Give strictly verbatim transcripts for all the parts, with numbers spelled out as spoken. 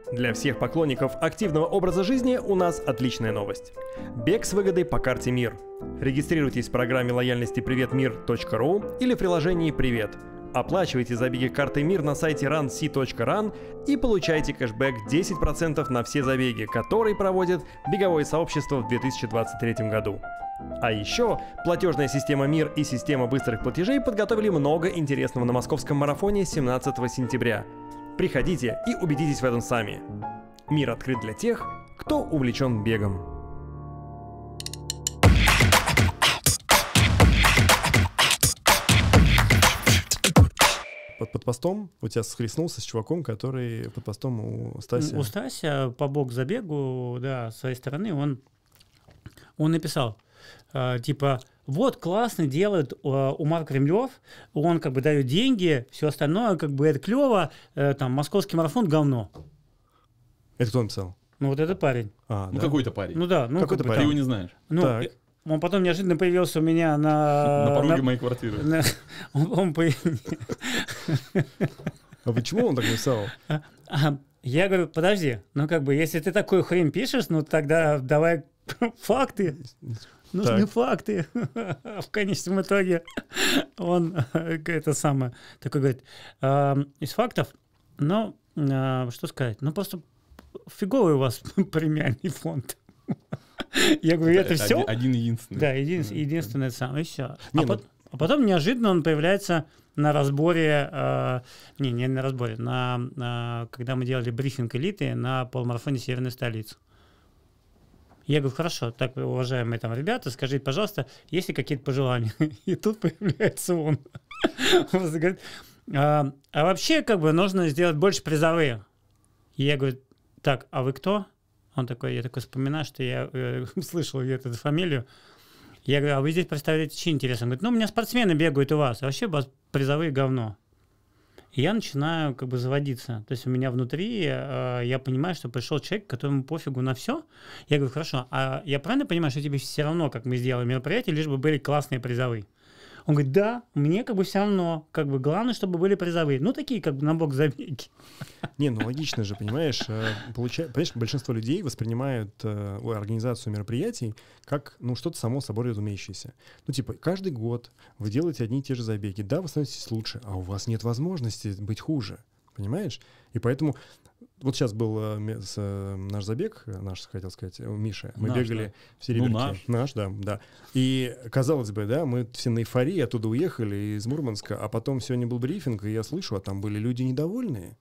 Для всех поклонников активного образа жизни у нас отличная новость. Бег с выгодой по карте МИР. Регистрируйтесь в программе лояльности привет мир точка ру или в приложении «Привет». Оплачивайте забеги картой МИР на сайте ран си точка ран и получайте кэшбэк десять процентов на все забеги, которые проводит беговое сообщество в две тысячи двадцать третьем году. А еще платежная система МИР и система быстрых платежей подготовили много интересного на московском марафоне семнадцатого сентября. Приходите и убедитесь в этом сами. Мир открыт для тех, кто увлечен бегом. Под, под постом у тебя схлестнулся с чуваком, который под постом у Стася. У Стася по бок-забегу, да, с своей стороны, он, он написал, э, типа, вот, классно делает э, Умар Кремлев, он как бы дает деньги, все остальное, как бы это клево, э, там, московский марафон говно. Это кто написал? Ну, вот это парень. А, ну, да? какой-то парень. Ну, да. Ну, какой-то как бы, парень. Ты его не знаешь. Ну, Так. и, он потом неожиданно появился у меня на... На пороге на, моей квартиры. на, он, он по... А почему он так написал? Я говорю, подожди, ну как бы, если ты такую хрень пишешь, ну тогда давай факты. Нужны Так. факты. В конечном итоге он это самое такой говорит, из фактов, ну, что сказать, ну просто фиговый у вас премиальный фонд. Я говорю, это, это все? Один единственный. Да, един, единственное самое, и все. Не, а, ну... под, а потом неожиданно он появляется на разборе, э, не, не на разборе, на, на, когда мы делали брифинг элиты на полумарафоне Северной столицы. Я говорю, хорошо, так, уважаемые там ребята, скажите, пожалуйста, есть ли какие-то пожелания? И тут появляется он. Он говорит, а, а вообще, как бы, нужно сделать больше призовые. И я говорю, так, а вы кто? Он такой, я такой вспоминаю, что я э, слышал эту фамилию. Я говорю, а вы здесь представляете чьи интересы? Он говорит, ну, у меня спортсмены бегают у вас, а вообще у вас призовые говно. И я начинаю как бы заводиться. То есть у меня внутри, э, я понимаю, что пришел человек, которому пофигу на все. Я говорю, хорошо, а я правильно понимаю, что тебе все равно, как мы сделали мероприятие, лишь бы были классные призовые? Он говорит, да, мне как бы все равно, как бы главное, чтобы были призовые. Ну, такие как бы на бок забеги. Не, ну логично же, понимаешь, получается, понимаешь, большинство людей воспринимают э, организацию мероприятий как, ну, что-то само собой разумеющееся. Ну, типа, каждый год вы делаете одни и те же забеги, да, вы становитесь лучше, а у вас нет возможности быть хуже, понимаешь? И поэтому, вот сейчас был э, с, э, наш забег, наш, хотел сказать, у Миши, мы наш, бегали да. в Серебряке. Ну, наш. Наш, да, да. И, казалось бы, да, мы все на эйфории оттуда уехали, из Мурманска, а потом сегодня был брифинг, и я слышу, а там были люди недовольные.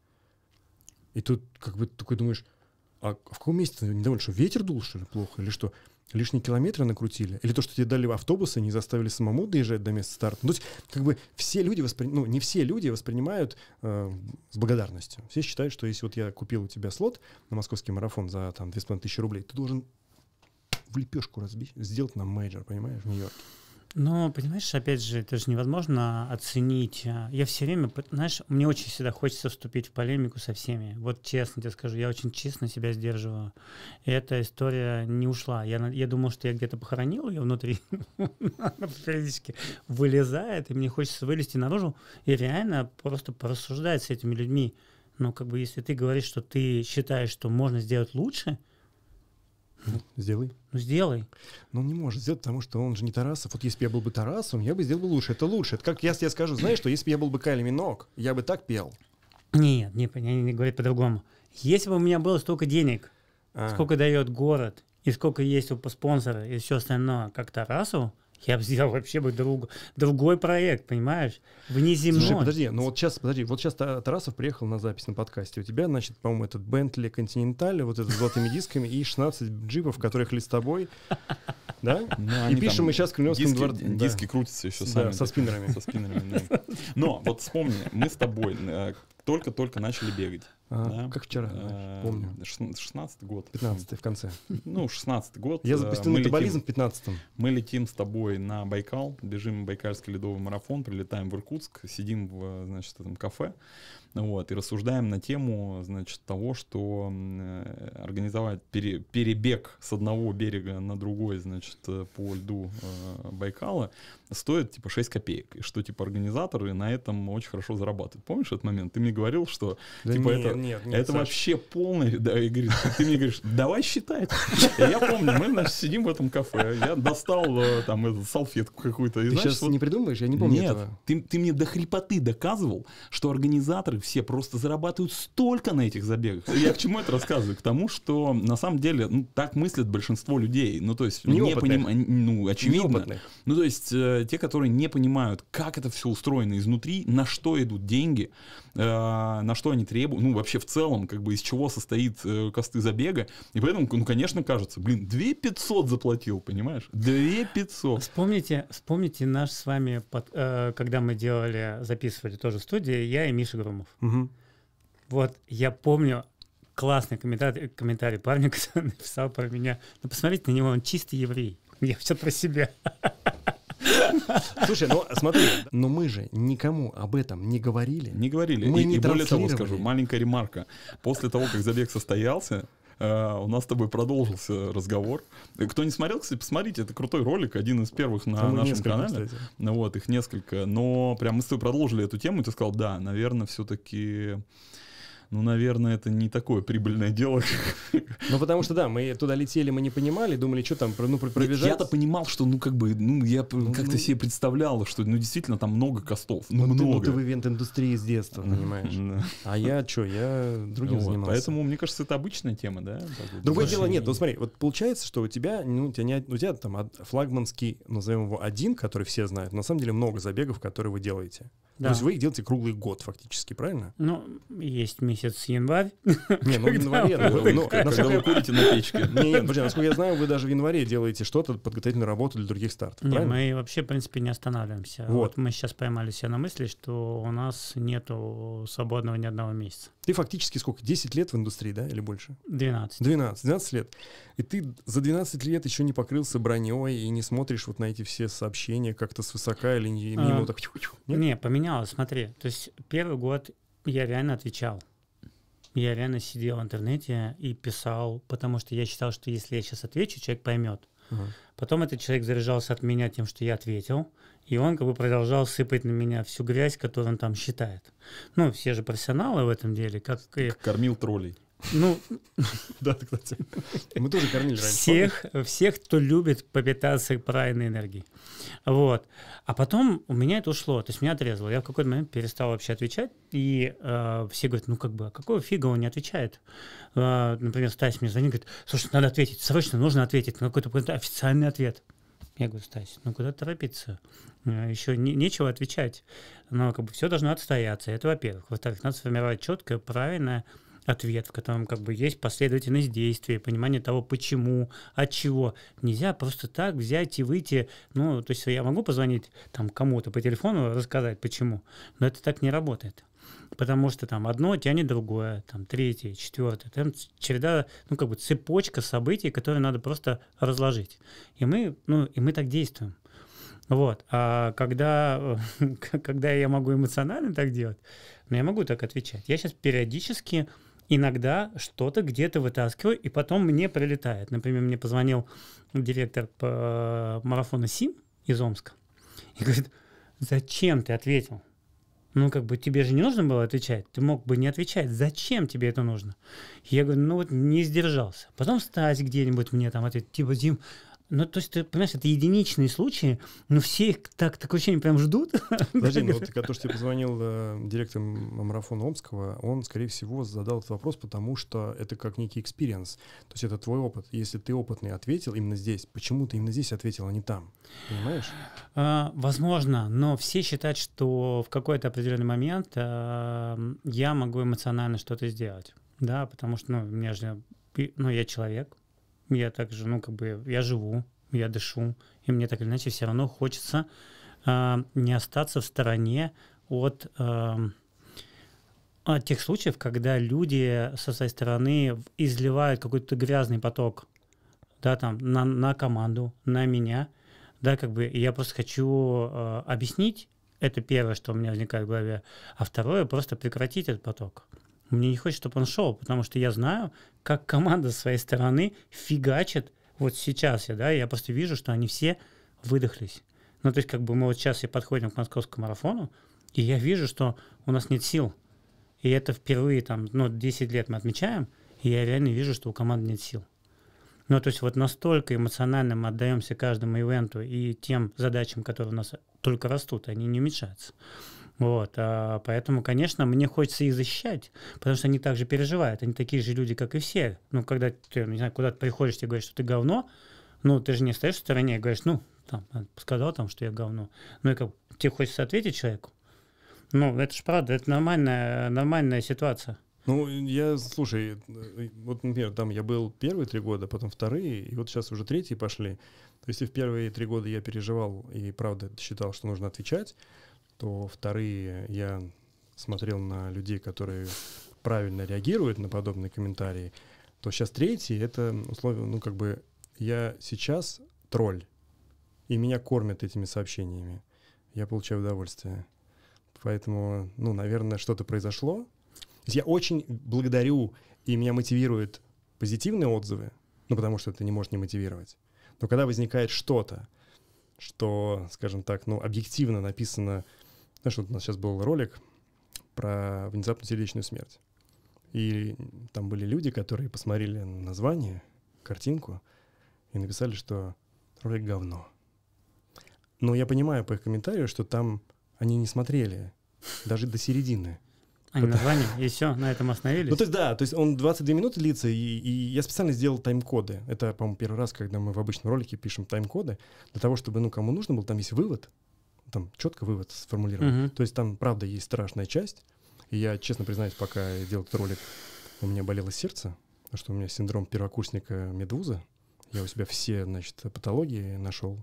И тут как бы такой думаешь, а в каком месте ты недоволен? Что ветер дул, что ли, плохо? Или что, лишние километры накрутили? Или то, что тебе дали автобусы, не заставили самому доезжать до места старта? Ну, то есть, как бы все люди, воспри... ну, не все люди воспринимают э, с благодарностью. Все считают, что если вот я купил у тебя слот на московский марафон за там две с половиной тысячи рублей, ты должен в лепешку разбить, сделать нам мейджор, понимаешь, в Нью-Йорке. Ну, понимаешь, опять же, это же невозможно оценить. Я все время, знаешь, мне очень всегда хочется вступить в полемику со всеми. Вот честно тебе скажу, я очень честно себя сдерживаю. И эта история не ушла. Я, я думал, что я где-то похоронил ее внутри. Она периодически вылезает, и мне хочется вылезти наружу и реально просто порассуждать с этими людьми. Но как бы если ты говоришь, что ты считаешь, что можно сделать лучше, Ну, сделай. ну сделай. Но он не может сделать, потому что он же не Тарасов. Вот если бы я был бы Тарасом, я бы сделал бы лучше. Это лучше. Это как я тебе скажу, знаешь, что если бы я был бы Кайли Минок, я бы так пел. Нет, не, не, не говорить по-другому. Если бы у меня было столько денег, А. сколько дает город, и сколько есть у спонсора, и все остальное, как Тарасу, я бы сделал вообще бы друг, другой проект, понимаешь? Внеземной. Слушай, подожди, ну вот сейчас, подожди, вот сейчас Тарасов приехал на запись на подкасте. У тебя, значит, по-моему, этот Бентли Континенталь, вот этот с золотыми дисками и шестнадцать джипов, которые ехали с тобой, да? Ну, И пишем мы сейчас в Кремлевском диски, дворце. диски Да. крутятся еще Да, сами. со спиннерами. Со спиннерами, да. Но вот вспомни, мы с тобой э, только-только начали бегать. А, да? как вчера, Э, помню. шестнадцатый год. пятнадцатый в конце. Ну, шестнадцатый год. Я э, запустил мы метаболизм летим- в пятнадцатом. Мы летим с тобой на Байкал, бежим Байкальский ледовый марафон, прилетаем в Иркутск, сидим в, значит, этом кафе, вот, и рассуждаем на тему, значит, того, что э, организовать пере, перебег с одного берега на другой, значит, по льду э, Байкала стоит типа шесть копеек, и что типа организаторы на этом очень хорошо зарабатывают. Помнишь этот момент? Ты мне говорил, что Да типа не, это, нет, нет, это Саш. вообще полный, да, и говорит, ты мне говоришь, давай считать. И я помню, мы, значит, сидим в этом кафе, я достал э, там эту салфетку какую-то. И, Ты значит, сейчас вот- не придумаешь? Я не помню Нет, этого. ты, ты мне до хрипоты доказывал, что организаторы все просто зарабатывают столько на этих забегах. Я к чему это рассказываю? К тому, что на самом деле ну, так мыслят большинство людей. Ну, то есть, не Неопытных. поним- ну, очевидно. Неопытных. Ну, то есть, э, те, которые не понимают, как это все устроено изнутри, на что идут деньги, э, на что они требуют, ну, вообще в целом, как бы из чего состоит э, косты забега. И поэтому, ну, конечно, кажется, блин, две тысячи пятьсот заплатил, понимаешь? две тысячи пятьсот. Вспомните, вспомните наш с вами, под- э, когда мы делали, записывали тоже в студии, я и Миша Громов. Мгм. Вот я помню классный комментарий, комментарий парня, который написал про меня. Ну, посмотрите на него, он чистый еврей. Я все про себя. Слушай, ну смотри, но мы же никому об этом не говорили. Не говорили. Мы и, не и более того транслировали. скажу, маленькая ремарка. После того, как забег состоялся, э, у нас с тобой продолжился разговор. Э, Кто не смотрел, кстати, посмотрите, это крутой ролик, один из первых на Там их нашем несколько, канале. кстати. Ну вот, их несколько. Но прям мы с тобой продолжили эту тему, и ты сказал, да, наверное, все-таки... Ну, наверное, это не такое прибыльное дело. Ну, потому что, да, мы туда летели, мы не понимали, думали, что там, ну, про- пробежать. Я-то понимал, что, ну, как бы, ну, я п- Ну, как-то ну. себе представлял, что, ну, действительно, там много костов. Ну, Ну, ты, ну, много. ты в ивент-индустрии с детства, понимаешь. Да. А я что, я другим Вот, занимался. Поэтому, мне кажется, это обычная тема, да? Так вот. Другое Слушай, дело, нет, ну смотри, вот получается, что у тебя, ну, у тебя, не, у тебя там од- флагманский, назовем его один, который все знают, на самом деле много забегов, которые вы делаете. Да. То есть вы их делаете круглый год фактически, правильно? Ну, есть месяц январь. Не, ну в январе, Когда ну, вы- ну, Когда насколько вы я- курите на печке. Не, не, подожди, насколько я знаю, вы даже в январе делаете что-то, подготовительную работу для других стартов, Не, правильно? мы вообще, в принципе, не останавливаемся. Вот. Вот мы сейчас поймали себя на мысли, что у нас нету свободного ни одного месяца. Ты фактически сколько, десять лет в индустрии, да, или больше? двенадцать. двенадцать, двенадцать лет. И ты за двенадцать лет еще не покрылся броней и не смотришь вот на эти все сообщения как-то свысока или не- мимо А, вот так. чу-чу. Нет? Не, поменялось, смотри. То есть первый год я реально отвечал. Я реально сидел в интернете и писал, потому что я считал, что если я сейчас отвечу, человек поймет. Ага. Потом этот человек заряжался от меня тем, что я ответил, и он как бы продолжал сыпать на меня всю грязь, которую он там считает. Ну, все же профессионалы в этом деле, как и, Кормил троллей. ну, Да, кстати. Мы тоже кормили раньше. всех, всех, кто любит попитаться правильной энергией. Вот. А потом у меня это ушло, то есть меня отрезало. Я в какой-то момент перестал вообще отвечать, и э, все говорят, ну как бы, а какого фига он не отвечает? Э, например, Стась мне звонит, говорит, слушай, надо ответить, срочно нужно ответить на какой-то, какой-то официальный ответ. Я говорю, Стась, ну куда торопиться? Э, Еще не- нечего отвечать. Но как бы все должно отстояться. Это во-первых. Во-вторых, надо сформировать четкое, правильное ответ, в котором как бы есть последовательность действий, понимание того, почему, от чего. Нельзя просто так взять и выйти. Ну, то есть я могу позвонить там кому-то по телефону, рассказать, почему, но это так не работает. Потому что там одно тянет другое, там третье, четвертое. Там череда, ну как бы цепочка событий, которые надо просто разложить. И мы, ну, и мы так действуем. Вот. А когда, когда я могу эмоционально так делать, ну, я могу так отвечать. Я сейчас периодически иногда что-то где-то вытаскиваю, и потом мне прилетает. Например, мне позвонил директор по марафону СИМ из Омска и говорит, зачем ты ответил? Ну, как бы тебе же не нужно было отвечать. Ты мог бы не отвечать. Зачем тебе это нужно? Я говорю, ну вот не сдержался. Потом Стась где-нибудь мне там ответит, типа, Дим, ну, то есть, ты понимаешь, это единичные случаи, но все их так, такое ощущение прям ждут. Подожди, ну вот то, что тебе позвонил э, директор марафона Омского, он, скорее всего, задал этот вопрос, потому что это как некий экспириенс. То есть это твой опыт. Если ты опытный ответил именно здесь, почему ты именно здесь ответил, а не там? Понимаешь? А, возможно, но все считают, что в какой-то определенный момент а, я могу эмоционально что-то сделать. Да, потому что, ну, у меня же, ну, я человек. Я также, ну, как бы, я живу, я дышу, и мне так или иначе все равно хочется э, не остаться в стороне от, э, от тех случаев, когда люди со своей стороны изливают какой-то грязный поток, да, там, на, на команду, на меня, да, как бы, и я просто хочу э, объяснить, это первое, что у меня возникает в голове, а второе, просто прекратить этот поток. Мне не хочется, чтобы он шел, потому что я знаю, как команда с своей стороны фигачит. Вот сейчас я, да, я просто вижу, что они все выдохлись. Ну, то есть, как бы мы вот сейчас и подходим к московскому марафону, и я вижу, что у нас нет сил. И это впервые там, ну, десять лет мы отмечаем, и я реально вижу, что у команды нет сил. Ну, то есть вот настолько эмоционально мы отдаемся каждому ивенту и тем задачам, которые у нас только растут, они не уменьшаются. Вот, а поэтому, конечно, мне хочется их защищать, потому что они также переживают, они такие же люди, как и все. Ну, когда ты, не знаю, куда-то приходишь, тебе говорят, что ты говно, ну, ты же не стоишь в стороне и говоришь, ну, там, сказал там, что я говно. Ну, и как тебе хочется ответить человеку. Ну, это же правда, это нормальная, нормальная ситуация. Ну, я, слушай, вот, например, там я был первые три года, потом вторые, и вот сейчас уже третьи пошли. То есть, если в первые три года я переживал и, правда, считал, что нужно отвечать, то вторые я смотрел на людей, которые правильно реагируют на подобные комментарии, то сейчас третий — это условие, ну, как бы, я сейчас тролль, и меня кормят этими сообщениями. Я получаю удовольствие. Поэтому, ну, наверное, что-то произошло. Я очень благодарю, и меня мотивируют позитивные отзывы, ну, потому что это не может не мотивировать. Но когда возникает что-то, что, скажем так, ну, объективно написано... Знаешь, вот у нас сейчас был ролик про внезапную сердечную смерть. И там были люди, которые посмотрели название, картинку, и написали, что ролик говно. Но я понимаю по их комментарию, что там они не смотрели даже до середины. А не название, и все, на этом остановились? Ну, то есть, да, то есть он двадцать две минуты длится, и, и я специально сделал тайм-коды. Это, по-моему, первый раз, когда мы в обычном ролике пишем тайм-коды, для того, чтобы, ну, кому нужно был, там есть вывод, там четко вывод сформулирован. Uh-huh. То есть там, правда, есть страшная часть, и я, честно признаюсь, пока я делал этот ролик, у меня болело сердце, потому что у меня синдром первокурсника медвуза. Я у себя все, значит, патологии нашел.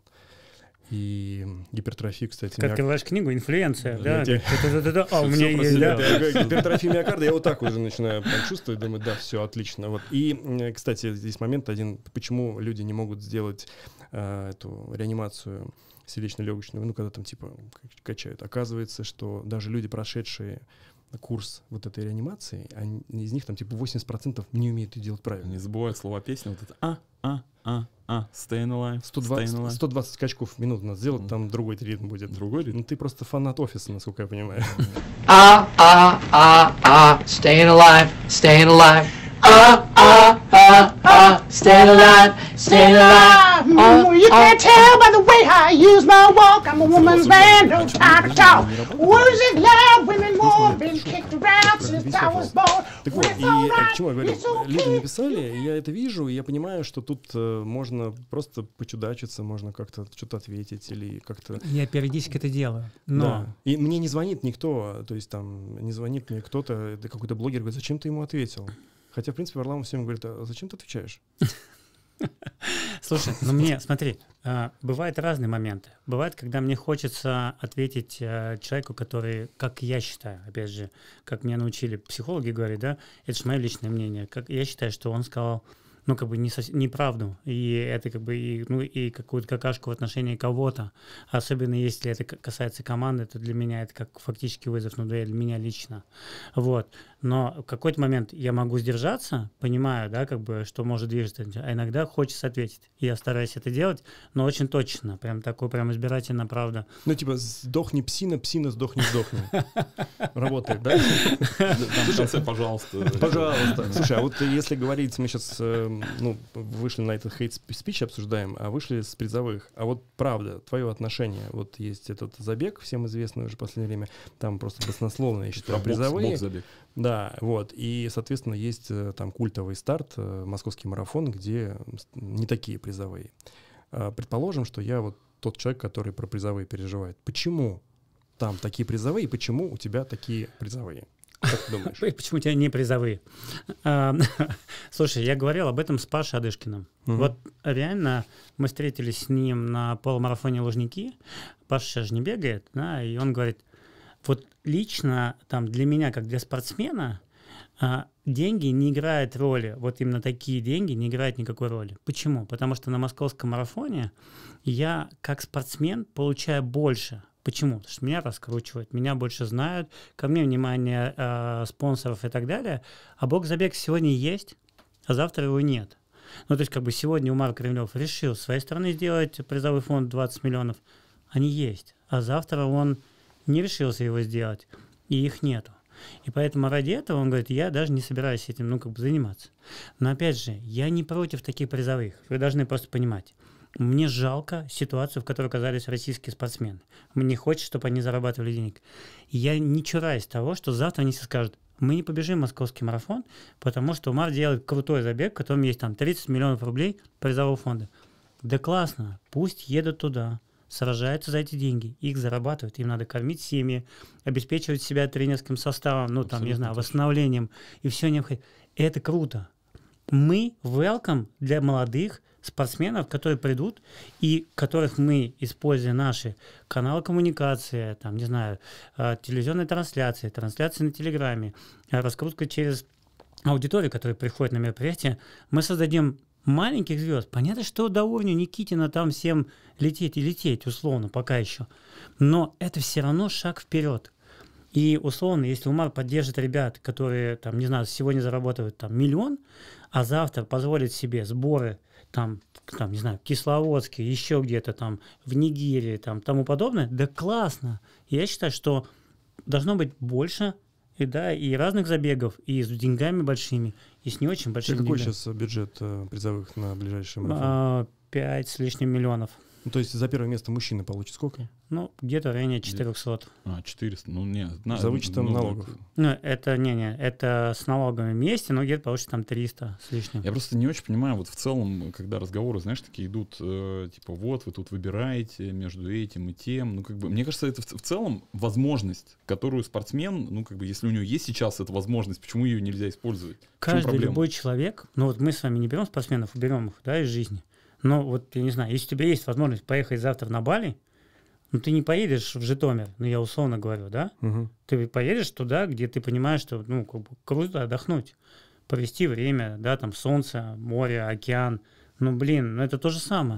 И гипертрофию, кстати. Как открываешь книгу «Инфлюенция», да? да? А у меня есть, да. Гипертрофия миокарда, я вот так уже начинаю чувствовать, думаю, да, все, отлично. Вот. И, кстати, здесь момент один, почему люди не могут сделать а, эту реанимацию сердечно-легочную, ну, когда там типа качают. Оказывается, что даже люди, прошедшие курс вот этой реанимации, они, из них там типа восемьдесят процентов не умеют это делать правильно. Не забывают слова песни, вот это а, а, а, а, staying alive, сто двадцать, сто двадцать скачков в минуту надо сделать, mm. там другой ритм будет. Другой ритм? Ну, ты просто фанат офиса, насколько я понимаю. А, а, а, а, staying alive, staying alive. Ah, ah, ah, ah, staying alive, staying alive. Uh, you can't tell by the way I use my walk. I'm a woman's man, no time to talk. Words is loud, women more, been kicked around since I was born. Так вот, и к чему я говорю? Люди написали, я это вижу, и я понимаю, что тут э, можно просто почудачиться, можно как-то что-то ответить или как-то... Я периодически это делаю, но... Да. И мне не звонит никто, то есть там не звонит мне кто-то, какой-то блогер говорит, зачем ты ему ответил? Хотя, в принципе, Варламов всем говорит, а зачем ты отвечаешь? Слушай, ну мне, смотри, бывают разные моменты. Бывает, когда мне хочется ответить человеку, который, как я считаю, опять же, как меня научили психологи говорить, да, это же мое личное мнение, как я считаю, что он сказал, ну, как бы не сос... неправду, и это как бы, и, ну, и какую-то какашку в отношении кого-то, особенно если это касается команды, то для меня это как фактически вызов, ну, для меня лично, вот, но в какой-то момент я могу сдержаться, понимаю, да, как бы, что может движется, а иногда хочется ответить, и я стараюсь это делать, но очень точно, прям такой, прям избирательно, правда. Ну, типа, сдохни псина, псина, сдохни, сдохни. Работает, да? В конце, пожалуйста. Пожалуйста. Слушай, а вот если говорить, мы сейчас ну, вышли на этот хейт-спич обсуждаем, а вышли с призовых. А вот правда, твое отношение, вот есть этот забег, всем известный уже в последнее время, там просто баснословно, я считаю, призовые. Да, вот, и, соответственно, есть там культовый старт, московский марафон, где не такие призовые. Предположим, что я вот тот человек, который про призовые переживает. Почему там такие призовые, и почему у тебя такие призовые? Как ты думаешь? Почему у тебя не призовые? Слушай, я говорил об этом с Пашей Адышкиным. Угу. Вот реально мы встретились с ним на полумарафоне Лужники. Паша сейчас же не бегает, да, и он говорит, вот лично там для меня, как для спортсмена, деньги не играют роли. Вот именно такие деньги не играют никакой роли. Почему? Потому что на московском марафоне я как спортсмен получаю больше. Почему? Потому что меня раскручивают, меня больше знают, ко мне внимание э, спонсоров и так далее. А бокс-забег сегодня есть, а завтра его нет. Ну, то есть, как бы сегодня Умар Кремлев решил с своей стороны сделать призовой фонд двадцать миллионов. Они есть. А завтра он не решился его сделать, и их нету. И поэтому ради этого он говорит, я даже не собираюсь этим, ну, как бы заниматься. Но опять же, я не против таких призовых. Вы должны просто понимать. Мне жалко ситуацию, в которой оказались российские спортсмены. Мне хочется, чтобы они зарабатывали денег. И я не чураюсь того, что завтра они все скажут, мы не побежим московский марафон, потому что Умар делает крутой забег, в котором есть там тридцать миллионов рублей призового фонда. Да классно, пусть едут туда, сражаются за эти деньги, их зарабатывают, им надо кормить семьи, обеспечивать себя тренерским составом, ну там, Абсолютно не знаю, точно. восстановлением и все необходимое. Это круто. Мы welcome для молодых спортсменов, которые придут и которых мы, используя наши каналы коммуникации, там, не знаю, телевизионные трансляции, трансляции на Телеграме, раскрутка через аудиторию, которая приходит на мероприятие, мы создадим маленьких звезд. Понятно, что до уровня Никитина там всем лететь и лететь, условно, пока еще. Но это все равно шаг вперед. И условно, если Умар поддержит ребят, которые, там, не знаю, сегодня зарабатывают там миллион, а завтра позволит себе сборы там, там, не знаю, в Кисловодске, еще где-то там, в Нигерии, там, тому подобное, да классно. Я считаю, что должно быть больше и, да, и разных забегов, и с деньгами большими, и с не очень большими Какой деньгами. сейчас бюджет э, призовых на ближайший марафон? А, Пять с лишним миллионов. Ну, то есть за первое место мужчина получит сколько? Ну, где-то в районе четыреста. А, четыреста, ну нет. на- За вычетом ну, налогов. Ну, это, не-не, это с налогами вместе, но где-то получится там триста с лишним. Я просто не очень понимаю, вот в целом, когда разговоры, знаешь, такие идут, э, типа, вот, вы тут выбираете между этим и тем, ну, как бы, мне кажется, это в, в целом возможность, которую спортсмен, ну, как бы, если у него есть сейчас эта возможность, почему ее нельзя использовать? В чем Каждый проблема? любой человек, ну вот мы с вами не берем спортсменов, берем их, да, из жизни. Но вот, я не знаю, если у тебя есть возможность поехать завтра на Бали, ну ты не поедешь в Житомир, ну я условно говорю, да? Угу. Ты поедешь туда, где ты понимаешь, что, ну, как бы круто отдохнуть, провести время, да, там солнце, море, океан. Ну, блин, ну это то же самое.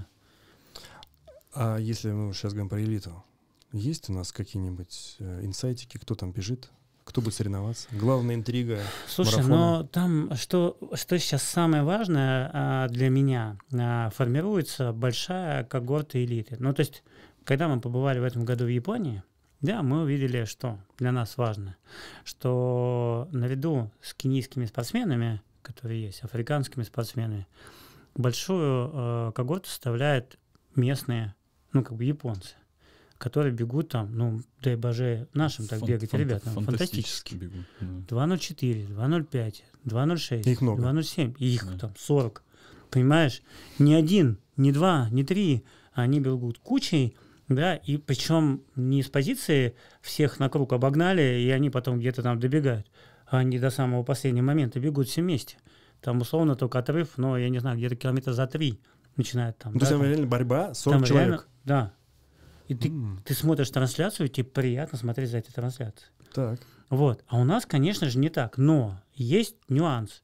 А если мы сейчас говорим про элиту, есть у нас какие-нибудь э, инсайтики, кто там бежит? Кто будет соревноваться? Главная интрига Слушай, марафона. но там, что, что сейчас самое важное а, для меня, а, формируется большая когорта элиты. Ну, то есть, когда мы побывали в этом году в Японии, да, мы увидели, что для нас важно, что наряду с кенийскими спортсменами, которые есть, африканскими спортсменами, большую э, когорту составляют местные, ну, как бы японцы, которые бегут там, ну, дай боже, нашим так Фан- бегать, фанта- ребята, фантастически фантастически. бегут, да. два ноль четыре, два ноль пять, два ноль шесть, Их много. два ноль семь, и их Да. там сорок. Понимаешь? Ни один, ни два, ни три, они бегут кучей, да, и причем не с позиции всех на круг обогнали, и они потом где-то там добегают, а они до самого последнего момента бегут все вместе. Там условно только отрыв, но я не знаю, где-то километра за три начинают там. Ну, то да, есть там там. реально борьба, сорок Там человек. реально- да. И ты, М, ты смотришь трансляцию, и тебе приятно смотреть за этой трансляцией. Так. Вот. А у нас, конечно же, не так. Но есть нюанс.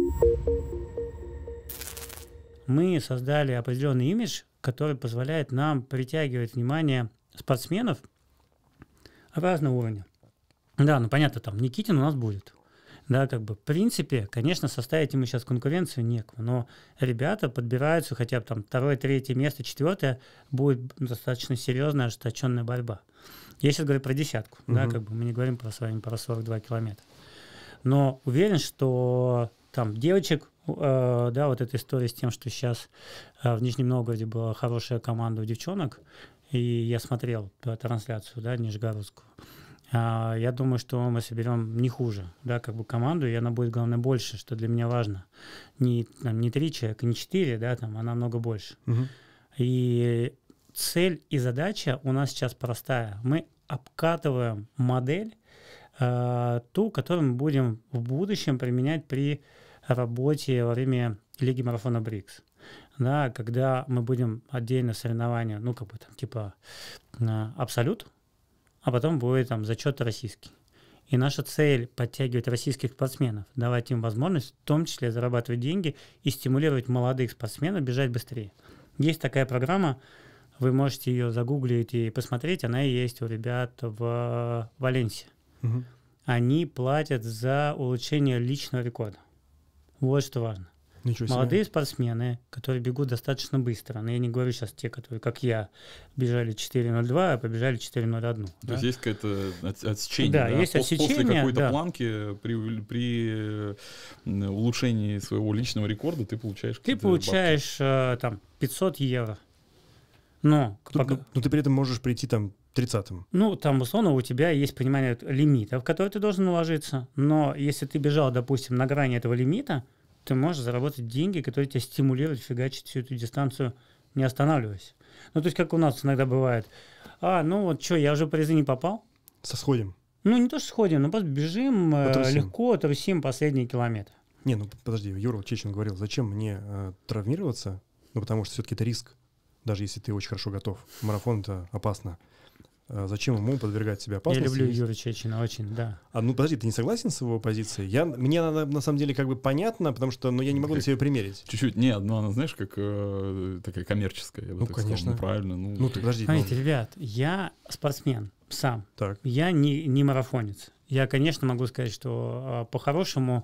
Мы создали определенный имидж, который позволяет нам притягивать внимание спортсменов разного уровня. Да, ну понятно, там Никитин у нас будет. Да, как бы, в принципе, конечно, составить ему сейчас конкуренцию некому, но ребята подбираются, хотя бы там второе, третье место, четвертое, будет достаточно серьезная, ожесточенная борьба. Я сейчас говорю про десятку, да, Мгм. как бы мы не говорим про с вами про сорок два километра. Но уверен, что там девочек, э, да, вот эта история с тем, что сейчас э, в Нижнем Новгороде была хорошая команда у девчонок, и я смотрел э, трансляцию, да, нижегородскую. А, я думаю, что мы соберем не хуже, да, как бы команду, и она будет, главное, больше, что для меня важно. Не, там, не три человека, не четыре, да, там, она много больше. Мгм. И цель и задача у нас сейчас простая. Мы обкатываем модель, э, ту, которую мы будем в будущем применять при работе во время Лиги марафона БРИКС. Да, когда мы будем отдельно соревнования, ну, как бы там, типа э, абсолют, а потом будет там зачет российский. И наша цель — подтягивать российских спортсменов, давать им возможность в том числе зарабатывать деньги и стимулировать молодых спортсменов бежать быстрее. Есть такая программа, вы можете ее загуглить и посмотреть, она и есть у ребят в Валенсии. Мгм. Они платят за улучшение личного рекорда. Вот что важно. Ничего себе. Молодые спортсмены, которые бегут достаточно быстро, но я не говорю сейчас те, которые, как я, бежали четыре ноль два, а побежали четыре ноль один. То да? есть есть какое-то от- отсечение, Да, да? есть Пос- отсечение, После какой-то да. планки при, при э, улучшении своего личного рекорда ты получаешь Ты какие-то получаешь э, там пятьсот евро. Но, Тут, пока- ну, ну, ты при этом можешь прийти там тридцатым. ну, там, условно, у тебя есть понимание лимита, в который ты должен уложиться. Но если ты бежал, допустим, на грани этого лимита, ты можешь заработать деньги, которые тебя стимулируют фигачить всю эту дистанцию, не останавливаясь. Ну, то есть, как у нас иногда бывает. А, ну вот что, я уже в призы не попал? Со сходим. Ну, не то, что сходим, но просто бежим э, Потрусим. легко, трусим последние километры. Не, ну подожди, Юра Чечин говорил, зачем мне э, травмироваться? Ну, потому что все-таки это риск. Даже если ты очень хорошо готов. Марафон — это опасно. А зачем ему подвергать себя опасности? Я люблю Юру Чечина очень, да. А ну подожди, ты не согласен с его позицией? Я, мне она на самом деле как бы понятно, потому что ну, я не могу на себя примерить. Чуть-чуть. Не, одна, она, знаешь, как э, такая коммерческая. Я бы Ну, так конечно. сказал. Ну, правильно. Ну, Ну ты подожди. Смотрите, ну, ребят, я спортсмен сам. так. Я не, не марафонец. Я, конечно, могу сказать, что а, по-хорошему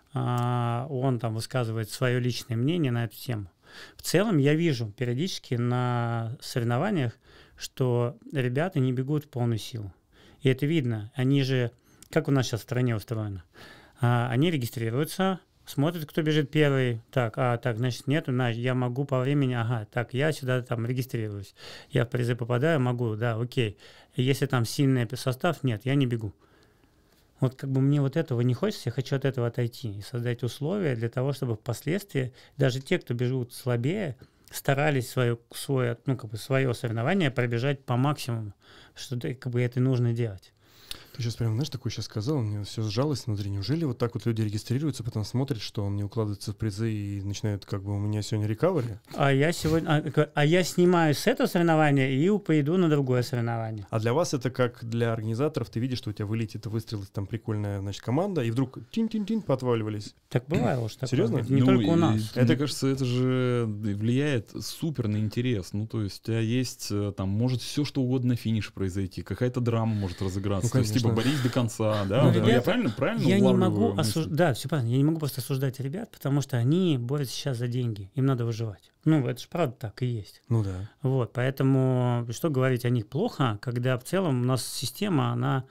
а, он там высказывает свое личное мнение на эту тему. В целом я вижу периодически на соревнованиях, что ребята не бегут в полную силу. И это видно. Они же, как у нас сейчас в стране устроено, а, они регистрируются, смотрят, кто бежит первый. Так, а, так, значит, нету, значит, я могу по времени, ага, так, я сюда там регистрируюсь. Я в призы попадаю, могу, да, окей. Если там сильный состав, нет, я не бегу. Вот как бы мне вот этого не хочется, я хочу от этого отойти и создать условия для того, чтобы впоследствии даже те, кто бежут слабее, старались свое, свое, ну, как бы свое соревнование пробежать по максимуму, что как бы это нужно делать. Ты сейчас прям, знаешь, такое сейчас сказал, у меня все сжалось внутри. Неужели вот так вот люди регистрируются, потом смотрят, что он не укладывается в призы и начинают, как бы, у меня сегодня рекавери? А я сегодня, а, а я снимаюсь с этого соревнования и пойду на другое соревнование. А для вас это как для организаторов, ты видишь, что у тебя вылетит, выстрелит там прикольная, значит, команда, и вдруг тин-тин-тин поотваливались. Так бывает уж такое. Серьезно? Это не Ну, только у и- нас. и, Мне кажется, это же влияет супер на интерес. Ну, то есть у тебя есть, э, там, может все что угодно на финише произойти, какая-то драма может разыграться. Ну, то есть, типа, конечно. борись до конца, да? Ну, Вот ребята, я правильно, правильно Я не улавливаю могу мысль? осуждать, да, все правильно, я не могу просто осуждать ребят, потому что они борются сейчас за деньги, им надо выживать. Ну, это же правда так и есть. Ну да. Вот, поэтому что говорить о них плохо, когда в целом у нас система, она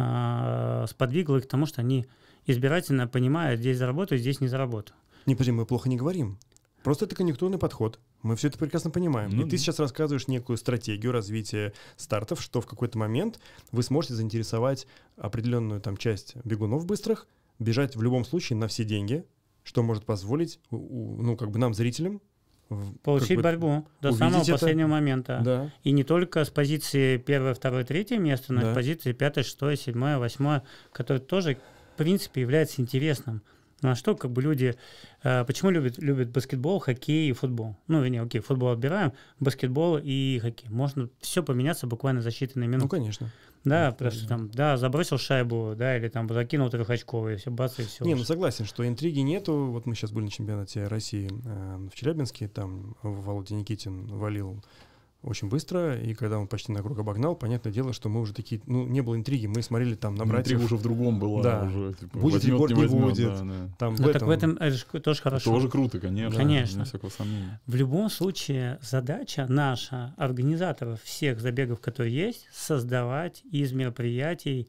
э, сподвигла их к тому, что они избирательно понимают, здесь заработаю, здесь не заработаю. Не, подожди, мы плохо не говорим. Просто это конъюнктурный подход. Мы все это прекрасно понимаем. Ну и ты да. сейчас рассказываешь некую стратегию развития стартов, что в какой-то момент вы сможете заинтересовать определенную там часть бегунов быстрых, бежать в любом случае на все деньги, что может позволить, у- у- ну, как бы нам, зрителям, в- Получить как бы борьбу до увидеть самого это. последнего момента. Да. И не только с позиции первое, второе, третье место, но и Да. с позиции пятое, шестое, седьмое, восьмое, которое тоже, в принципе, является интересным. На что как бы люди... э, почему любят, любят баскетбол, хоккей и футбол? Ну, вернее, окей, футбол отбираем, баскетбол и хоккей. Можно все поменяться буквально за считанные минуты. Ну, конечно. да, ну, просто да. там, да, забросил шайбу, да, или там закинул трехочковый, все, бац, и все. Не, ну согласен, что интриги нету. Вот мы сейчас были на чемпионате России э, в Челябинске, там Володя Никитин валил очень быстро, и когда он почти на круг обогнал, понятное дело, что мы уже такие, ну, не было интриги, мы смотрели там на Ну, братьев. интрига уже в другом была. Да. Уже, типа, Будет возьмет, рекорд, не возьмет, будет. да, да. Там Ну, в так этом... в этом это же тоже хорошо. Тоже круто, конечно. Конечно. Вне всякого сомнения. В любом случае, задача наша, организаторов всех забегов, которые есть, создавать из мероприятий,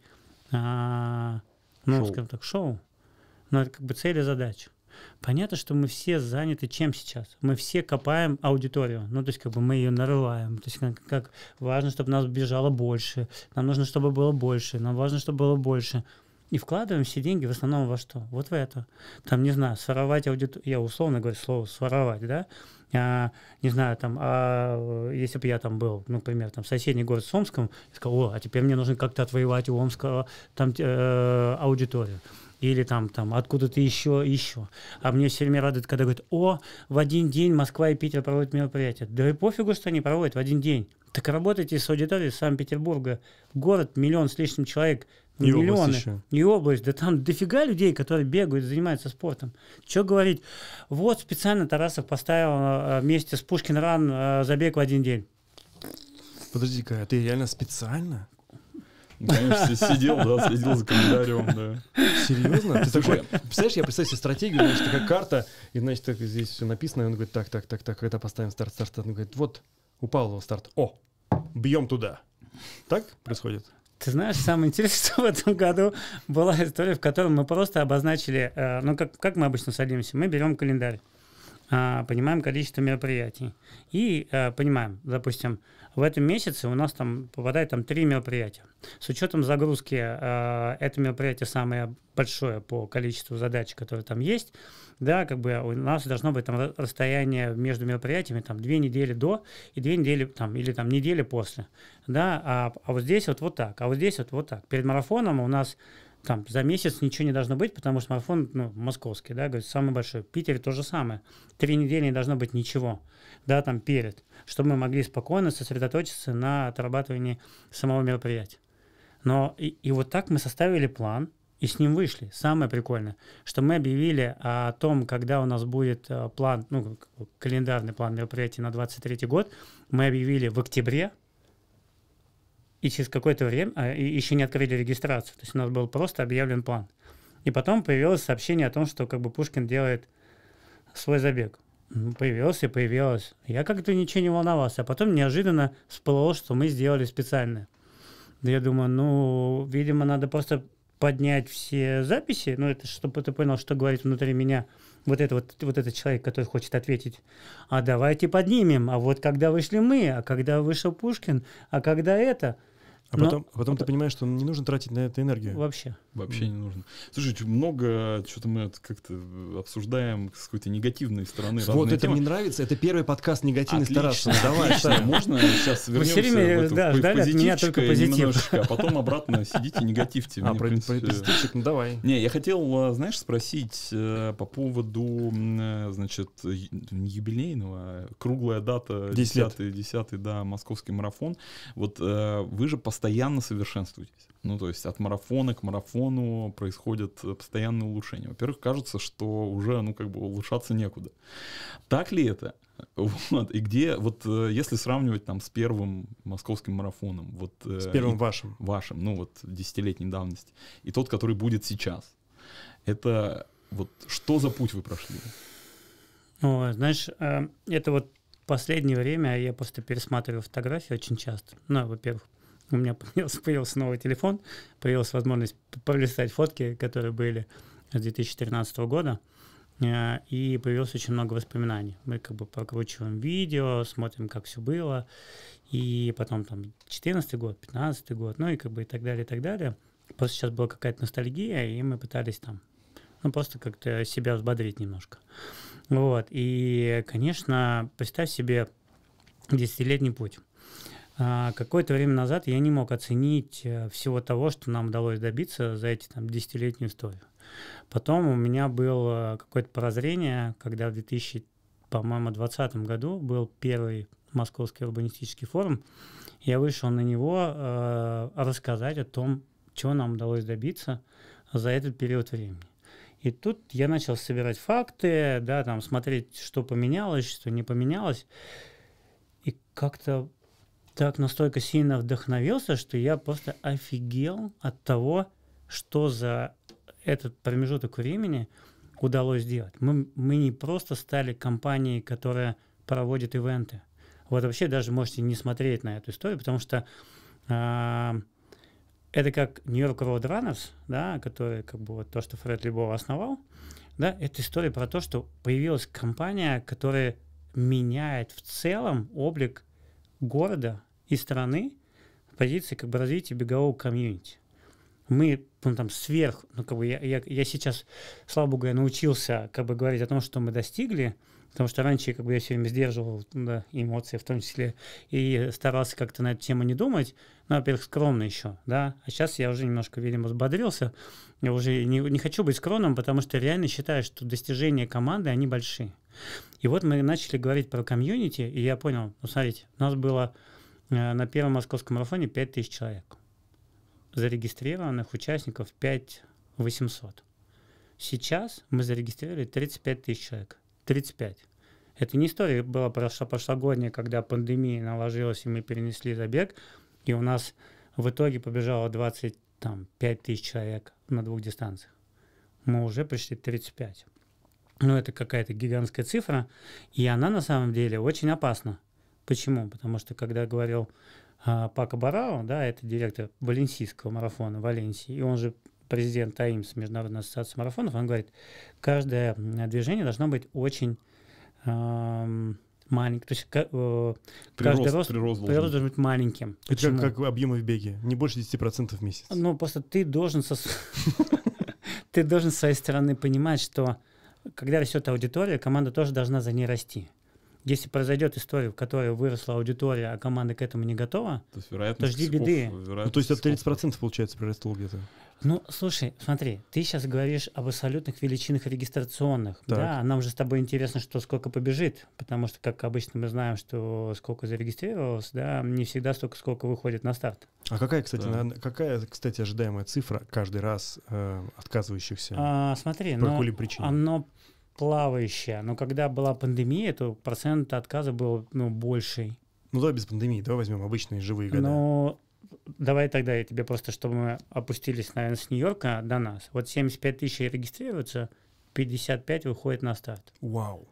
а, ну, Шоу. скажем так, шоу. Но это как бы цель и задача. Понятно, что мы все заняты чем сейчас? Мы все копаем аудиторию, ну, то есть как бы мы ее нарываем, то есть как, как важно, чтобы нас бежало больше, нам нужно, чтобы было больше, нам важно, чтобы было больше. И вкладываем все деньги в основном во что? Вот в это. Там, не знаю, своровать аудиторию, я условно говорю слово своровать, да? А, не знаю, там, а, если бы я там был, например, там, соседний город с Омском, я сказал, о, а теперь мне нужно как-то отвоевать у Омского там э, аудиторию. Или там, там откуда-то еще, еще. А мне все время радует, когда говорят, о, в один день Москва и Питер проводят мероприятия. Да и пофигу, что они проводят в один день. Так работайте с аудиторией Санкт-Петербурга. Город, миллион с лишним человек, И область миллионы. еще. И область. Да там дофига людей, которые бегают, занимаются спортом. Че говорить? Вот специально Тарасов поставил э, вместе с Пушкин Ран э, забег в один день. Подожди-ка, а ты реально специально? Ну, конечно, сидел, да, следил за календарем, да. Серьезно? Ты такой, представляешь, я представляю себе стратегию, значит, такая карта, и, значит, так здесь все написано, и он говорит, так, так, так, так, когда поставим старт, старт, старт, он говорит, вот, упал его старт, о, бьем туда. Так происходит? Ты знаешь, самое интересное, что в этом году была история, в которой мы просто обозначили, э, ну, как, как мы обычно садимся, мы берем календарь, э, понимаем количество мероприятий и э, понимаем, допустим, в этом месяце у нас там попадает там три мероприятия. С учетом загрузки, э, это мероприятие самое большое по количеству задач, которые там есть, да, как бы у нас должно быть там расстояние между мероприятиями там две недели до и две недели там или там недели после, да, а, а вот здесь вот вот так, а вот здесь вот вот так. Перед марафоном у нас там за месяц ничего не должно быть, потому что марафон, ну, московский, да, говорит, самый большой. В Питере то же самое. Три недели не должно быть ничего, да, там перед, чтобы мы могли спокойно сосредоточиться на отрабатывании самого мероприятия. Но и, и вот так мы составили план, и с ним вышли. Самое прикольное, что мы объявили о том, когда у нас будет план, ну, календарный план мероприятий на двадцать третий год, мы объявили в октябре, и через какое-то время а, и еще не открыли регистрацию. То есть у нас был просто объявлен план. И потом появилось сообщение о том, что как бы Пушкин делает свой забег. Появилось и появилось. Я как-то ничего не волновался. А потом неожиданно всплыло, что мы сделали специальное. Да я думаю, ну, видимо, надо просто поднять все записи, ну, это чтобы ты понял, что говорит внутри меня вот, это, вот, вот этот человек, который хочет ответить. А давайте поднимем, а вот когда вышли мы, а когда вышел Пушкин, а когда это... А потом, Но, а потом ты понимаешь, что не нужно тратить на это энергию. Вообще. Вообще не нужно. Слушай, много, что-то мы как-то обсуждаем с какой-то негативной стороны. Вот это темы. Мне нравится, это первый подкаст негативный Отлично, стараться. Давай, отлично. Можно сейчас вернемся время, в эту, да, в ждали от меня только позитив. немножечко, а потом обратно сидите, негативьте. А, Мне, про, в принципе... про позитивчик, ну давай. Не, я хотел, знаешь, спросить э, по поводу, э, значит, юбилейного, а круглая дата, десятый, десятый, да, московский марафон. Вот э, вы же постоянно совершенствуетесь. Ну, то есть от марафона к марафону происходят постоянные улучшения. Во-первых, кажется, что уже, ну, как бы улучшаться некуда. Так ли это? Вот. И где, вот если сравнивать там с первым московским марафоном, вот... С первым и, вашим. Вашим, ну, вот десятилетней давности. И тот, который будет сейчас. Это вот что за путь вы прошли? О, знаешь, это вот последнее время я просто пересматриваю фотографии очень часто. Ну, во-первых, у меня появился, появился новый телефон, появилась возможность полистать фотки, которые были с две тысячи тринадцатого года, и появилось очень много воспоминаний. Мы как бы прокручиваем видео, смотрим, как все было, и потом там четырнадцатый год, пятнадцатый год, ну и как бы и так далее, и так далее. Просто сейчас была какая-то ностальгия, и мы пытались там, ну просто как-то себя взбодрить немножко. Вот, и, конечно, представь себе десятилетний путь. Какое-то время назад я не мог оценить всего того, что нам удалось добиться за эти там десятилетнюю историю. Потом у меня было какое-то прозрение, когда в две тысячи двадцатом году был первый Московский урбанистический форум. Я вышел на него э, рассказать о том, чего нам удалось добиться за этот период времени. И тут я начал собирать факты, да, там смотреть, что поменялось, что не поменялось. И как-то так настолько сильно вдохновился, что я просто офигел от того, что за этот промежуток времени удалось сделать. Мы, мы не просто стали компанией, которая проводит ивенты. Вот вообще даже можете не смотреть на эту историю, потому что э, это как New York Road Runners, да, который как бы вот то, что Фред Либова основал, да, это история про то, что появилась компания, которая меняет в целом облик города и страны в позиции как бы развития бегового комьюнити. Мы, ну, там, сверх, ну, как бы я, я, я сейчас, слава богу, я научился как бы говорить о том, что мы достигли, потому что раньше как бы я все время сдерживал, да, эмоции в том числе, и старался как-то на эту тему не думать, ну, во-первых, скромно еще, да, а сейчас я уже немножко, видимо, взбодрился, я уже не, не хочу быть скромным, потому что реально считаю, что достижения команды, они большие. И вот мы начали говорить про комьюнити, и я понял, ну, смотрите, у нас было э, на первом московском марафоне пять тысяч человек. Зарегистрированных участников пять тысяч восемьсот. Сейчас мы зарегистрировали тридцать пять тысяч человек. тридцать пять. Это не история была прошлогодняя, когда пандемия наложилась, и мы перенесли забег, и у нас В итоге побежало двадцать пять тысяч человек на двух дистанциях. Мы уже пришли тридцать пять. Ну, это какая-то гигантская цифра, и она на самом деле очень опасна. Почему? Потому что, когда говорил а, Пако Барао, да, это директор валенсийского марафона Валенсии, и он же президент АИМС, Международной ассоциации марафонов, он говорит, каждое движение должно быть очень э, маленьким. То есть э, каждый Прирост, рост, прирост прирост должен быть маленьким. Это Почему? как, как объемы в беге, не больше десять процентов в месяц. Ну, просто ты должен со ты должен с своей стороны понимать, что когда растет аудитория, команда тоже должна за ней расти. Если произойдет история, в которой выросла аудитория, а команда к этому не готова, То есть вероятность то жди скоков, беды. Ну, то есть это тридцать процентов, получается, приросло где-то. Ну, слушай, смотри, ты сейчас говоришь об абсолютных величинах регистрационных, Так. да, а нам же с тобой интересно, что сколько побежит, потому что, как обычно, мы знаем, что сколько зарегистрировалось, да, не всегда столько, сколько выходит на старт. А какая, кстати, Да. на- какая, кстати, ожидаемая цифра каждый раз э, отказывающихся? А, смотри, По но какой причине? оно плавающее, но когда была пандемия, то процент отказа был, ну, больший. Ну давай без пандемии, давай возьмем обычные живые года. Но давай тогда я тебе просто, чтобы мы опустились, наверное, с Нью-Йорка до нас. Вот семьдесят пять тысяч регистрируются, пятьдесят пять выходит на старт. Вау.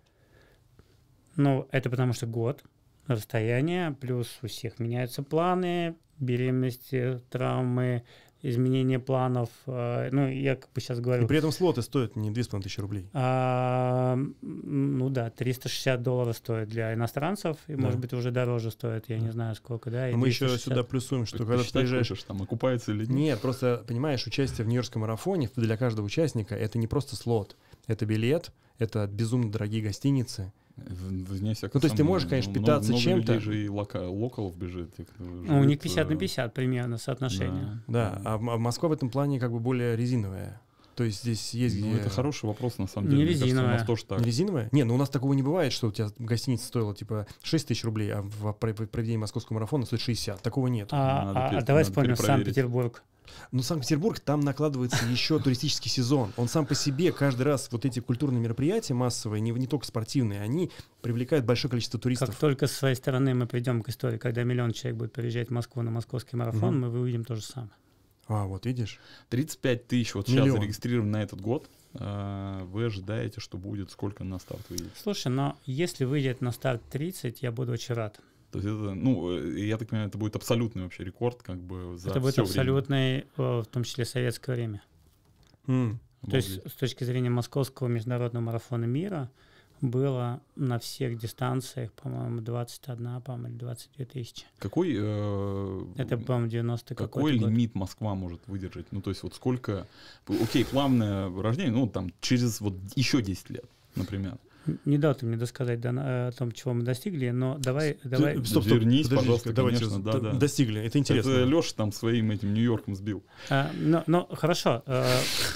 Ну, это потому что год, расстояние, плюс у всех меняются планы, беременности, травмы, изменение планов. э, Ну, я как бы сейчас И говорю, при этом слоты стоят не две с половиной тысячи рублей. а, м, ну да, триста шестьдесят долларов стоит для иностранцев, и, Да. может быть, уже дороже стоит, я не знаю сколько, да. и А мы еще триста шестьдесят. сюда плюсуем, что Ты когда ты посчитать приезжаешь... хочешь, там окупается или нет? Нет, просто, понимаешь, участие в Нью-Йоркском марафоне для каждого участника — это не просто слот, это билет, это безумно дорогие гостиницы. В- вне всякого Ну, то есть ты сомнения. можешь, конечно, Ну, много- питаться много чем-то. людей же и лока- локалов бежит. и кто Ну, у живет, них пятьдесят на э, пятьдесят примерно соотношение. Да, а, М- а Москва в этом плане как бы более резиновая. То есть здесь есть Ну, где... это хороший вопрос, на самом Не деле. Мне кажется, у резиновая. нас тоже так. Не резиновая? Не, ну у нас такого не бывает, что у тебя гостиница стоила типа шесть тысяч рублей, а в про- проведении московского марафона стоит шестьдесят. Такого нет. А, Надо а- пере- а давай надо вспомним перепроверить. Санкт-Петербург. Но Санкт-Петербург, там накладывается еще туристический сезон. Он сам по себе каждый раз, вот эти культурные мероприятия массовые, не, не только спортивные, они привлекают большое количество туристов. Как только с своей стороны мы придем к истории, когда миллион человек будет приезжать в Москву на московский марафон, Мгм. мы увидим то же самое. А, вот видишь? тридцать пять тысяч вот сейчас Миллион. зарегистрировано на этот год. А, Вы ожидаете, что будет, сколько на старт выйдет? Слушай, но если выйдет на старт тридцать, я буду очень рад. То есть это, ну, э, я так понимаю, это будет абсолютный вообще рекорд, как бы за Это будет всё время. абсолютный, э, в том числе советское время. М. То есть с точки зрения московского международного марафона мира было на всех дистанциях, по-моему, двадцать одна, по-моему, или двадцать две тысячи. Какой, э, Это, по-моему, девяностый какой какой-то год. лимит Москва может выдержать? Ну, то есть вот сколько... Окей, плавное рождение, ну, там, через вот еще десять лет, например. Не дал ты мне досказать да, на- о том, чего мы достигли, но давай... давай... Ты- стоп, стоп, Вернись, подожди, пожалуйста, давайте, конечно, з- да, да. достигли, это интересно. Это Леша там своим этим Нью-Йорком сбил. А, но, но хорошо. э,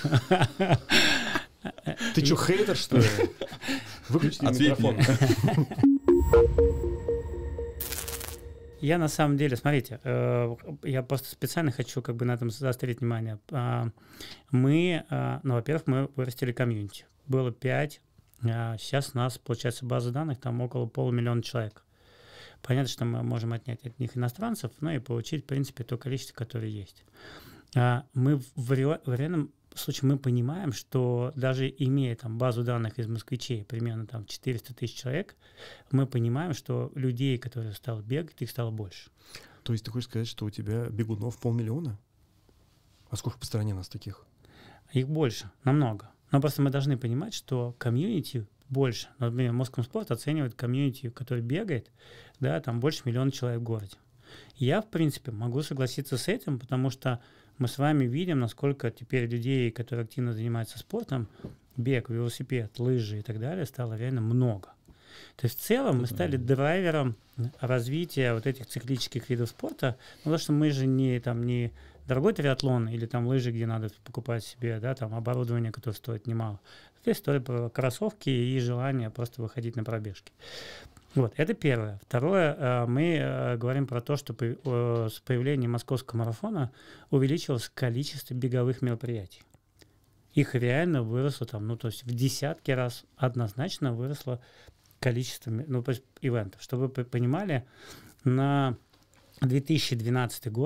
Ты что, хейтер, что ли? Выключите Ответь микрофон. Я на самом деле, смотрите, э, я просто специально хочу как бы на этом заострить внимание. А, Мы, а, ну, во-первых, мы вырастили комьюнити. Было пять, а сейчас у нас, получается, база данных, там около полумиллиона человек. Понятно, что мы можем отнять от них иностранцев, но и получить, в принципе, то количество, которое есть. А, Мы в ре- в реальном случае мы понимаем, что даже имея там базу данных из москвичей, примерно там четыреста тысяч человек, мы понимаем, что людей, которые стали бегать, их стало больше. То есть ты хочешь сказать, что у тебя бегунов полмиллиона? А сколько по стране нас таких? Их больше, намного. Но просто мы должны понимать, что комьюнити больше. Например, Москомспорт оценивает комьюнити, который бегает, да, там больше миллиона человек в городе. Я, в принципе, могу согласиться с этим, потому что мы с вами видим, насколько теперь людей, которые активно занимаются спортом, бег, велосипед, лыжи и так далее, стало реально много. То есть в целом мы стали драйвером развития вот этих циклических видов спорта, потому что мы же не, там, не дорогой триатлон или там лыжи, где надо покупать себе, да, там оборудование, которое стоит немало. Это история про кроссовки и желание просто выходить на пробежки. Вот, это первое. Второе, э, мы э, говорим про то, что по- э, с появлением московского марафона увеличилось количество беговых мероприятий. Их реально выросло там, ну, то есть в десятки раз однозначно выросло количество, ме- ну, то есть ивентов. Чтобы вы п- понимали, на две тысячи двенадцатый год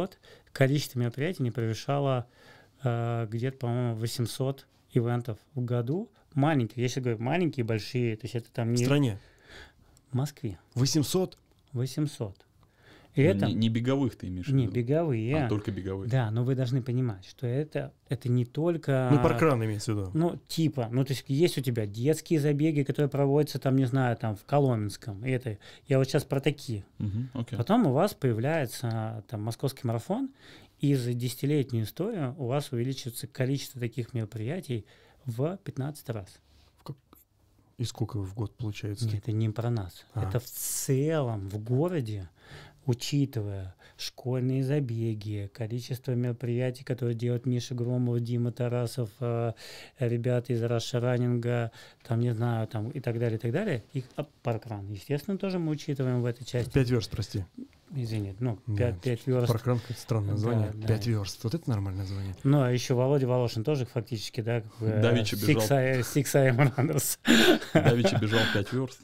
количество мероприятий не превышало э, где-то, по-моему, восемьсот ивентов в году. Маленькие, я сейчас говорю, маленькие, большие. То есть это там В не... стране? В Москве. восемьсот? восемьсот. И Ну, это... не, не беговых ты имеешь в Не, виду? беговые. А, только беговые. Да, но вы должны понимать, что это, это не только... Ну, паркран имеется в виду. Ну, типа, ну, то есть есть у тебя детские забеги, которые проводятся там, не знаю, там в Коломенском. И это, я вот сейчас про такие. Мгм, окей. Потом у вас появляется там московский марафон, и за десятилетнюю историю у вас увеличивается количество таких мероприятий в пятнадцать раз. И сколько в год получается? Нет, это не про нас. А. Это в целом в городе, учитывая школьные забеги, количество мероприятий, которые делают Миша Громов, Дима Тарасов, э, ребята из Раша Раннинга, там, не знаю, там и так далее, и так далее. И а, паркран, естественно, тоже мы учитываем в этой части. Пять верст, прости. Извини, ну, Да. пять, пять верст. Паркран — какое-то странное Да, название. да. Пять верст. Вот это нормальное название. Ну, а еще Володя Волошин тоже фактически, да, как бы, э, Давича бежал. Six A- Six A M Runners. Давича бежал пять верст.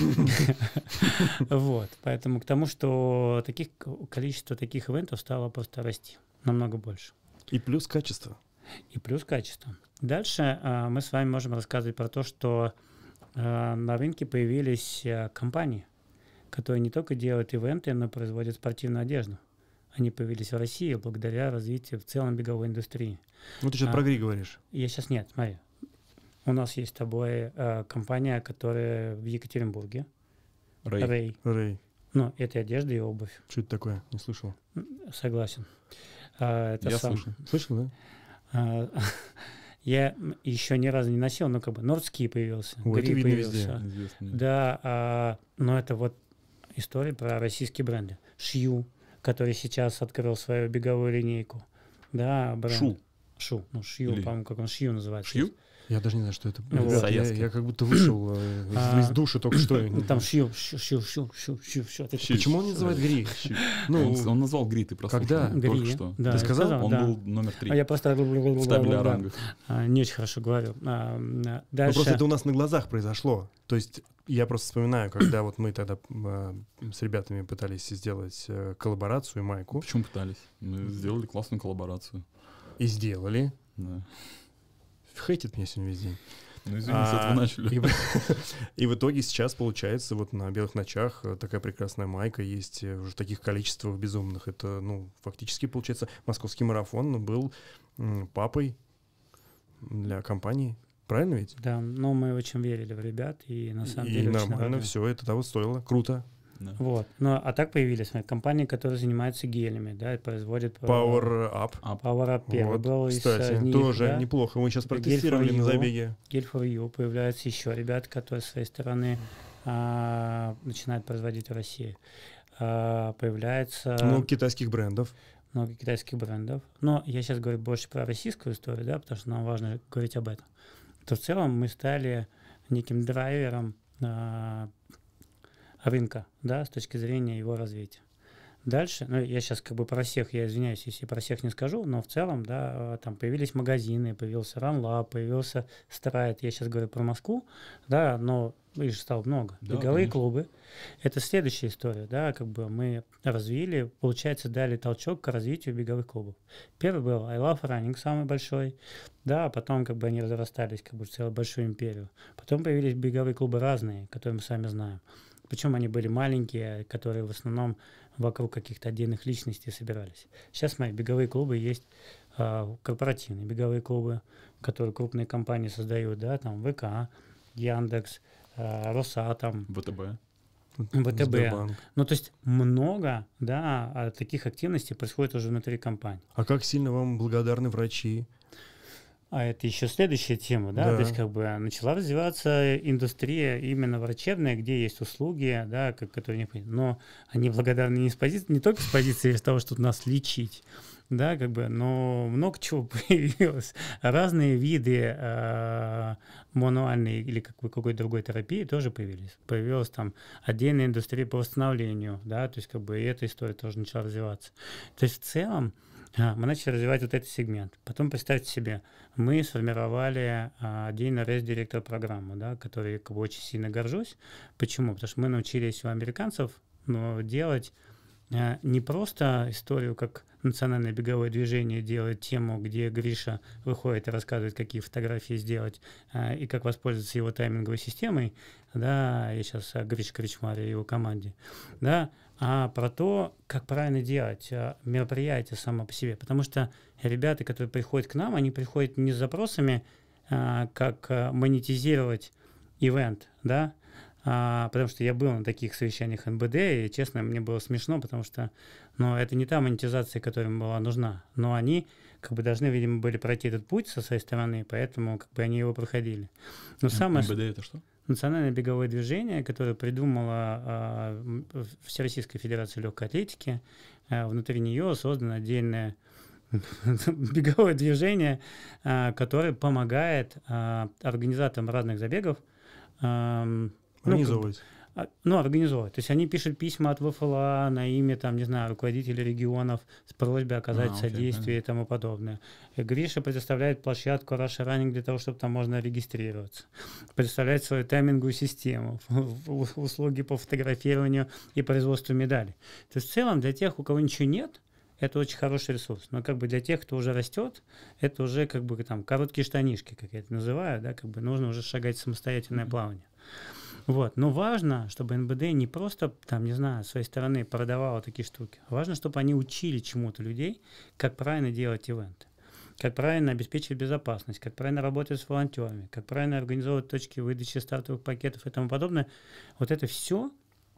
Вот, поэтому к тому, что таких, количество таких ивентов стало просто расти намного больше. И плюс качество. И плюс качество. Дальше а, мы с вами можем рассказывать про то, что а, на рынке появились а, компании, которые не только делают ивенты, но и производят спортивную одежду. Они появились в России благодаря развитию в целом беговой индустрии. Ну, ты сейчас А. про ГРИ говоришь. Я сейчас нет, смотри. У нас есть с тобой а, компания, которая в Екатеринбурге. Рэй. Рэй. Рэй. Ну, это одежда и обувь. Что это такое? Не слышал. Согласен. А, это Я сам. слышал. Слышал, да? А, я еще ни разу не носил, но как бы Нордский появился, Ой, это Гри видно появился. везде. Известный. Да, а, но это вот история про российские бренды. Шью, который сейчас открыл свою беговую линейку. Да, бренд. Шу. Шу. Ну, Шью, Или- по-моему, как он Шью называется. Шью? Я даже не знаю, что это. Ну, Ребят, вот. я, Саяцкий. я как будто вышел э, из, А, из души только что. Ну, там Шью, Шью, Шью, Шью, Шью, Шью, Шью. Это Щи. Почему он не называет ГРИ? Щи. Ну, он, он назвал Гри, ты прослушал. когда? Только Гри. что. Да, Ты я сказал? Он да. был номер три А я просто в табеле о да. рангах. А, не очень хорошо говорю. А, а, Ну, дальше. просто это у нас на глазах произошло. То есть я просто вспоминаю, когда вот мы тогда э, с ребятами пытались сделать э, коллаборацию, майку, Почему пытались? Мы сделали классную коллаборацию. и сделали. Да. Хейтит меня сегодня весь день. Ну, извини, с А, этого начали. И, в- и в итоге сейчас получается вот на белых ночах э, такая прекрасная майка есть э, уже в таких количествах безумных. Это, ну, фактически получается московский марафон был м, папой для компании. Правильно ведь? Да, но мы очень верили в ребят, и на самом И деле очень нормально рады. все, это того стоило. Круто. Да. Вот. Ну, а так появились смотри, компании, которые занимаются гелями, да, и производят... э, Power Up. Power Up первый Вот, был из, кстати, э, них, тоже да. неплохо. Мы сейчас Это протестировали Gel for на You. забеге. Gel for You. Появляются еще ребята, которые с своей стороны а, начинают производить в России. А, появляется Ну, китайских брендов. много китайских брендов. Но я сейчас говорю больше про российскую историю, да, потому что нам важно говорить об этом. То в целом мы стали неким драйвером а, рынка, да, с точки зрения его развития. Дальше, ну, я сейчас как бы про всех, я извиняюсь, если про всех не скажу, но в целом, да, там появились магазины, появился RunLab, появился Stride, я сейчас говорю про Москву, да, но их стало много. Да, Беговые конечно. клубы, это следующая история, да, как бы мы развили, получается, дали толчок к развитию беговых клубов. Первый был I Love Running, самый большой, да, а потом как бы они разрастались, как бы в целую большую империю. Потом появились беговые клубы разные, которые мы сами знаем. Причем они были маленькие, которые в основном вокруг каких-то отдельных личностей собирались. Сейчас мои беговые клубы есть, а, корпоративные беговые клубы, которые крупные компании создают, да, там ВК, Яндекс, а, Росатом, ВТБ. ВТБ. Сбербанк. Ну, то есть много, да, а таких активностей происходит уже внутри компании. А как сильно вам благодарны врачи? А это еще следующая тема, да? Да. То есть как бы начала развиваться индустрия именно врачебная, где есть услуги, да, как, которые необходимы. Но они благодарны не, с позиции, не только с позиции того, что нас лечить, да, как бы, но много чего появилось. Разные виды э, мануальной или как бы какой-то другой терапии тоже появились. Появилась там отдельная индустрия по восстановлению, да, то есть как бы и эта история тоже начала развиваться. То есть в целом а, мы начали развивать вот этот сегмент. Потом представьте себе, мы сформировали а, отдельно РЭС-директор программы, да, которой как бы очень сильно горжусь. Почему? Потому что мы научились у американцев ну, делать а, не просто историю, как национальное беговое движение делает тему, где Гриша выходит и рассказывает, какие фотографии сделать а, и как воспользоваться его тайминговой системой, да, я сейчас о Грише Кричмаре и его команде, да, а про то, как правильно делать а, мероприятие само по себе. Потому что ребята, которые приходят к нам, они приходят не с запросами, а, как а, монетизировать ивент, да, а, потому что я был на таких совещаниях эн бэ дэ, и, честно, мне было смешно, потому что, ну, это не та монетизация, которая им была нужна, но они, как бы, должны, видимо, были пройти этот путь со своей стороны, поэтому, как бы, они его проходили. Но самое... эн бэ дэ это что? Национальное беговое движение, которое придумала а, Всероссийская Федерация Легкой Атлетики, а, внутри нее создано отдельное беговое движение, а, которое помогает а, организаторам разных забегов а, организовывать. Ну, ну, организовывать. То есть они пишут письма от вэ эф эл а на имя, там, не знаю, руководителей регионов с просьбой оказать а, содействие okay, и тому подобное. И Гриша предоставляет площадку Russia Running для того, чтобы там можно регистрироваться. Предоставляет свою тайминговую систему, услуги по фотографированию и производству медалей. То есть в целом для тех, у кого ничего нет, это очень хороший ресурс. Но как бы для тех, кто уже растет, это уже как бы там короткие штанишки, как я это называю, да, как бы нужно уже шагать в самостоятельное mm-hmm. плавание. Вот. Но важно, чтобы эн бэ дэ не просто, там, не знаю, с своей стороны продавало такие штуки. Важно, чтобы они учили чему-то людей, как правильно делать ивенты, как правильно обеспечивать безопасность, как правильно работать с волонтерами, как правильно организовывать точки выдачи стартовых пакетов и тому подобное. Вот это все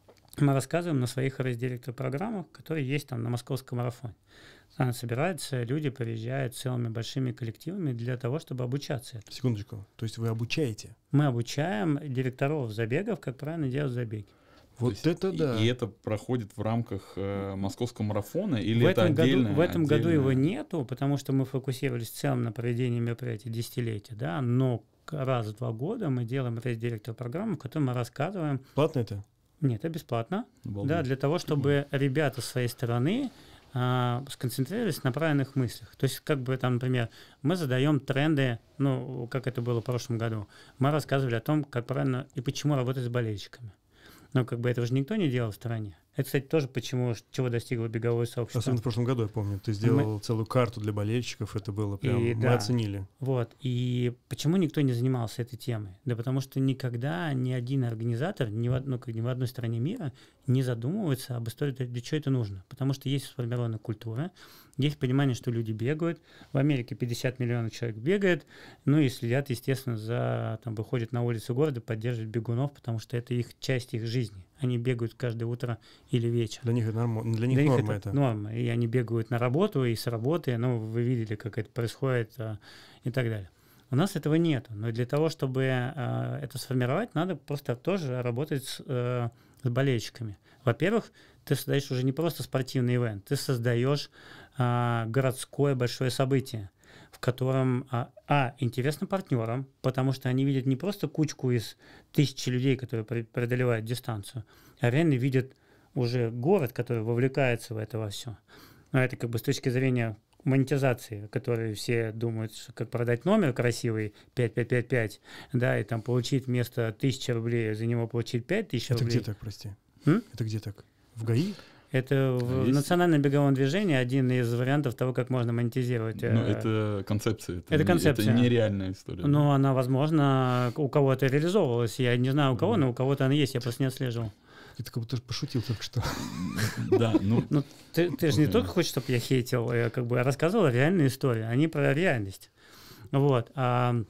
мы рассказываем на своих разделах-программах, которые есть там на московском марафоне. Там собираются, люди приезжают целыми большими коллективами для того, чтобы обучаться этому. Секундочку. То есть вы обучаете? Мы обучаем директоров забегов, как правильно делать забеги. Вот есть, это да. И, и это проходит в рамках э, московского марафона или в это этом отдельно? Году, в этом отдельно... году его нету, потому что мы фокусировались в целом на проведении мероприятий десятилетия, да, но раз в два года мы делаем рейс-директор программу, в которой мы рассказываем. Платно это? Нет, это бесплатно. Обалдеть. Да, для того, чтобы ребята с своей стороны а, сконцентрировались на правильных мыслях. То есть, как бы там, например, мы задаем тренды, ну, как это было в прошлом году. Мы рассказывали о том, как правильно и почему работать с болельщиками. Но как бы этого же никто не делал в стране. Это, кстати, тоже почему, чего достигло беговое сообщество. Особенно в прошлом году, я помню, ты сделал мы... целую карту для болельщиков, это было прям, и, мы да, оценили. Вот, и почему никто не занимался этой темой? Да потому что никогда ни один организатор ни в, ну, ни в одной стране мира не задумывается об истории, для чего это нужно. Потому что есть сформированная культура, есть понимание, что люди бегают. В Америке пятьдесят миллионов человек бегает, ну и следят, естественно, за, там, выходят на улицу города, поддерживают бегунов, потому что это их часть их жизни. Они бегают каждое утро или вечер. Для них это норма, для них для норма них это. это. Норма. И они бегают на работу и с работы, ну, вы видели, как это происходит а, и так далее. У нас этого нет. Но для того, чтобы а, это сформировать, надо просто тоже работать с, а, с болельщиками. Во-первых, ты создаешь уже не просто спортивный ивент, ты создаешь а, городское большое событие, в котором, а, а, интересно партнерам, потому что они видят не просто кучку из тысячи людей, которые преодолевают дистанцию, а реально видят уже город, который вовлекается в это во все. Но это как бы с точки зрения монетизации, которые все думают, что как продать номер красивый пять пять пять пять, да, и там получить вместо тысячи рублей, за него получить пять тысяч рублей. Это где так, прости? М? Это где так? В ГАИ? Это в Есть? национальном беговом движении один из вариантов того, как можно монетизировать. Ну, это концепция. Это, это не, концепция. Это нереальная история. Ну, да? она, возможно, у кого-то реализовывалась. Я не знаю, у кого, но у кого-то она есть, я просто не отслеживал. Ты как будто пошутил только что. Да, ну... Ну, ты, ты же не только хочешь, чтобы я хейтил, я как бы рассказывал реальные истории, они про реальность. Вот. А,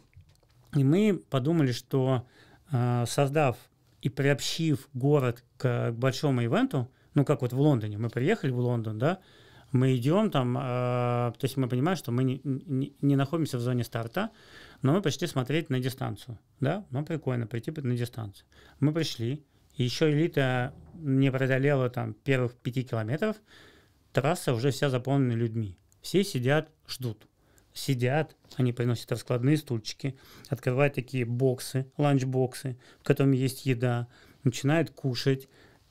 и мы подумали, что а, создав и приобщив город к, к большому ивенту, ну, как вот в Лондоне, мы приехали в Лондон, да, мы идем там, э, то есть мы понимаем, что мы не, не, не находимся в зоне старта, но мы пришли смотреть на дистанцию, да, ну, прикольно прийти на дистанцию. Мы пришли, и еще элита не преодолела там первых пяти километров, трасса уже вся заполнена людьми, все сидят, ждут. Сидят, они приносят раскладные стульчики, открывают такие боксы, ланчбоксы, в котором есть еда, начинают кушать,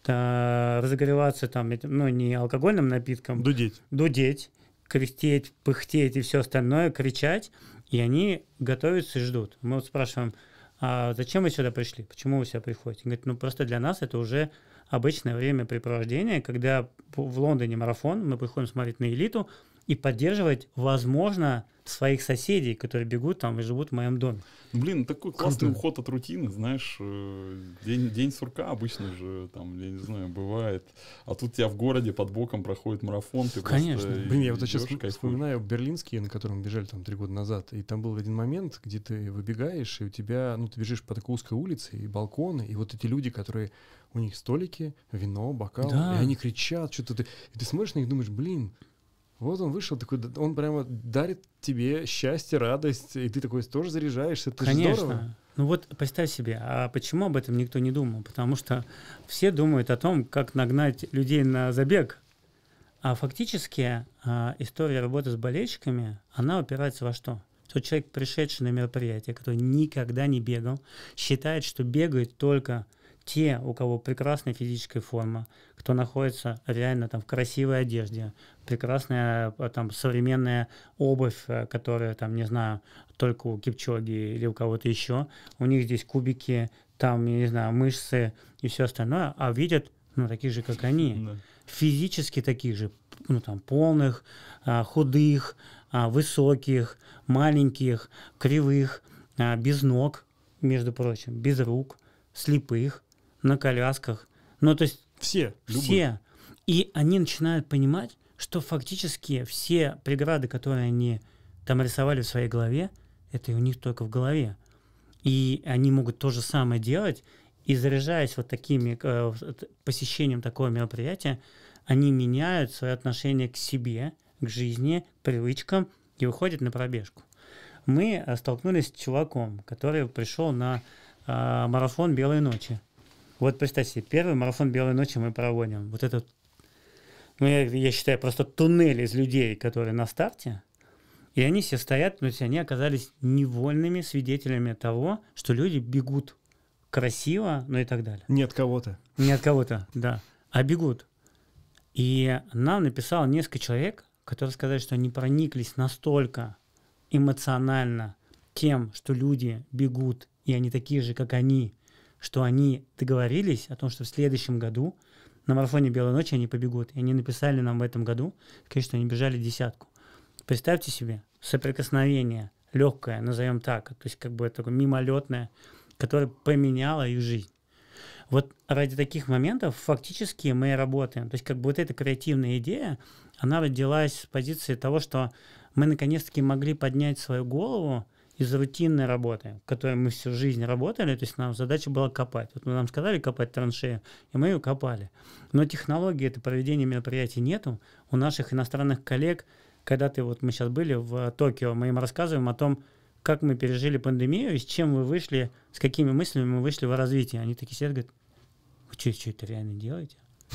разогреваться там, ну, не алкогольным напитком. Дудеть. Дудеть, кряхтеть, пыхтеть и все остальное, кричать. И они готовятся и ждут. Мы вот спрашиваем, а зачем вы сюда пришли? Почему вы сюда приходите? Он говорит, ну просто для нас это уже обычное времяпрепровождение, когда в Лондоне марафон, мы приходим смотреть на элиту и поддерживать, возможно, своих соседей, которые бегут там и живут в моем доме. Блин, такой классный уход от рутины, знаешь, э, день, день сурка обычно же, там, я не знаю, бывает. А тут у тебя в городе под боком проходит марафон, ты Конечно. просто Блин, я вот сейчас идёшь, вспоминаю берлинский, на котором мы бежали там три года назад, и там был один момент, где ты выбегаешь, и у тебя, ну, ты бежишь по такой узкой улице, и балконы, и вот эти люди, которые, у них столики, вино, бокал, Да. и они кричат, что-то ты, и ты смотришь на них и думаешь, блин, вот он вышел такой, он прямо дарит тебе счастье, радость, и ты такой тоже заряжаешься, это же здорово. Конечно. Ну вот представь себе, а почему об этом никто не думал? Потому что все думают о том, как нагнать людей на забег. А фактически а, история работы с болельщиками, она упирается во что? Тот человек, пришедший на мероприятие, который никогда не бегал, считает, что бегают только те, у кого прекрасная физическая форма, кто находится реально там в красивой одежде, прекрасная там современная обувь, которая там, не знаю, только у Кипчоги или у кого-то еще, у них здесь кубики, там, я не знаю, мышцы и все остальное, а видят, ну, таких же, как они, Да. физически таких же, ну, там, полных, а, худых, а, высоких, маленьких, кривых, а, без ног, между прочим, без рук, слепых, на колясках. Ну, то есть Все, все. И они начинают понимать, что фактически все преграды, которые они там рисовали в своей голове, это и у них только в голове. И они могут то же самое делать, и заряжаясь вот такими, э, посещением такого мероприятия, они меняют свое отношение к себе, к жизни, к привычкам и выходят на пробежку. Мы э, столкнулись с чуваком, который пришел на э, марафон «Белой ночи». Вот представь себе, первый марафон «Белой ночи» мы проводим. Вот этот, ну, я, я считаю, просто туннель из людей, которые на старте, и они все стоят, то есть они оказались невольными свидетелями того, что люди бегут красиво, ну и так далее. Не от кого-то. Не от кого-то, да, а бегут. И нам написало несколько человек, которые сказали, что они прониклись настолько эмоционально тем, что люди бегут, и они такие же, как они, что они договорились о том, что в следующем году на марафоне «Белой ночи» они побегут. И они написали нам в этом году, сказали, что они бежали десятку. Представьте себе, соприкосновение легкое, назовем так, то есть как бы такое мимолетное, которое поменяло их жизнь. Вот ради таких моментов фактически мы и работаем. То есть как бы вот эта креативная идея, она родилась с позиции того, что мы наконец-таки могли поднять свою голову из рутинной работы, в которой мы всю жизнь работали, то есть нам задача была копать. Вот нам сказали копать траншею, и мы ее копали. Но технологии это проведения мероприятий нету. У наших иностранных коллег, когда ты, вот мы сейчас были в Токио, мы им рассказываем о том, как мы пережили пандемию, и с чем вы вышли, с какими мыслями мы вышли в развитие. Они такие сидят, говорят, вы что, что это реально делаете?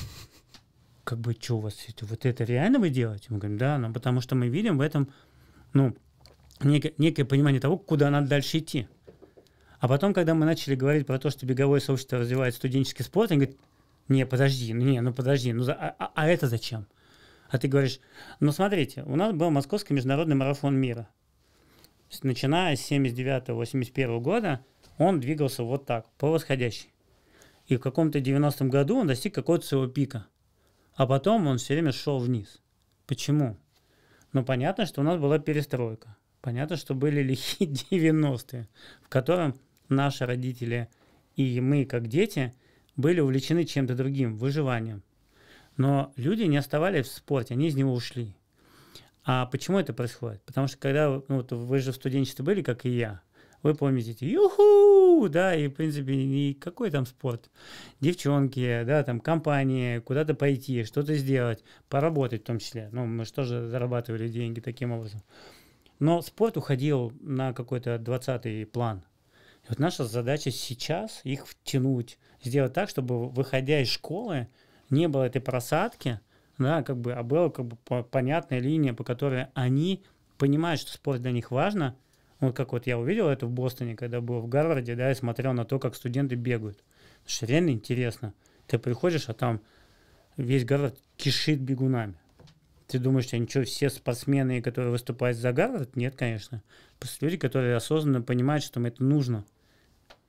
Как бы, что у вас, это, вот это реально вы делаете? Мы говорим, да, ну, потому что мы видим в этом, ну, некое, некое понимание того, куда надо дальше идти. А потом, когда мы начали говорить про то, что беговое сообщество развивает студенческий спорт, они говорят, не, подожди, ну, не, ну подожди, ну, а, а, а это зачем? А ты говоришь, ну смотрите, у нас был Московский международный марафон мира. Начиная с семьдесят девятого — восемьдесят первого года он двигался вот так, по восходящей. И в каком-то девяностом году он достиг какого-то своего пика. А потом он все время шел вниз. Почему? Ну, понятно, что у нас была перестройка. Понятно, что были лихие девяностые, в котором наши родители и мы, как дети, были увлечены чем-то другим, выживанием. Но люди не оставались в спорте, они из него ушли. А почему это происходит? Потому что когда ну, вот вы же в студенчестве были, как и я, вы помните эти юху, да, и в принципе никакой там спорт. Девчонки, да, там компании, куда-то пойти, что-то сделать, поработать в том числе. Ну, мы же тоже зарабатывали деньги таким образом. Но спорт уходил на какой-то двадцатый план. И вот наша задача сейчас их втянуть, сделать так, чтобы, выходя из школы, не было этой просадки, да, как бы, а была как бы понятная линия, по которой они понимают, что спорт для них важно. Вот как вот я увидел это в Бостоне, когда был в Гарварде, да, и смотрел на то, как студенты бегают. Потому что реально интересно. Ты приходишь, а там весь Гарвард кишит бегунами. Ты думаешь, что ничего, все спортсмены, которые выступают за Гарвард? Нет, конечно. Просто люди, которые осознанно понимают, что им это нужно.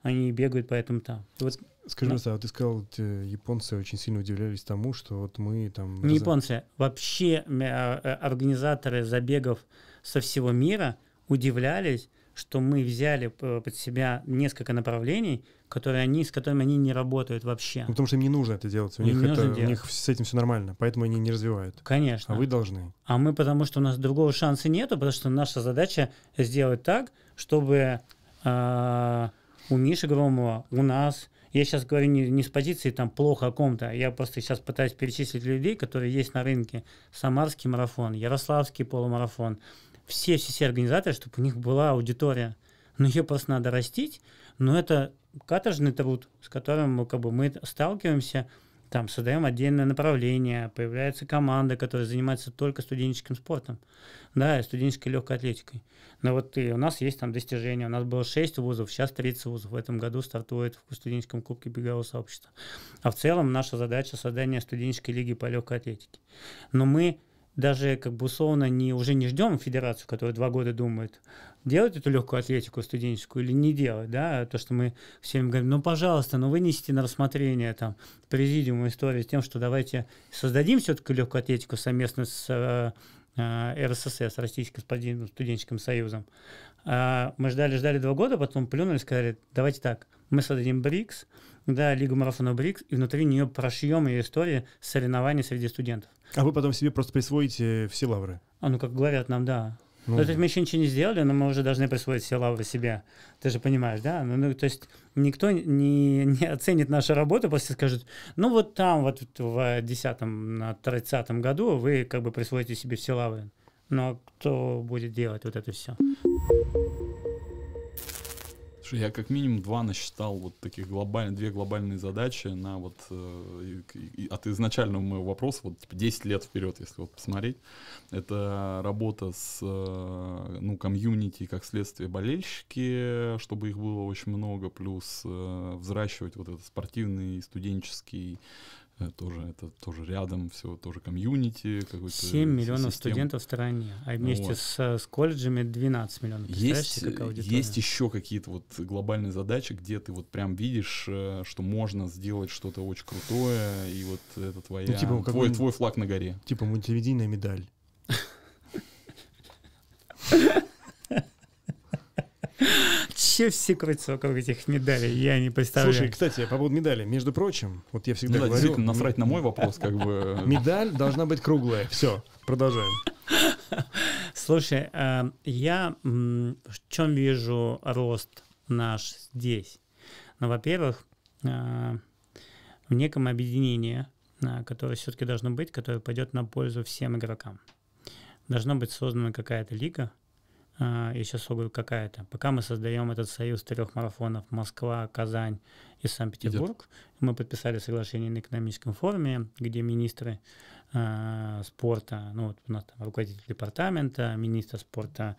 они бегают по этому там. И вот, Скажи, да. пожалуйста, а вот ты сказал, вот, э, японцы очень сильно удивлялись тому, что вот мы там... Не раз- японцы, вообще э, э, организаторы забегов со всего мира удивлялись, что мы взяли п- под себя несколько направлений, которые они, с которыми они не работают вообще. Ну, потому что им не нужно это делать, у Им них, не это, нужно у делать. них с этим все нормально, поэтому они не развивают. Конечно. А вы должны. А мы потому что у нас другого шанса нету, потому что наша задача сделать так, чтобы э, у Миши Громова, у нас, я сейчас говорю не, не с позиции там плохо о ком-то, я просто сейчас пытаюсь перечислить людей, которые есть на рынке. Самарский марафон, Ярославский полумарафон, все-все-все организаторы, чтобы у них была аудитория. Но ее просто надо растить, но это каторжный труд, с которым мы, как бы, мы сталкиваемся, там создаем отдельное направление, появляется команда, которая занимается только студенческим спортом, да, и студенческой легкой атлетикой. Но вот и у нас есть там достижения, у нас было шесть вузов, сейчас тридцать вузов, в этом году стартует в студенческом кубке бегового сообщества. А в целом наша задача создание студенческой лиги по легкой атлетике. Но мы даже как бы условно не, уже не ждем федерацию, которая два года думает, делать эту легкую атлетику студенческую или не делать, да, то, что мы всем говорим, ну, пожалуйста, ну, вынесите на рассмотрение там президиуму историю с тем, что давайте создадим все-таки легкую атлетику совместно с э, э, эр эс эс, с Российским студенческим союзом. А мы ждали-ждали два года, потом плюнули, сказали, давайте так, мы создадим БРИКС, да, Лигу марафонов БРИКС, и внутри нее прошьем ее историю соревнований среди студентов. А вы потом себе просто присвоите все лавры. А ну, как говорят нам, да. Ну, Ну, то есть мы еще ничего не сделали, но мы уже должны присвоить все лавры себе. Ты же понимаешь, да? Ну, ну, то есть никто не, не оценит нашу работу, просто скажет, ну вот там, вот в десятом, тридцатом году вы как бы присвоите себе все лавры. Но кто будет делать вот это все? Слушай, я как минимум два насчитал вот таких глобальных, две глобальные задачи на вот э, и- и- от изначального моего вопроса, вот типа десять лет вперед, если вот посмотреть. Это работа с э, ну, комьюнити, как следствие болельщики, чтобы их было очень много, плюс э, взращивать вот этот спортивный, студенческий, э, тоже это тоже рядом, все тоже комьюнити. какой-то семь миллионов система. студентов в стране, а вместе Вот. с, с колледжами двенадцать миллионов. Представляешь Есть, себе, какая аудитория? есть еще какие-то вот глобальные задачи, где ты вот прям видишь, э, что можно сделать что-то очень крутое, и вот это твоя, Ну, типа, твой, какой-нибудь- твой флаг на горе. Типа мультивидийная медаль. Че все крутятся вокруг этих медалей, я не представляю. Слушай, кстати, по поводу медали, между прочим, вот я Ну всегда да, говорю, действительно, насрать на мой вопрос, как бы. медаль должна быть круглая. Все, продолжаем. Слушай, э, я м, в чем вижу рост наш здесь? Ну, во-первых, э, в неком объединении, э, которое все-таки должно быть, которое пойдет на пользу всем игрокам. Должна быть создана какая-то лига, э, я сейчас говорю какая-то. Пока мы создаем этот союз трех марафонов Москва, Казань и Санкт-Петербург, мы подписали соглашение на экономическом форуме, где министры э, спорта, ну вот у нас там руководитель департамента, министр спорта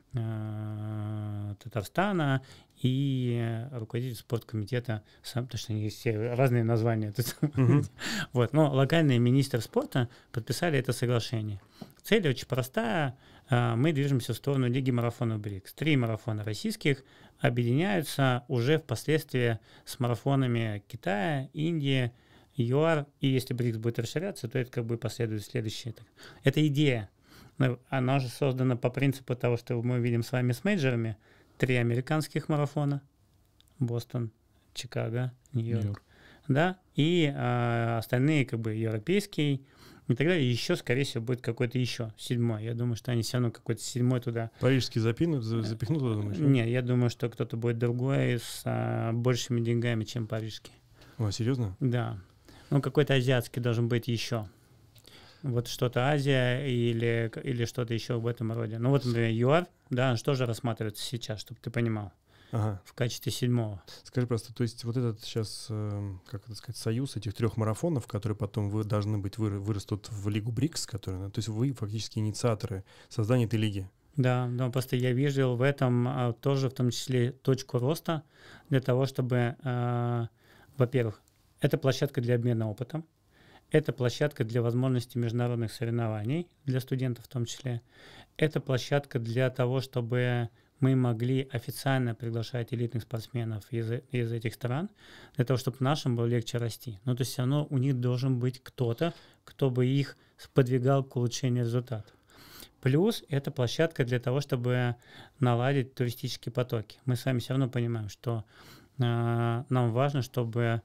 э, Татарстана и руководитель спорткомитета, сам, потому что они все разные названия. тут. Вот, но локальный министр спорта подписали это соглашение. Цель очень простая. э, Мы движемся в сторону Лиги марафонов БРИКС. Три марафона российских объединяются уже впоследствии с марафонами Китая, Индии, ЮАР. И если БРИКС будет расширяться, то это как бы последует следующее. Это идея. Но она же создана по принципу того, что мы видим с вами с мейджорами. Три американских марафона. Бостон, Чикаго, Нью-Йорк. Нью-Йорк. Да, и э, остальные как бы европейский и так далее. Еще, скорее всего, будет какой-то еще седьмой. Я думаю, что они все равно какой-то седьмой туда. Парижский запинут, за- запихнут туда, думаешь? Нет, я думаю, что кто-то будет другой с а, большими деньгами, чем парижский. О, серьезно? Да. Ну, какой-то азиатский должен быть еще. Вот что-то Азия или, или что-то еще в этом роде. Ну, вот, например, ЮАР, да, он же тоже рассматривается сейчас, чтобы ты понимал, Ага. в качестве седьмого. Скажи просто, то есть вот этот сейчас, э, как это сказать, союз этих трех марафонов, которые потом вы должны быть, выр- вырастут в Лигу БРИКС, которая, то есть вы фактически инициаторы создания этой лиги. Да, но просто я видел в этом а, тоже в том числе точку роста для того, чтобы, а, во-первых, это площадка для обмена опытом, это площадка для возможности международных соревнований для студентов в том числе, это площадка для того, чтобы мы могли официально приглашать элитных спортсменов из, из этих стран для того, чтобы нашим было легче расти. Но то есть все равно у них должен быть кто-то, кто бы их сподвигал к улучшению результатов. Плюс это площадка для того, чтобы наладить туристические потоки. Мы с вами все равно понимаем, что э, нам важно, чтобы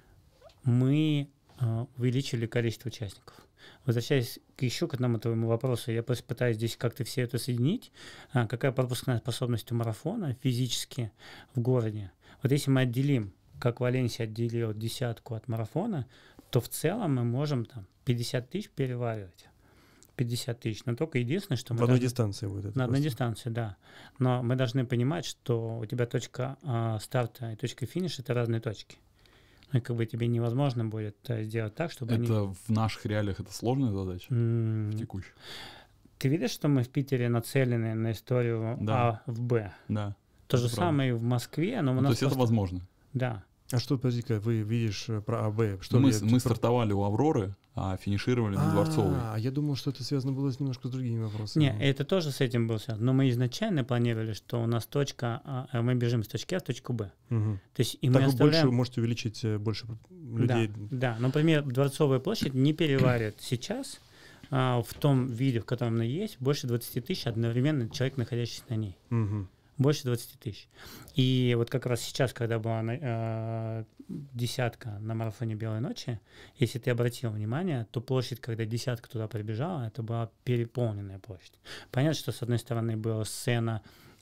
мы э, увеличили количество участников. Возвращаясь к еще к одному твоему вопросу, я просто пытаюсь здесь как-то все это соединить. А, какая пропускная способность у марафона физически в городе? Вот если мы отделим, как Валенсия отделила десятку от марафона, то в целом мы можем там пятьдесят тысяч переваривать. пятьдесят тысяч. Но только единственное, что мы... В одной должны... дистанции будет это. На одной просто. дистанции, да. Но мы должны понимать, что у тебя точка а, старта и точка финиша — это разные точки. Ну, и как бы тебе невозможно будет а, сделать так, чтобы Это они... в наших реалиях это сложная задача? М- В текущих? Ты видишь, что мы в Питере нацелены на историю Да. А в Б? Да. То же Это правда. самое и в Москве, но у Ну, нас то есть это просто- возможно. Да. А что, подожди-ка, вы видишь э, про АБ? Что мы я с- тут мы про- стартовали у Авроры, а финишировали на Дворцовой. А, я думал, что это связано было с немножко с другими вопросами. Не, это тоже с этим был связано. Но мы изначально планировали, что у нас точка, а, мы бежим с точки А в точку Б. Мгм. То есть и Так мы вы больше оставляем... можете увеличить э, больше людей. Да, да. Например, Дворцовая площадь не переварит сейчас а, в том виде, в котором она есть, больше двадцати тысяч одновременно человек, находящийся на ней. Мгм. Больше двадцати тысяч. И вот как раз сейчас, когда была на- э, десятка на марафоне Белой ночи, если ты обратил внимание, то площадь, когда десятка туда прибежала, это была переполненная площадь. Понятно, что с одной стороны была сцена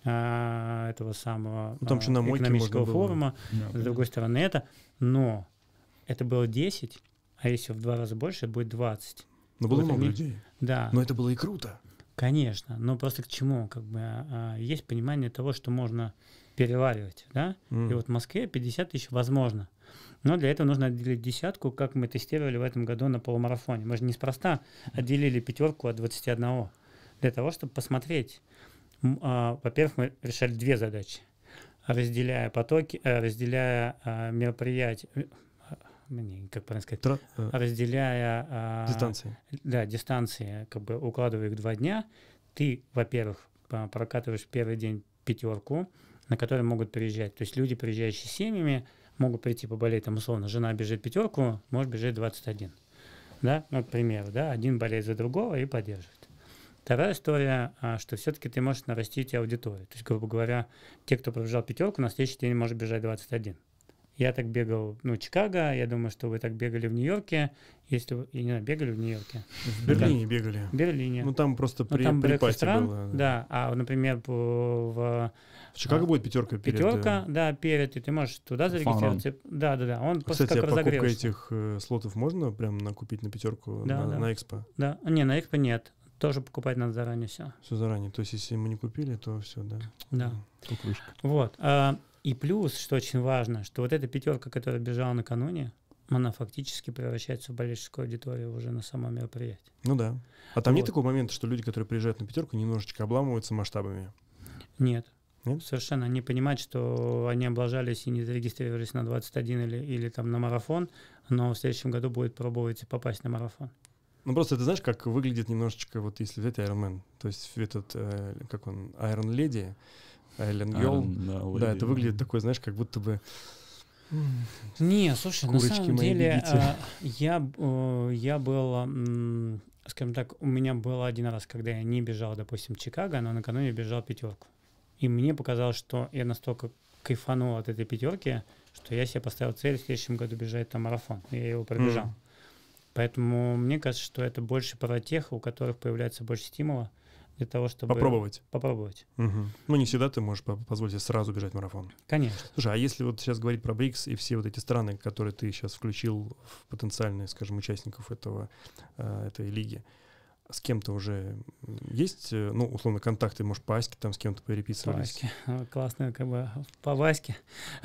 э, этого самого Ну, там еще на э, мойке экономического можно было. форума, Да, с другой стороны это, но это было десять, а если в два раза больше, будет двадцать. Но было Вот много они- людей. Да. Но это было и круто. Конечно, но просто к чему? Как бы а, есть понимание того, что можно переваривать, да? М. И вот в Москве пятьдесят тысяч возможно. Но для этого нужно отделить десятку, как мы тестировали в этом году на полумарафоне. Мы же неспроста отделили пятерку от двадцати одного. Для того, чтобы посмотреть. М, а, Во-первых, мы решали две задачи. Разделяя потоки, э, разделяя а, мероприятия, э, а, не, как правильно сказать, Тра- э, разделяя а, Дистанции. да, дистанции, как бы укладывая их два дня, ты, во-первых, по- прокатываешь первый день пятерку, на которой могут приезжать. То есть люди, приезжающие с семьями, могут прийти поболеть, там, условно, жена бежит пятерку, может бежать двадцать один. Да, ну, к примеру, да, один болеет за другого и поддерживает. Вторая история, а, что все-таки ты можешь нарастить аудиторию. То есть, грубо говоря, те, кто пробежал пятерку, на следующий день может бежать двадцать один. Я так бегал, ну, Чикаго, я думаю, что вы так бегали в Нью-Йорке, если вы, я не знаю, бегали в Нью-Йорке? В Берлине бегали. В Берлине. Ну там просто Ну, при, там при breakfast пасте run, было. да, а, например, по- в В Чикаго А, будет пятерка перед... пятерка, э, да, перед, и ты можешь туда Fun зарегистрироваться. Да, да, да, он просто Кстати, а как покупка разогреваешься. этих э, слотов можно прям накупить на пятерку Да, на, да. на экспо? Да, не, на Экспо нет, тоже покупать надо заранее все. Все заранее. То есть, если мы не купили, то все, да. Да. Тут вышка. Вот. а, И плюс, что очень важно, что вот эта пятерка, которая бежала накануне, она фактически превращается в болельческую аудиторию уже на самом мероприятии. Ну да. А там нет Вот. такого момента, что люди, которые приезжают на пятерку, немножечко обламываются масштабами? Нет. Нет? Совершенно. Они понимают, что они облажались и не зарегистрировались на двадцать один или, или там на марафон, но в следующем году будет пробовать попасть на марафон. Ну просто ты знаешь, как выглядит немножечко, вот если взять Iron Man, то есть этот, э, как он, Iron Lady, Iron Girl, Iron, да, да, Lady. это выглядит такой, знаешь, как будто бы... Не, слушай, на Курочки самом мои, деле бегите. а, я, э, я был, м, скажем так, у меня был один раз, когда я не бежал, допустим, Чикаго, но накануне бежал пятерку. И мне показалось, что я настолько кайфанул от этой пятерки, что я себе поставил цель в следующем году бежать там марафон. И я его пробежал. Мгм. Поэтому мне кажется, что это больше про тех, у которых появляется больше стимула для того, чтобы Попробовать. попробовать. Мгм. Ну не всегда ты можешь по- позволить себе сразу бежать марафон. Конечно. Слушай, а если вот сейчас говорить про БРИКС и все вот эти страны, которые ты сейчас включил в потенциальные, скажем, участников этого, э, этой лиги, с кем-то уже есть, э, ну, условно, контакты, может, по Аське там с кем-то По переписывались? Ваське. А, Классно, как бы по Ваське.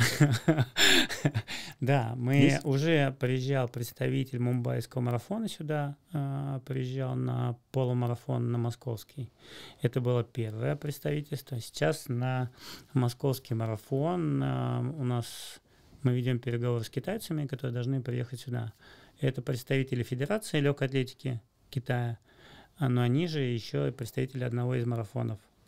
Да, мы Есть? уже приезжал представитель мумбайского марафона сюда, а, приезжал на полумарафон на московский. Это было первое представительство. Сейчас на московский марафон а, у нас мы ведем переговоры с китайцами, которые должны приехать сюда. Это представители Федерации легкой атлетики Китая, а, но они же еще и представители одного из марафонов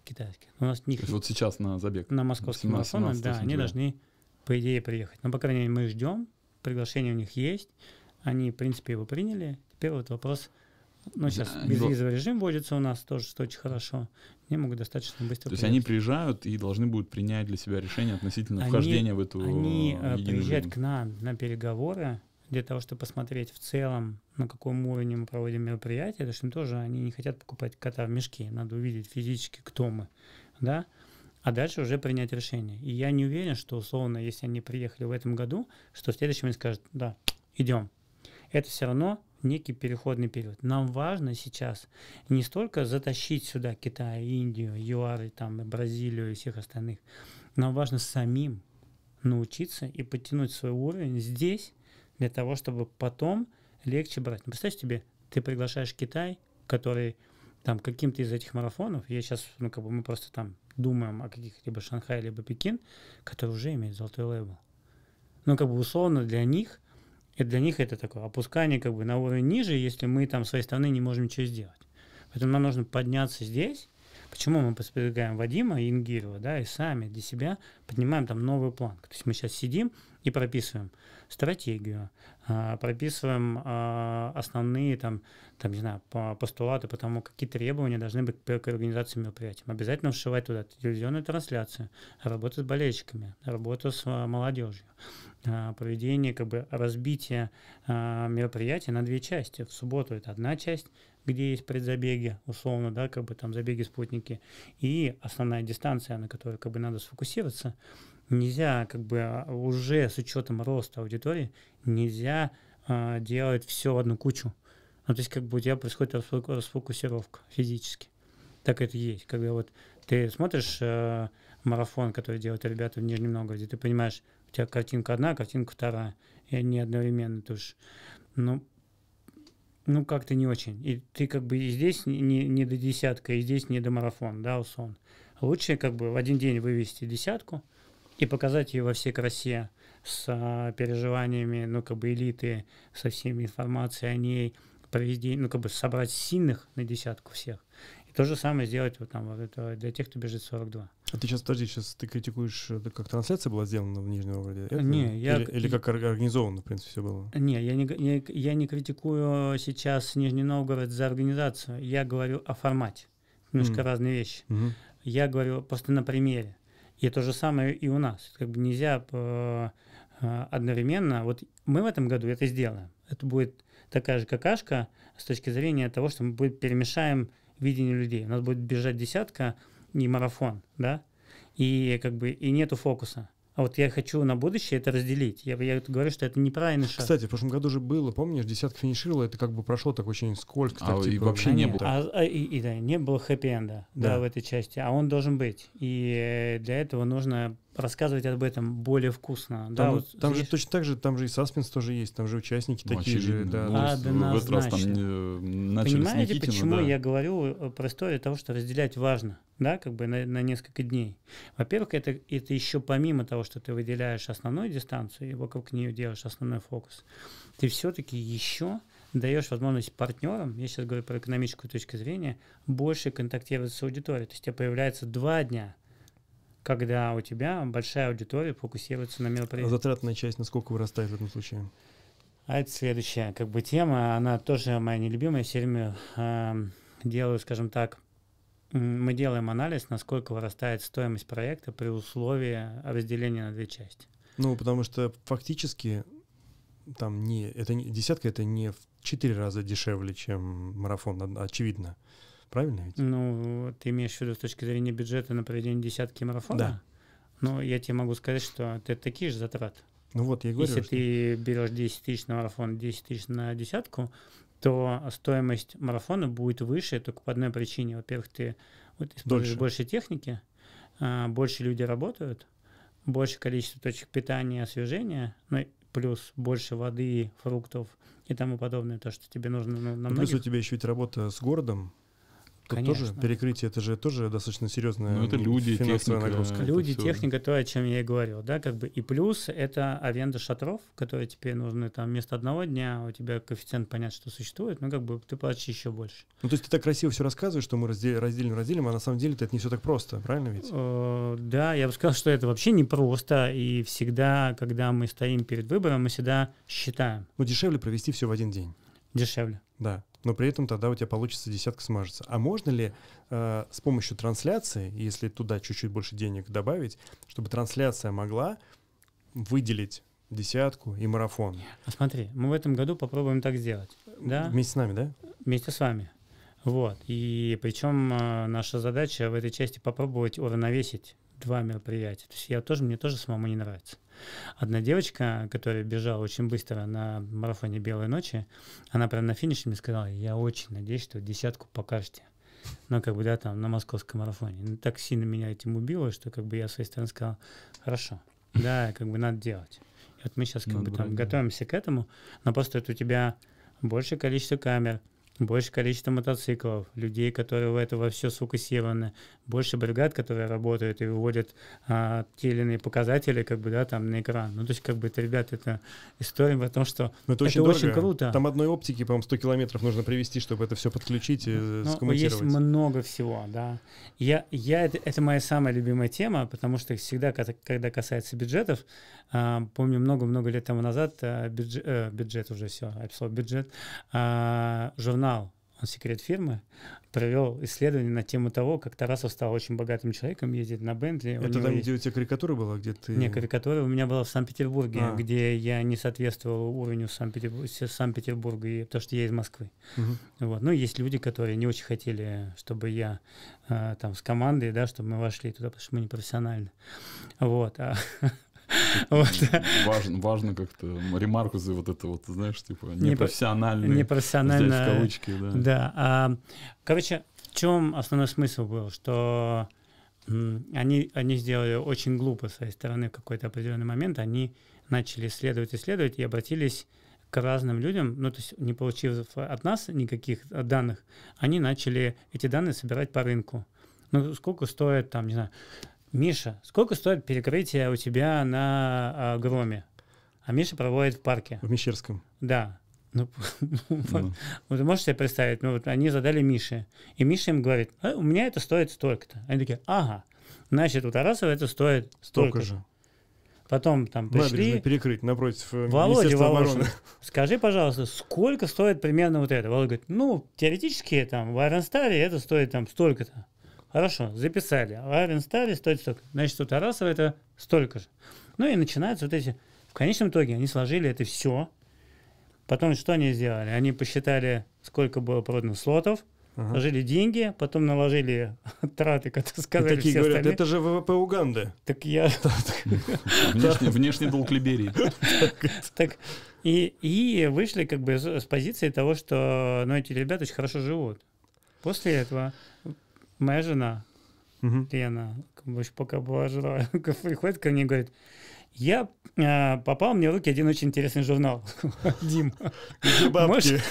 китайских. У нас них То есть вот сейчас на забег. на московский марафон, да, они должны, по идее, приехать. Но, по крайней мере, мы ждем, приглашение у них есть, они, в принципе, его приняли. Теперь вот вопрос, ну, сейчас Да, безвизовый режим вводится у нас тоже, что очень хорошо. Они могут достаточно быстро То есть приехать. они приезжают и должны будут принять для себя решение относительно Они- вхождения в эту Они э, единую приезжают жизнь. к нам на переговоры для того, чтобы посмотреть в целом, на каком уровне мы проводим мероприятие, потому что им тоже они не хотят покупать кота в мешке, надо увидеть физически, кто мы, да, а дальше уже принять решение. И я не уверен, что условно, если они приехали в этом году, что в следующем они скажут, да, идем. Это все равно некий переходный период. Нам важно сейчас не столько затащить сюда Китай, Индию, ЮАР, и там, и Бразилию и всех остальных. Нам важно самим научиться и подтянуть свой уровень здесь, для того, чтобы потом легче брать. Ну, представь себе, ты приглашаешь Китай, который там каким-то из этих марафонов, я сейчас, ну, как бы мы просто там думаем о каких-либо Шанхае, либо Пекин, который уже имеет золотой лейбл. Ну, как бы условно для них, и для них это такое опускание как бы на уровень ниже, если мы там своей страны не можем ничего сделать. Поэтому нам нужно подняться здесь. Почему мы продвигаем Вадима и Ингирова, да, и сами для себя поднимаем там новый план. То есть мы сейчас сидим и прописываем стратегию, а, прописываем а, основные там, там, не знаю, по- постулаты по тому, какие требования должны быть к организации мероприятий. Обязательно вшивать туда телевизионную трансляцию, работу с болельщиками, работу с а, молодежью, а, проведение, как бы, разбития а, мероприятия на две части. В субботу это одна часть, где есть предзабеги, условно, да, как бы там забеги-спутники, и основная дистанция, на которой как бы надо сфокусироваться. Нельзя как бы уже с учетом роста аудитории, нельзя а, делать все в одну кучу. Ну, то есть как бы у тебя происходит расфо- расфокусировка физически. Так это и есть. Когда вот ты смотришь э, марафон, который делают ребята в Нижнем Новгороде, ты понимаешь, у тебя картинка одна, картинка вторая, и они одновременно. То есть, ну, ну, как-то не очень. И ты как бы и здесь не, не, не до десятка, и здесь не до марафона, да, условно. Лучше как бы в один день вывести десятку и показать ее во всей красе с а, переживаниями, ну, как бы элиты, со всеми информацией о ней, проведение, ну, как бы собрать сильных на десятку всех. И то же самое сделать вот там вот это для тех, кто бежит сорок два. А ты сейчас, подожди, сейчас ты критикуешь, это как трансляция была сделана в Нижнем Новгороде? Это? Не, я- Или, или как ор- организовано, в принципе, все было? Не, я не, г- не- я не критикую сейчас Нижний Новгород за организацию, я говорю о формате. Немножко Мгм. разные вещи. Мгм. Я говорю просто на примере. И то же самое и у нас. Как бы нельзя э, э, одновременно. Вот мы в этом году это сделаем. Это будет такая же какашка с точки зрения того, что мы будет, перемешаем видение людей. У нас будет бежать десятка и марафон, да, и как бы и нету фокуса. А вот я хочу на будущее это разделить. Я, я говорю, что это неправильный шаг. Кстати, в прошлом году же было, помнишь, десятка финишировала, это как бы прошло так очень скользко. А так, и типа, вообще А не нет, было. А, а, и, и да, не было хэппи-энда, да. Да. в этой части, а он должен быть. И э, для этого нужно рассказывать об этом более вкусно. Там, да, вот- вот там же здесь- точно так же, там же и саспенс тоже есть, там же участники Ну, такие же. очевидно. Да. Ну, А, с- да, в этот раз там однозначно. э, начали Понимаете, с Никитина, почему да. я говорю э, про историю того, что разделять важно, да, как бы на, на несколько дней. Во-первых, это, это еще помимо того, что ты выделяешь основную дистанцию и вокруг нее делаешь основной фокус, ты все-таки еще даешь возможность партнерам, я сейчас говорю про экономическую точку зрения, больше контактировать с аудиторией. То есть у тебя появляется два дня, когда у тебя большая аудитория фокусируется на А мероприятии. затратная часть насколько вырастает в этом случае? А это следующая как бы тема, она тоже моя нелюбимая, все время э, делаю, скажем так, м, мы делаем анализ, насколько вырастает стоимость проекта при условии разделения на две части. Ну, потому что фактически там не, это не, десятка это не в четыре раза дешевле, чем марафон, од- очевидно. Правильно ведь? Ну, ты имеешь в виду с точки зрения бюджета на проведение десятки марафона? Да. Ну, я тебе могу сказать, что это такие же затраты. Ну вот, я и говорю, Если что- ты берешь десять тысяч на марафон, десять тысяч на десятку, то стоимость марафона будет выше только по одной причине. Во-первых, ты вот используешь Дольше. больше техники, а, больше люди работают, больше количество точек питания и освежения, ну, и плюс больше воды, фруктов и тому подобное, то, что тебе нужно ну, на Ну, плюс у многих. тебя еще ведь работа с городом, Тут Конечно. тоже перекрытие, это же тоже достаточно серьезная Ну, это люди, финансовая техника. нагрузка. Люди, всё. техника, то, о чем я и говорил, да, как бы. И плюс это аренда шатров, которые тебе нужны там вместо одного дня, у тебя коэффициент понятно, что существует, ну, как бы ты платишь еще больше. Ну, то есть ты так красиво все рассказываешь, что мы разделим, разделим, разделим, а на самом деле это не все так просто, правильно ведь? Э, Да, я бы сказал, что это вообще непросто, и всегда, когда мы стоим перед выбором, мы всегда считаем Ну, дешевле провести все в один день. дешевле. Да, но при этом тогда у тебя получится десятка смажется. А можно ли э, с помощью трансляции, если туда чуть-чуть больше денег добавить, чтобы трансляция могла выделить десятку и марафон? А смотри, мы в этом году попробуем так сделать, да, Вместе с нами, да? вместе с вами. Вот, и причем э, наша задача в этой части попробовать уравновесить два мероприятия. То есть я тоже, мне тоже самому не нравится. Одна девочка, которая бежала очень быстро на марафоне «Белой ночи», она прям на финише мне сказала: я очень надеюсь, что десятку покажете. Ну, как бы, да, там, на московском марафоне. Ну, так сильно меня этим убило, что, как бы, я с своей стороны сказал: хорошо, да, как бы, надо делать. И вот мы сейчас, как Надо бы, там брать, готовимся к этому, но просто это у тебя большее количество камер, больше количество мотоциклов, людей, которые в это во все сфокусированы, больше бригад, которые работают и выводят а, те или иные показатели, как бы, да, там, на экран. Ну, то есть, как бы, это, ребята, это история о том, что Но это, это очень, очень дорого. круто. Там одной оптики, по-моему, сто километров нужно привести, чтобы это все подключить и Ну, есть скоммутировать. много всего, да. Я, я, это, это моя самая любимая тема, потому что всегда, когда, когда касается бюджетов, а, помню, много-много лет тому назад, а, бюджет, э, бюджет уже все, описал бюджет, а, журнал «Он секрет фирмы» провел исследование на тему того, как Тарасов стал очень богатым человеком, ездит на Бентли. У Это него там, есть- где у тебя карикатура была, где ты... Не, карикатура у меня была в Санкт-Петербурге, А. где я не соответствовал уровню Санкт-Петербурга, Санкт-Петербурга, и- потому что я из Москвы. Мгм. Вот. Ну, есть люди, которые не очень хотели, чтобы я э, там с командой, да, чтобы мы вошли туда, потому что мы не профессиональны. Вот. А, вот. Важно, важно как-то ремарку за вот это вот, знаешь, типа Не про- непрофессиональный, взять в Непрофессионально. кавычки, да. Да. а, короче, в чем основной смысл был? Что м, они, они сделали очень глупо с своей стороны в какой-то определенный момент. Они начали исследовать, исследовать и обратились к разным людям, ну, то есть не получив от нас никаких данных, они начали эти данные собирать по рынку. Ну, сколько стоит там, не знаю, Миша, сколько стоит перекрытие у тебя на а, Громе? А Миша проводит в парке. В Мещерском. Да. Ну, Ну. вот вы можете себе представить, ну вот они задали Мише, и Миша им говорит: «А, у меня это стоит столько-то». Они такие: ага, значит, у Тарасова это стоит Столько столько-то. же. Потом там Набережную пришли: перекрыть напротив э, Володя Министерства Волошин, обороны. скажи, пожалуйста, сколько стоит примерно вот это? Володя говорит: ну, теоретически там в Айронстаре это стоит там столько-то. Хорошо, записали. В Айронстаре стоит столько. Значит, у Тарасова это столько же. Ну и начинаются вот эти... В конечном итоге они сложили это все. Потом что они сделали? Они посчитали, сколько было продано слотов, Ага. вложили деньги, потом наложили траты, как И сказали такие все говорят, остальные. это же ВВП Уганды. Так я... Внешний, внешний долг Либерии. Так, и, и вышли как бы с, с позиции того, что ну, эти ребята очень хорошо живут. После этого моя жена, Мгм. Лена, как бы еще пока была жива, приходит ко мне и говорит: я а, попал мне в руки один очень интересный журнал. Дим, Где бабки? можешь,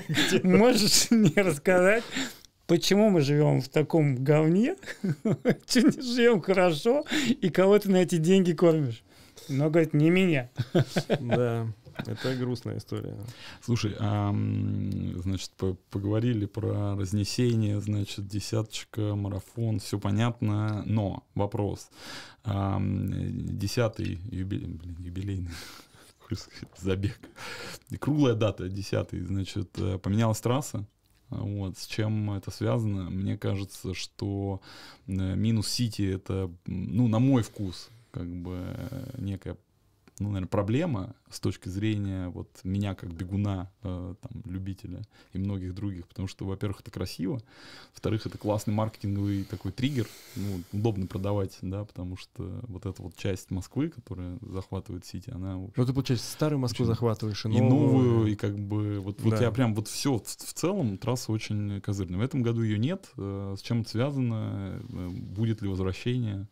можешь мне рассказать, почему мы живем в таком говне, что не живем хорошо, и кого ты на эти деньги кормишь? Но, говорит, не меня. Да, это грустная история. Слушай, а, м, значит, по- поговорили про разнесение, значит, десяточка, марафон, все понятно, но вопрос. А, м, Десятый юбилей, блин, юбилейный забег. И круглая дата, десятый, значит, э, поменялась трасса. Вот, с чем это связано? Мне кажется, что э, минус Сити — это, м, ну, на мой вкус, как бы э, некая, ну, наверное, проблема с точки зрения вот меня как бегуна, э, там, любителя и многих других, потому что, во-первых, это красиво, во-вторых, это классный маркетинговый такой триггер, ну, удобно продавать, да, потому что вот эта вот часть Москвы, которая захватывает Сити, она, в общем, Ну, ты, получается, старую Москву Очень- захватываешь, и и новую. новую, и как бы вот, вот Да. я прям вот все в, в целом трасса очень козырная. В этом году ее нет. Э, С чем это связано? Э, Будет ли возвращение?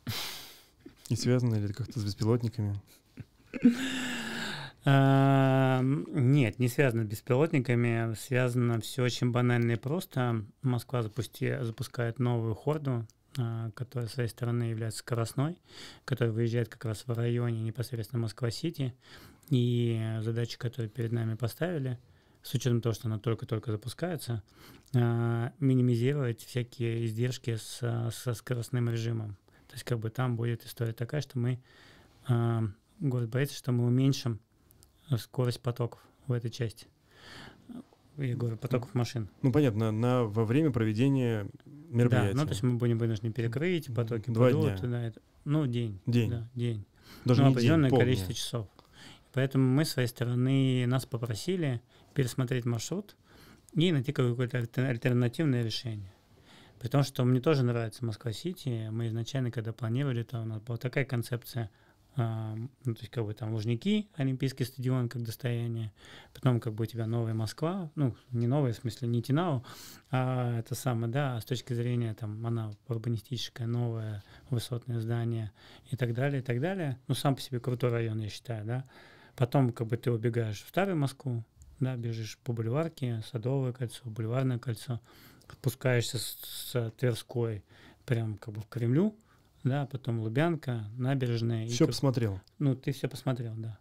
И связано ли это как-то с беспилотниками? А, А, нет, не связано с беспилотниками, связано все очень банально и просто. Москва запусти, запускает новую хорду, а, которая с своей стороны является скоростной, которая выезжает как раз в районе непосредственно Москва-Сити. И задачи, которые перед нами поставили, с учетом того, что она только-только запускается, а, минимизировать всякие издержки с, со скоростным режимом. То есть как бы там будет история такая, что мы, а, город боится, что мы уменьшим скорость потоков в этой части. Я говорю, потоков машин. Ну, понятно, на, во время проведения мероприятия. Да, ну, то есть мы будем вынуждены перекрыть, потоки Два пойдут. дня. Да, это, ну, день. День. Да, день. Даже ну, не определенное день, количество полдня. часов. Поэтому мы с своей стороны, нас попросили пересмотреть маршрут и найти какое-то альтернативное решение. При том, что мне тоже нравится Москва-Сити. Мы изначально, когда планировали, то у нас была такая концепция, а, ну, то есть как бы там Лужники, Олимпийский стадион как достояние, потом как бы у тебя новая Москва, ну, не новая, в смысле не Тинау, а это самое, да, с точки зрения там она урбанистическая, новое высотное здание и так далее, и так далее. Ну, сам по себе крутой район, я считаю, да. Потом как бы ты убегаешь в старую Москву, да, бежишь по бульварке, Садовое кольцо, Бульварное кольцо, спускаешься с, с Тверской прям как бы в Кремлю, да, потом Лубянка, Набережная. Все и, посмотрел. Ну, ты все посмотрел, да.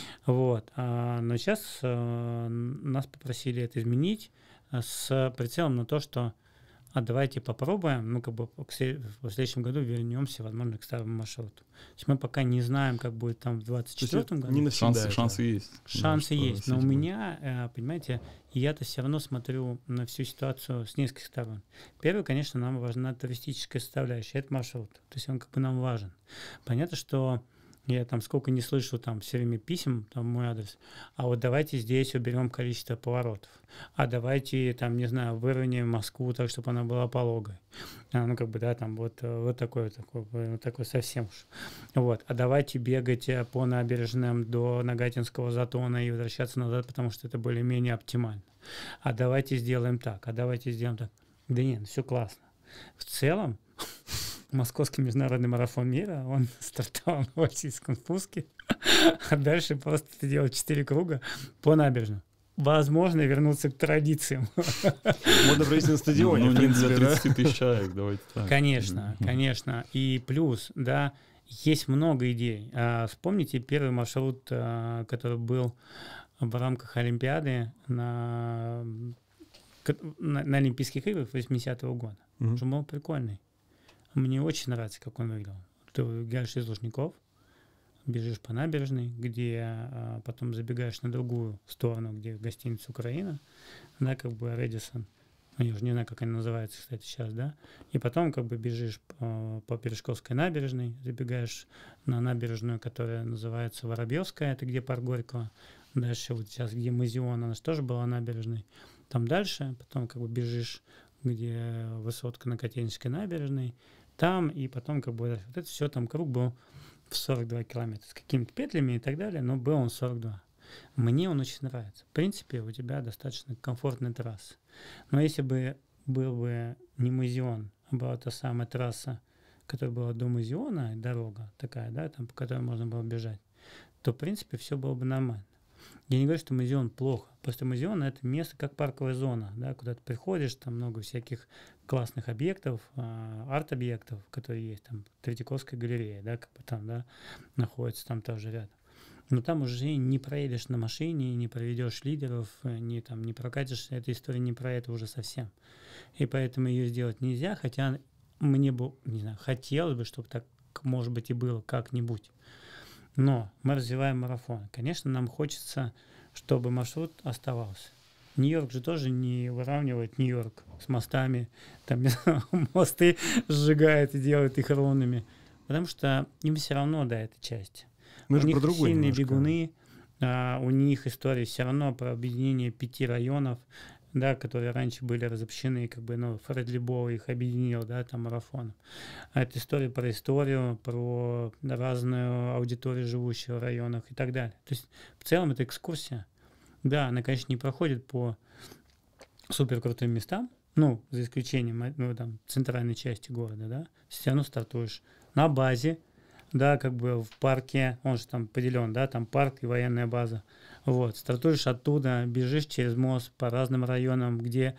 Вот. А, но сейчас а, нас попросили это изменить а, с прицелом на то, что а давайте попробуем, ну, как бы в следующем году вернемся, возможно, к старому маршруту. То есть мы пока не знаем, как будет там в двадцать четвёртом году. Не навсегда Шансы, это. шансы есть. Шансы Да, есть, но у действительно. меня, понимаете, я-то все равно смотрю на всю ситуацию с нескольких сторон. Первое, конечно, нам важна туристическая составляющая, это маршрут, то есть он как бы нам важен. Понятно, что я там сколько не слышу там все время писем, там мой адрес, а вот давайте здесь уберем количество поворотов, а давайте там, не знаю, выровняем Москву так, чтобы она была пологой. А, ну, как бы, да, там вот, вот такой, такой, вот такой совсем уж. Вот. А давайте бегать по набережным до Нагатинского затона и возвращаться назад, потому что это более-менее оптимально. А давайте сделаем так, а давайте сделаем так. Да нет, все классно. В целом, Московский международный марафон мира, он стартовал на Васильевском спуске, а дальше просто ты делаешь четыре круга по набережным. Возможно, вернуться к традициям. Можно провести на стадионе, Ну, в не принципе, для да? тридцати тысяч человек, давайте так. Конечно, Мгм. конечно. И плюс, да, есть много идей. А, вспомните первый маршрут, а, который был в рамках Олимпиады на, на, на Олимпийских играх восьмидесятого года. Мгм. Он был прикольный. Мне очень нравится, как он выглядел. Ты выбегаешь из Лужников, бежишь по набережной, где а, потом забегаешь на другую сторону, где гостиница «Украина», да, как бы Редисон. Я уже не знаю, как они называются, кстати, сейчас, да. И потом как бы бежишь по, по Пирожковской набережной, забегаешь на набережную, которая называется Воробьевская, это где парк Горького. Дальше вот сейчас, где Музеон, она же тоже была набережной. Там дальше, потом как бы бежишь, где высотка на Котельнической набережной, там, и потом как бы вот это все, там круг был в сорок два километра с какими-то петлями и так далее, но был он сорок два. Мне он очень нравится. В принципе, у тебя достаточно комфортная трасса. Но если бы был бы не Музеон, а была та самая трасса, которая была до Музеона, дорога такая, да, там, по которой можно было бежать, то, в принципе, все было бы нормально. Я не говорю, что Музеон плохо. Просто Музеон — это место как парковая зона, да, куда ты приходишь, там много всяких классных объектов, а, арт-объектов, которые есть, там Третьяковская галерея, да, как бы там, да, находится там тоже рядом. Но там уже не проедешь на машине, не проведешь лидеров, не, там, не прокатишь. Эта история не про это уже совсем. И поэтому ее сделать нельзя, хотя мне бы, не знаю, хотелось бы, чтобы так, может быть, и было как-нибудь. Но мы развиваем марафон. Конечно, нам хочется, чтобы маршрут оставался. Нью-Йорк же тоже не выравнивает Нью-Йорк с мостами, там мосты сжигает и делает их ровными, потому что им все равно до этой части. Мы у же них про другое сильные немножко. бегуны, а, у них история все равно про объединение пяти районов, да, которые раньше были разобщены, как бы, ну, Фредли Боу их объединил, да, там, марафоном. А это история про историю, про разную аудиторию, живущую в районах и так далее. То есть, в целом, это экскурсия. Да, она, конечно, не проходит по супер крутым местам, ну, за исключением, ну, там, центральной части города, да, все равно стартуешь на базе, да, как бы в парке, он же там поделен, да, там парк и военная база. Вот, стартуешь оттуда, бежишь через мост по разным районам, где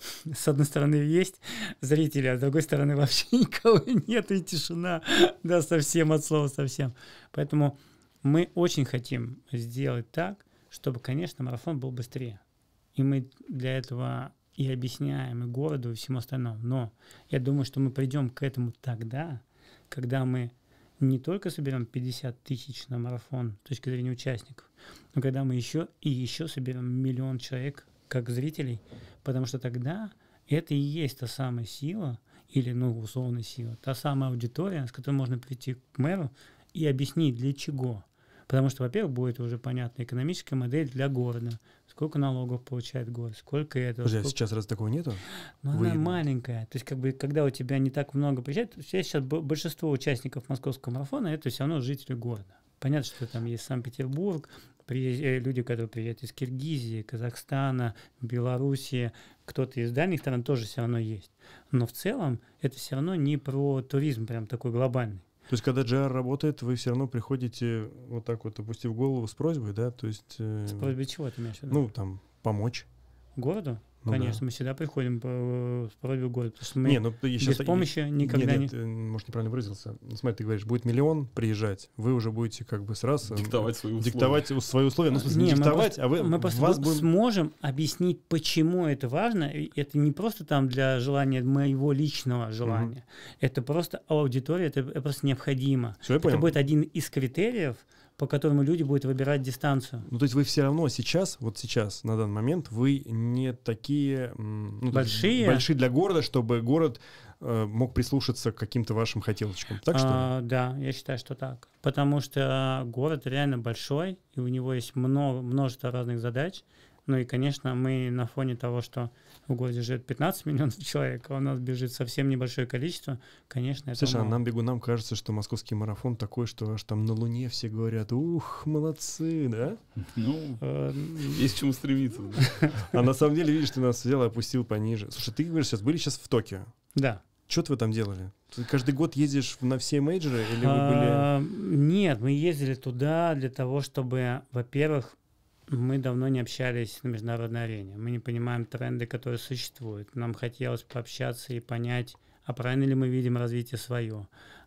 с одной стороны есть зрители, а с другой стороны вообще никого нет, и тишина, да, совсем от слова совсем. Поэтому мы очень хотим сделать так, чтобы, конечно, марафон был быстрее. И мы для этого и объясняем и городу, и всему остальному. Но я думаю, что мы придем к этому тогда, когда мы не только соберем пятьдесят тысяч на марафон с точки зрения участников, но когда мы еще и еще соберем миллион человек как зрителей, потому что тогда это и есть та самая сила, или, ну, условная сила, та самая аудитория, с которой можно прийти к мэру и объяснить, для чего. Потому что, во-первых, будет уже понятна экономическая модель для города. Сколько налогов получает город, сколько этого. Подожди, а сколько... сейчас раз такого нету? Ну, она Выгодно. маленькая. То есть, как бы, когда у тебя не так много приезжает, сейчас большинство участников московского марафона — это все равно жители города. Понятно, что там есть Санкт-Петербург, приезж... люди, которые приезжают из Киргизии, Казахстана, Белоруссии, кто-то из дальних стран тоже все равно есть. Но в целом это все равно не про туризм прям такой глобальный. То есть, когда джи ар работает, вы все равно приходите вот так вот, опустив голову, с просьбой, да? То есть... Э, С просьбой чего ты имеешь в виду? Ну, там, помочь. Городу? Ну, Конечно, да. мы всегда приходим по, с просьбой города, потому что мы не, ну, я без щас... помощи никогда нет, не... Нет, может, неправильно выразился. Смотри, ты говоришь, будет миллион приезжать, вы уже будете как бы сразу... Диктовать свои условия. Диктовать свои условия. Ну, в смысле, не, Не, мы диктовать, просто, а вы... мы просто вас бу- будем... сможем объяснить, почему это важно. И это не просто там для желания моего личного желания. Это просто аудитория, это просто необходимо. Всё, я Это понял. будет один из критериев, по которому люди будут выбирать дистанцию. Ну, то есть вы все равно сейчас, вот сейчас, на данный момент, вы не такие... м, ну, то есть Большие? Большие для города, чтобы город э, мог прислушаться к каким-то вашим хотелочкам. Так что ли? А, да, я считаю, что так. Потому что город реально большой, и у него есть много, множество разных задач. Ну и, конечно, мы на фоне того, что в городе живет пятнадцать миллионов человек, а у нас бежит совсем небольшое количество, конечно, это Слушай, а мало. нам, бегунам, кажется, что московский марафон такой, что аж там на Луне все говорят, ух, молодцы, да? Ну, Э, есть к чему стремиться. да. А на самом деле, видишь, ты нас взял и опустил пониже. Слушай, ты говоришь, сейчас были сейчас в Токио. Да. Что вы там делали? Ты каждый год ездишь на все мейджоры или вы были... А, Нет, мы ездили туда для того, чтобы, во-первых, мы давно не общались на международной арене. Мы не понимаем тренды, которые существуют. Нам хотелось пообщаться и понять, а правильно ли мы видим развитие свое.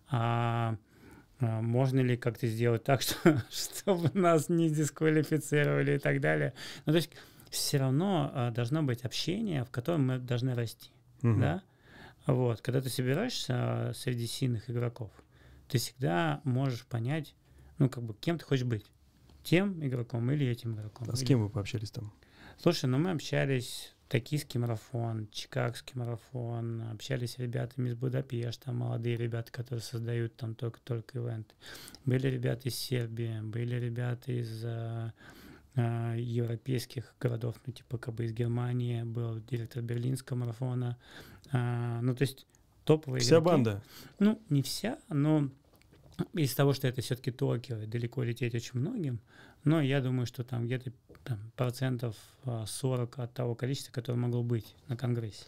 А, а можно ли как-то сделать так, что, чтобы нас не дисквалифицировали и так далее. Ну, то есть все равно а, должно быть общение, в котором мы должны расти. Мгм. Да? Вот. Когда ты собираешься а, среди сильных игроков, ты всегда можешь понять, ну, как бы, кем ты хочешь быть. Тем игроком или этим игроком. А с Или- кем вы пообщались там? Слушай, ну мы общались, токийский марафон, чикагский марафон, общались с ребятами из Будапешта, молодые ребята, которые создают там только-только ивенты. Были ребята из Сербии, были ребята из а, а, европейских городов, ну типа как бы из Германии, был директор берлинского марафона. А, ну то есть топовые Вся игроки. банда. Ну, не вся, но из того, что это все-таки Токио, далеко лететь очень многим, но я думаю, что там где-то там, процентов а, сорок от того количества, которое могло быть на Конгрессе.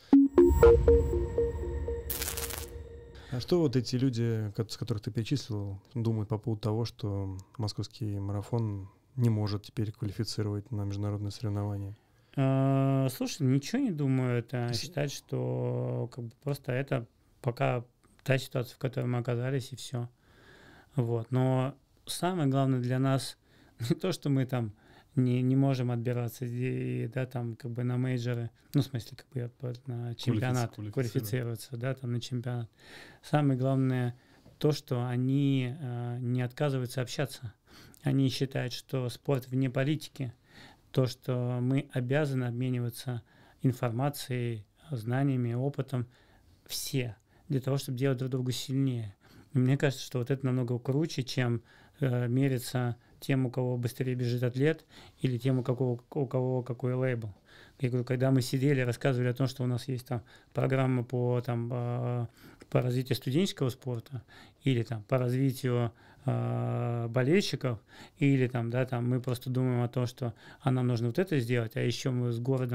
А что вот эти люди, ко- с которых ты перечислил, думают по поводу того, что московский марафон не может теперь квалифицировать на международные соревнования? А, слушай, ничего не думаю, это есть- считать, что как бы просто это пока та ситуация, в которой мы оказались, и все. Вот. Но самое главное для нас не то, что мы там не, не можем отбираться и, да, там, как бы на мейджоры, ну, в смысле, как бы по- на чемпионат, квалифицироваться. квалифицироваться, да, там, на чемпионат. Самое главное то, что они э, не отказываются общаться. Они считают, что спорт вне политики, то, что мы обязаны обмениваться информацией, знаниями, опытом все, для того, чтобы делать друг друга сильнее. И мне кажется, что вот это намного круче, чем э, мериться тем, у кого быстрее бежит атлет, или тем, у кого, у кого какой лейбл. Я говорю, когда мы сидели, рассказывали о том, что у нас есть там программа по, там, э, по развитию студенческого спорта, или там, по развитию э, болельщиков, или там, да, там, мы просто думаем о том, что а нам нужно вот это сделать, а еще мы с городом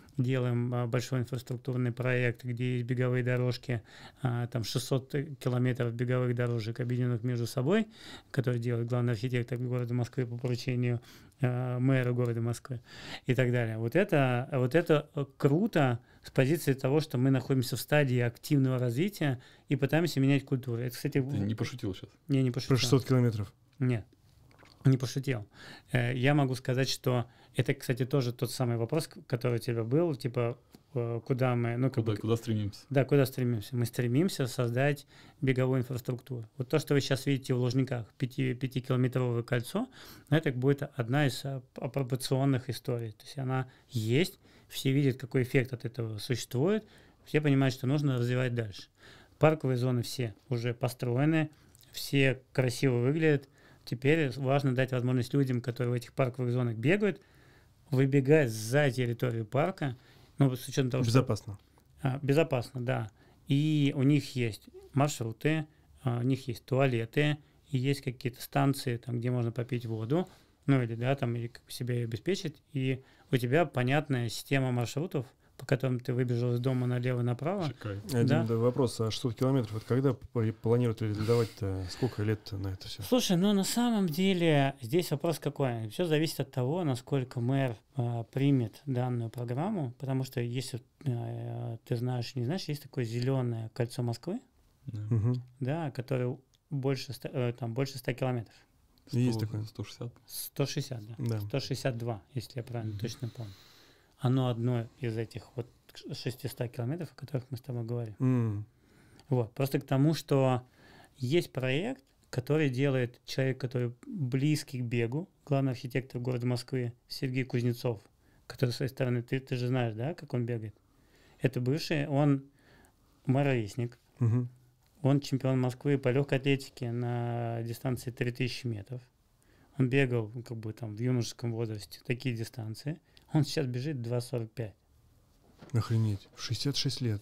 делаем а, большой инфраструктурный проект, где есть беговые дорожки, а, там шестьсот километров беговых дорожек, объединенных между собой, которые делает главный архитектор города Москвы по поручению а, мэра города Москвы и так далее. Вот это, вот это круто с позиции того, что мы находимся в стадии активного развития и пытаемся менять культуру. Это, кстати, Ты не пошутил сейчас? Не, не Про пошутил. шестьсот километров. Нет, не пошутил. Э, Я могу сказать, что это, кстати, тоже тот самый вопрос, к- который у тебя был, типа, э, куда мы, ну, как Куда, бы, куда стремимся? да, куда стремимся? Мы стремимся создать беговую инфраструктуру. Вот то, что вы сейчас видите в Лужниках, пяти, пятикилометровое кольцо, ну, это будет одна из а, апробационных историй. То есть она есть, все видят, какой эффект от этого существует, все понимают, что нужно развивать дальше. Парковые зоны все уже построены, все красиво выглядят. Теперь важно дать возможность людям, которые в этих парковых зонах бегают, выбегать за территорию парка, ну, с учетом того, что Безопасно. а, безопасно, да. И у них есть маршруты, а, у них есть туалеты, и есть какие-то станции, там, где можно попить воду, ну или да, там, или как бы себя ее обеспечить, и у тебя понятная система маршрутов, по которым ты выбежал из дома налево-направа. Шикарно. Один Да. да, вопрос. А шестьсот километров, это когда п- планируют реализовать-то? Сколько лет на это все? Слушай, ну на самом деле здесь вопрос какой? Все зависит от того, насколько мэр а, примет данную программу, потому что если а, ты знаешь, не знаешь, есть такое зеленое кольцо Москвы, Да. Угу. да, которое больше, ста- э, там, больше ста километров. Есть сто, такое. сто шестьдесят. сто шестьдесят, да. Да. сто шестьдесят два, если я правильно Мгм. точно помню. Оно одно из этих вот шестисот километров, о которых мы с тобой говорим. М. Вот. Просто к тому, что есть проект, который делает человек, который близкий к бегу, главный архитектор города Москвы Сергей Кузнецов, который, с своей стороны, ты, ты же знаешь, да, как он бегает? Это бывший, он ровесник, Мгм. он чемпион Москвы по легкой атлетике на дистанции три тысячи метров. Он бегал, ну, как бы там в юношеском возрасте такие дистанции. Он сейчас бежит два сорок пять. Охренеть. В шестьдесят шесть лет.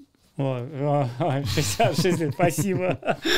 О, о, о, шестьдесят шесть лет, спасибо.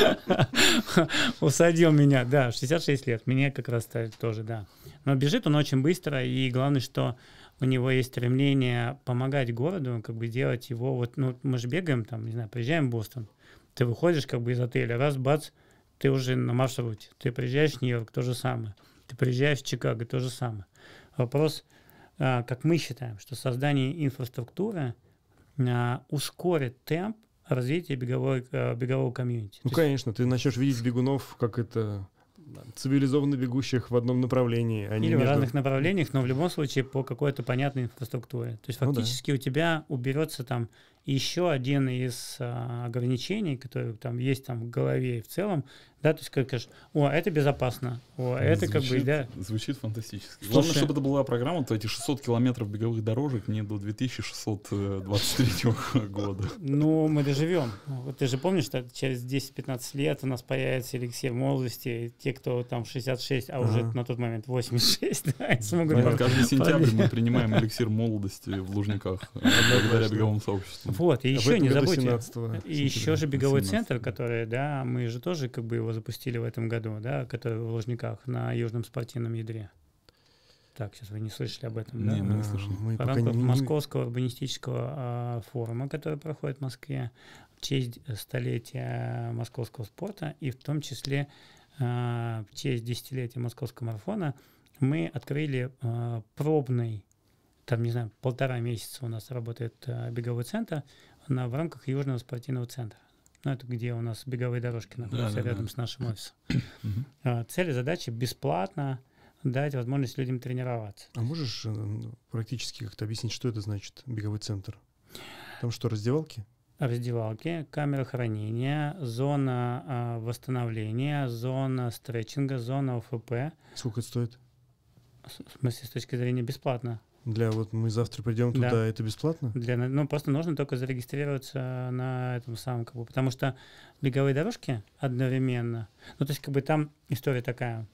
Усадил меня, да, шестьдесят шесть лет. Мне как раз тоже, да. Но бежит он очень быстро, и главное, что у него есть стремление помогать городу, как бы делать его, вот, ну, мы же бегаем там, не знаю, приезжаем в Бостон, ты выходишь как бы из отеля, раз, бац, ты уже на маршруте. Ты приезжаешь в Нью-Йорк, то же самое. Ты приезжаешь в Чикаго, то же самое. Вопрос, а, как мы считаем, что создание инфраструктуры а, ускорит темп развития беговой, а, бегового комьюнити. Ну, То есть, конечно, ты начнешь видеть бегунов, как это цивилизованно бегущих в одном направлении, а не или в между- разных направлениях, но в любом случае по какой-то понятной инфраструктуре. То есть Ну да. фактически у тебя уберется там еще один из а, ограничений, которые там есть там в голове и в целом, да, то есть как скажешь, о, это безопасно, о, это как бы, Звучит- да, Звучит фантастически. Слушай. Главное, чтобы это была программа, то эти шестьсот километров беговых дорожек не до две тысячи шестьсот двадцать третьего года. ну, мы доживем. Вот ты же помнишь, что через десять-пятнадцать лет у нас появится эликсир молодости, те, кто там шестьдесят шесть, а уже Ага. на тот момент восемьдесят шесть, да, и смогут... Понятно. Каждый сентябрь Подожди. мы принимаем эликсир молодости в Лужниках э, благодаря беговому сообществу. Вот, и А в еще этом не году забудьте, семнадцатого и еще сентября. же беговой семнадцатого. центр, который, да, мы же тоже как бы его запустили в этом году, да, который в Лужниках на Южном спортивном ядре. Так, сейчас вы не слышали об этом, да? Не, мы не А, слышали. мы В пока рамках не- не- Московского урбанистического а, форума, который проходит в Москве в честь столетия московского спорта и в том числе а, в честь десятилетия московского марафона, мы открыли а, пробный, там, не знаю, полтора месяца у нас работает а, беговой центр на, в рамках Южного спортивного центра. Ну, это где у нас беговые дорожки находятся Да-да-да. рядом с нашим офисом. Мгм. А, цель и задача бесплатно дать возможность людям тренироваться. А можешь э, практически как-то объяснить, что это значит, беговой центр? Там что, раздевалки? Раздевалки, камера хранения, зона а, восстановления, зона стретчинга, зона ОФП. Сколько это стоит? С- В смысле, с точки зрения бесплатно. Для вот мы завтра придем Да. туда, это бесплатно? Для, на- ну, просто нужно только зарегистрироваться на этом самом, как бы, потому что беговые дорожки одновременно, ну, то есть, как бы, там история такая,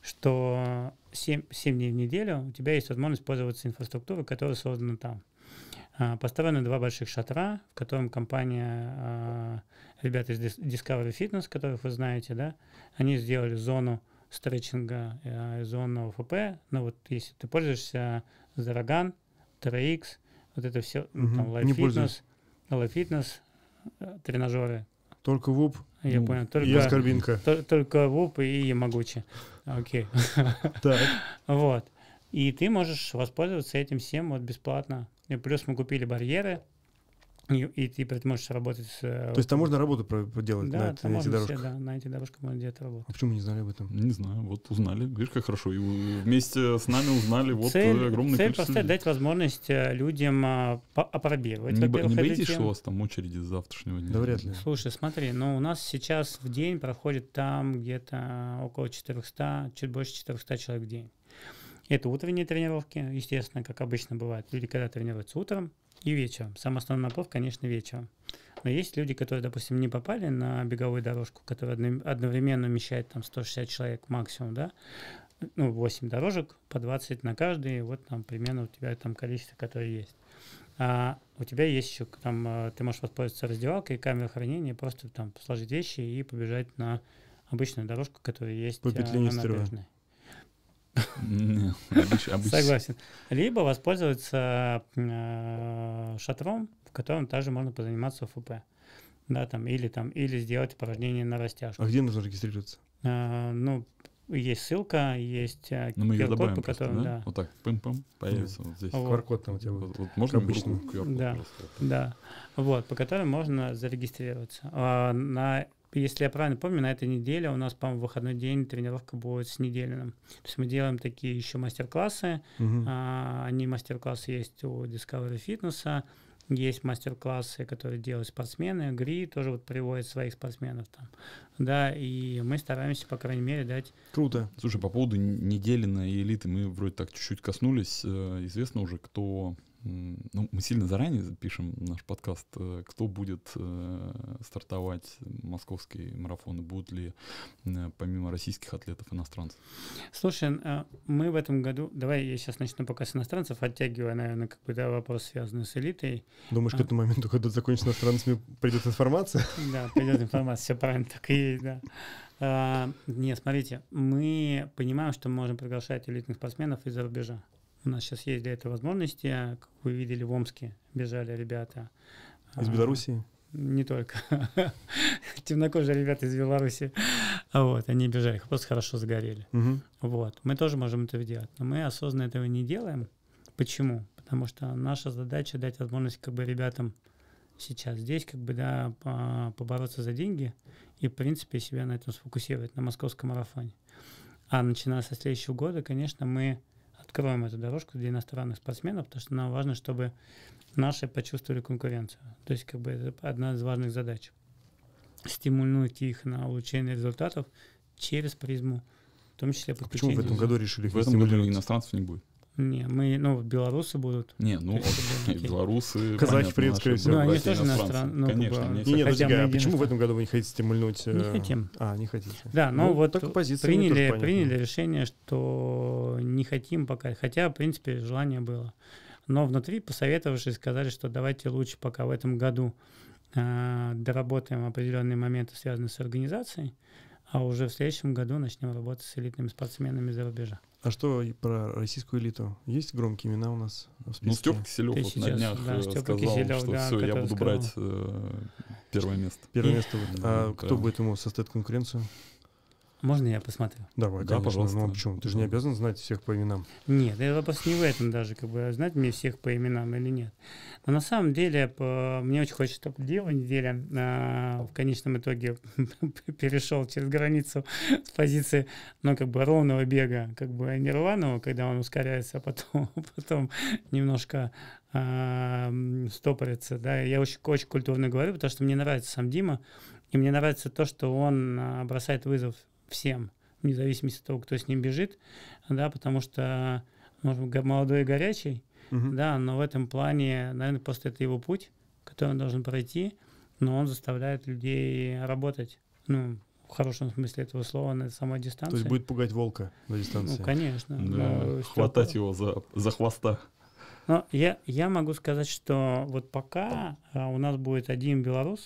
что семь, семь дней в неделю у тебя есть возможность пользоваться инфраструктурой, которая создана там. А, Построены два больших шатра, в котором компания, а, ребята из Dis- Discovery Fitness, которых вы знаете, да, они сделали зону стретчинга, э, зону ОФП. Ну вот если ты пользуешься Zeragon, три икс, вот это все, Мгм. там, Не Life пользуюсь. Fitness, Life Fitness, э, тренажеры. Только ВУП Я Ну, понял, и только, Аскорбинка. то- только ВУП и Ямагучи. Окей. Так. Вот. И ты можешь воспользоваться этим всем вот бесплатно. И плюс мы купили барьеры, и, и ты при- можешь работать с... То есть там можно работу про- поделать да, на, там этой- на этих можно все, дорожках? да, на этих дорожках можно делать работу. А почему мы не знали об этом? Не знаю, вот узнали. Видишь, как хорошо. И вместе с нами узнали вот цель, э, огромное цель количество просто людей. дать возможность э, людям а, по- опробировать. Не, бо- во-первых, не эту боитесь, тему. что у вас там очереди с завтрашнего дня? Да вряд ли. Слушай, смотри, ну у нас сейчас в день проходит там где-то около четырехсот, чуть больше четырехсот человек в день. Это утренние тренировки, естественно, как обычно бывает. Люди, когда тренируются утром и вечером. Самый основной наплыв, конечно, вечером. Но есть люди, которые, допустим, не попали на беговую дорожку, которая одно- одновременно вмещает там сто шестьдесят человек максимум, да, ну, восемь дорожек, по двадцать на каждый, вот там примерно у тебя там количество, которое есть. А у тебя есть еще там, э, ты можешь воспользоваться раздевалкой, камерой хранения, просто там сложить вещи и побежать на обычную дорожку, которая есть По э, петле на Нестерова. набережной. Не, обыч- обыч- Согласен. Либо воспользоваться э, шатром, в котором также можно позаниматься ФП. Да, там, или, там, или сделать упражнение на растяжку. А где нужно регистрироваться? Э, ну, есть ссылка, есть э, Ну, мы ее ку ар-код, добавим по просто, которому, да? да. Вот так, пым-пым, появится вот здесь. Вот. ку ар-код там у тебя будет. Вот, вот можно Как обычно. руку ку ар-код, Да. пожалуйста? Да, вот, по которым можно зарегистрироваться. А на, если я правильно помню, на этой неделе у нас, по-моему, выходной день тренировка будет с недельным. То есть мы делаем такие еще мастер-классы. Мгм. А, они мастер-классы есть у Discovery Fitness, есть мастер-классы, которые делают спортсмены, ГРИ тоже вот приводят своих спортсменов там. Да, и мы стараемся, по крайней мере, дать... Круто. Слушай, по поводу н- недели на элиты мы вроде так чуть-чуть коснулись. Э, Известно уже, кто... м, Ну, мы сильно заранее пишем наш подкаст. э, Кто будет э, стартовать московские марафоны? Будут ли э, помимо российских атлетов иностранцев? Слушай, а, мы в этом году... Давай я сейчас начну пока с иностранцев, оттягивая, наверное, как бы, да, вопрос, связанный с элитой. Думаешь, к А. этому моменту, когда закончится иностранцами, придет информация? Да, придет информация, все правильно, так и есть, да. А, нет, смотрите, мы понимаем, что мы можем приглашать элитных спортсменов из-за рубежа. У нас сейчас есть для этого возможности. Как вы видели, в Омске бежали ребята. Из а, Белоруссии? Не только. Темнокожие ребята из Беларуси. А вот, они бежали, их просто хорошо загорели. Мгм. Вот. Мы тоже можем это делать, но мы осознанно этого не делаем. Почему? Потому что наша задача дать возможность как бы ребятам сейчас здесь как бы, да, по- побороться за деньги и, в принципе, себя на этом сфокусировать, на московском марафоне. А начиная со следующего года, конечно, мы откроем эту дорожку для иностранных спортсменов, потому что нам важно, чтобы наши почувствовали конкуренцию. То есть, как бы, это одна из важных задач. Стимульнуть их на улучшение результатов через призму, в том числе А почему в этом подключения. году решили их В этом году стимулировать? иностранцев не будет. Не, мы, ну, вот белорусы будут. Не, ну, То есть, как бы, окей, окей. белорусы, Казахи, понятно, привет, наши скорее всего. Ну, они братья тоже иностранцы. иностран- ну, как Конечно, бы, они Не, все- не, Хотя подожди, мы а почему в единственные. этом году вы не хотите стимульнуть? Не э, хотим. А, не хотите. Да, но Ну, вот такая позиция мне тоже приняли, понятна. приняли решение, что не хотим пока. Хотя, в принципе, желание было. Но внутри, посоветовавшись, сказали, что давайте лучше пока в этом году э, доработаем определенные моменты, связанные с организацией, а уже в следующем году начнем работать с элитными спортсменами за рубежа. А что и про российскую элиту? Есть громкие имена у нас в Ну, списке? Степа Киселев Ты вот на сейчас, днях да, э, Степа сказал, Киселев, что да, все, я который буду сказал. брать э, первое место. Первое И- место. Вот. Да, А кто прям. будет ему составить конкуренцию? Можно я посмотрю? Давай, Да, конечно. пожалуйста. Ну, а почему? Ты же не обязан знать всех по именам. Нет, это вопрос не в этом даже, как бы знать мне всех по именам или нет. Но на самом деле по- мне очень хочется, чтобы Дева неделя а, в конечном итоге перешел через границу с позиции, ну, как бы ровного бега, как бы не рваного, когда он ускоряется, а потом, потом немножко а, м, стопорится. Да. Я очень, очень культурно говорю, потому что мне нравится сам Дима, и мне нравится то, что он а, бросает вызов всем, вне зависимости от того, кто с ним бежит, да, потому что, может быть, го- молодой и горячий, Мгм. да, но в этом плане, наверное, просто это его путь, который он должен пройти, но он заставляет людей работать, ну, в хорошем смысле этого слова, на самой То дистанции. есть будет пугать волка на Ну, дистанции. конечно. Да, но хватать Степа- его за, за хвоста. Но я, я могу сказать, что вот пока а, у нас будет один белорус,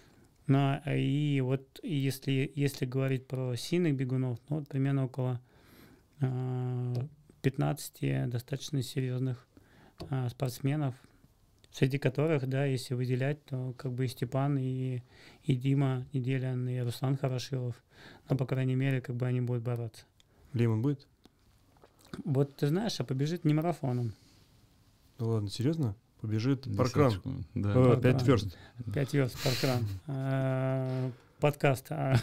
но и вот если, если говорить про сильных бегунов, ну вот примерно около а, пятнадцати достаточно серьезных а, спортсменов среди которых, да, если выделять, то как бы и Степан, и, и Дима Неделин, и Руслан Хорошилов. Но, по крайней мере, как бы они будут бороться. Лейман будет? Вот ты знаешь, а побежит не марафоном. Да ладно, серьезно? Побежит паркран. Десяточку, да. Э, Паркран. Пять верст. Пять верст паркран. А, Подкаст. а.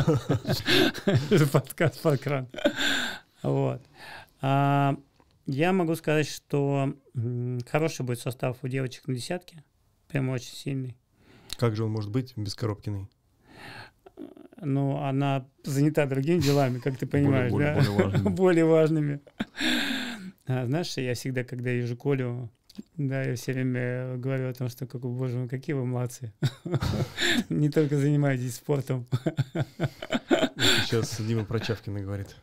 Подкаст паркран. Вот. А, Я могу сказать, что м, хороший будет состав у девочек на десятке. Прям очень сильный. Как же он может быть без Коробкиной? Но она занята другими делами, как ты понимаешь, более- да? более важными. Более важными. А, знаешь, я всегда, когда вижу Колю, да, я все время говорю о том, что, как, боже мой, какие вы молодцы. Не только занимаетесь спортом. Сейчас Дима про Чавкина говорит.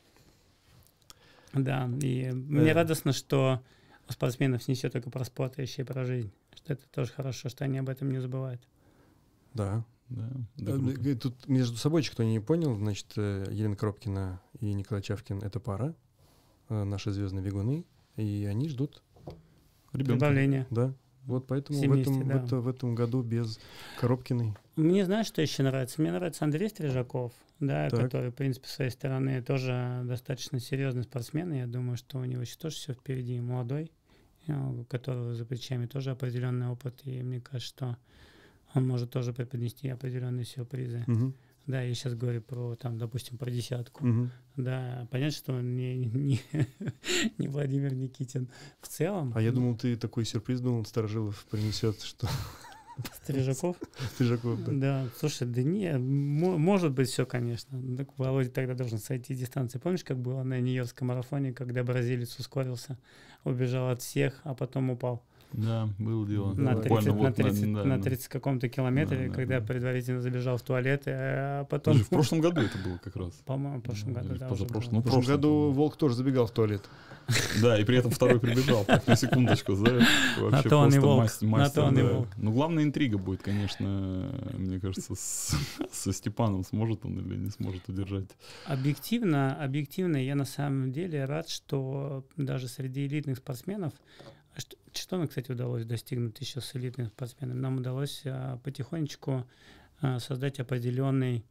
Да, и мне Э. радостно, что у спортсменов не все только про спорт, а еще и про жизнь. Что это тоже хорошо, что они об этом не забывают. Да. Да, да, Э, круто. э, Тут между собой, кто не понял, значит, э, Елена Коробкина и Николай Чавкин — это пара, э, наши звездные бегуны, и они ждут, Ребенка. Прибавление. да. Вот поэтому в Семействе, этом, да. в, это- в этом году без Коробкиной. Мне знаешь, что еще нравится? Мне нравится Андрей Стрижаков, да, Так. который, в принципе, с своей стороны тоже достаточно серьезный спортсмен. Я думаю, что у него еще тоже все впереди. Молодой, э, у которого за плечами тоже определенный опыт. И мне кажется, что он может тоже преподнести определенные сюрпризы. Мгм. Да, я сейчас говорю про, там, допустим, про десятку. Мгм. Да, понятно, что он не, не, не Владимир Никитин в целом. А я думал, ты такой сюрприз думал, Старожилов принесет, что Стрижаков? Стыжаков, да. Да, слушай, да не, мо- может быть все, конечно. Так Володя тогда должен сойти дистанции. Помнишь, как было на Нью-Йоркском марафоне, когда бразилец ускорился, убежал от всех, а потом упал? Да, было дело. На Буквально 30, на вот 30, да, на да. тридцать каком-то километре, Да, да, когда да. предварительно забежал в туалет, а потом, Даже в прошлом году это было как раз. по-моему, в прошлом Да, году, или да, в уже позапрошлом. было. В прошлом году Волк тоже забегал в туалет. Да, и при этом второй прибежал. Так, на секундочку, знаешь. Вообще то он и просто волк, мастер- на мастер, то он и да. волк. Ну, главная интрига будет, конечно, мне кажется, с- со Степаном. Сможет он или не сможет удержать. Объективно, объективно, я на самом деле рад, что даже среди элитных спортсменов, а что, что нам, кстати, удалось достигнуть еще с элитными спортсменами? Нам удалось а, потихонечку а, создать определенный,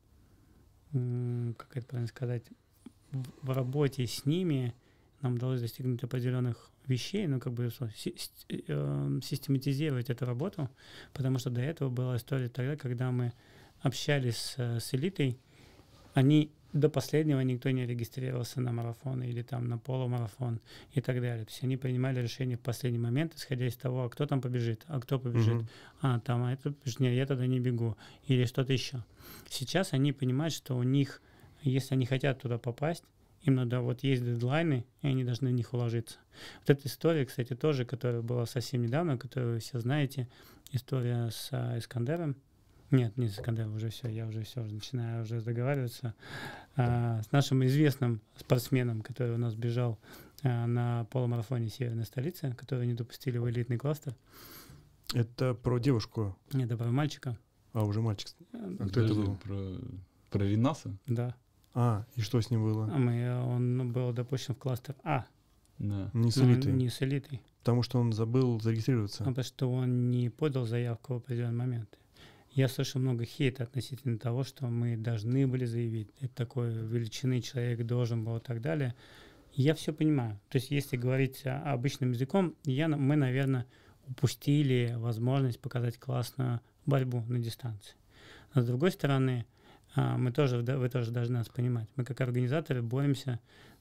м, как это правильно сказать, в, в работе с ними нам удалось достигнуть определенных вещей, ну, как бы что, си- с- э, систематизировать эту работу, потому что до этого была история тогда, когда мы общались с, с элитой, они до последнего никто не регистрировался на марафон или там на полумарафон и так далее. То есть они принимали решение в последний момент, исходя из того, а кто там побежит, а кто побежит, Мгм. а там, а это, нет, я тогда не бегу, или что-то еще. Сейчас они понимают, что у них, если они хотят туда попасть, им надо, вот есть дедлайны, и они должны в них уложиться. Вот эта история, кстати, тоже, которая была совсем недавно, которую вы все знаете, история с а, Искандером. Нет, не с Искандером, уже все, я уже все, уже начинаю уже договариваться. А, с нашим известным спортсменом, который у нас бежал а, на полумарафоне Северной столицы, который не допустили в элитный кластер. Это про девушку, Это про мальчика. а уже мальчик. Э, А кто это Подожди, был? Про, про Ренаса? Да. А, и что с ним было? А мы, он был допущен в кластер А. Да. Не с но элитой. Не с элитой. Потому что он забыл зарегистрироваться. А потому что он не подал заявку в определенный момент. Я слышу много хейта относительно того, что мы должны были заявить, это такой величины человек должен был и так далее. Я все понимаю. То есть, если говорить а, обычным языком, я, на- мы, наверное, упустили возможность показать классную борьбу на дистанции. Но с другой стороны, а, мы тоже, да, вы тоже должны нас понимать. Мы как организаторы боремся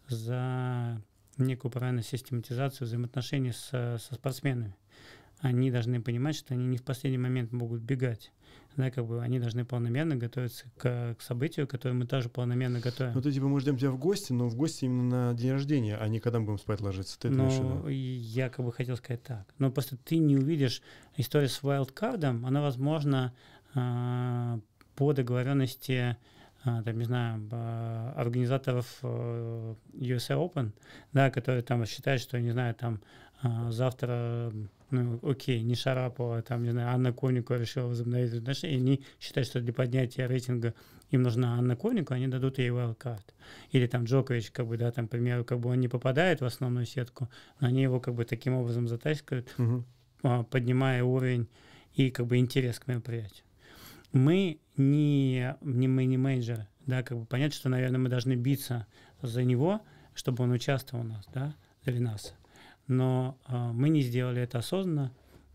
за некую правильную систематизацию взаимоотношений с, со спортсменами. Они должны понимать, что они не в последний момент могут бегать. Да, как бы они должны планомерно готовиться к, к событию, которое мы тоже планомерно готовим. Ну, ты типа, мы ждем тебя в гости, но в гости именно на день рождения, а не когда мы будем спать ложиться. Ты это имеешь в Но виду? я как бы хотел сказать так. Но просто ты не увидишь историю с wildcard'ом, она возможна а, по договоренности, а, там, не знаю, а, организаторов а, ю эс эй Open, да, которые там считают, что, не знаю, там а, завтра, ну, окей, не Шарапова, там, не знаю, Анна Конникова решила возобновить отношения, и они считают, что для поднятия рейтинга им нужна Анна Конникова, они дадут ей wildcard. Или там Джокович, как бы, да, там, к примеру, как бы он не попадает в основную сетку, но они его как бы таким образом затаскивают. Мгм. а, поднимая уровень и как бы интерес к мероприятию. Мы не, не, мы не менеджеры, да, как бы понятно, что, наверное, мы должны биться за него, чтобы он участвовал у нас, да, для нас. Но а, мы не сделали это осознанно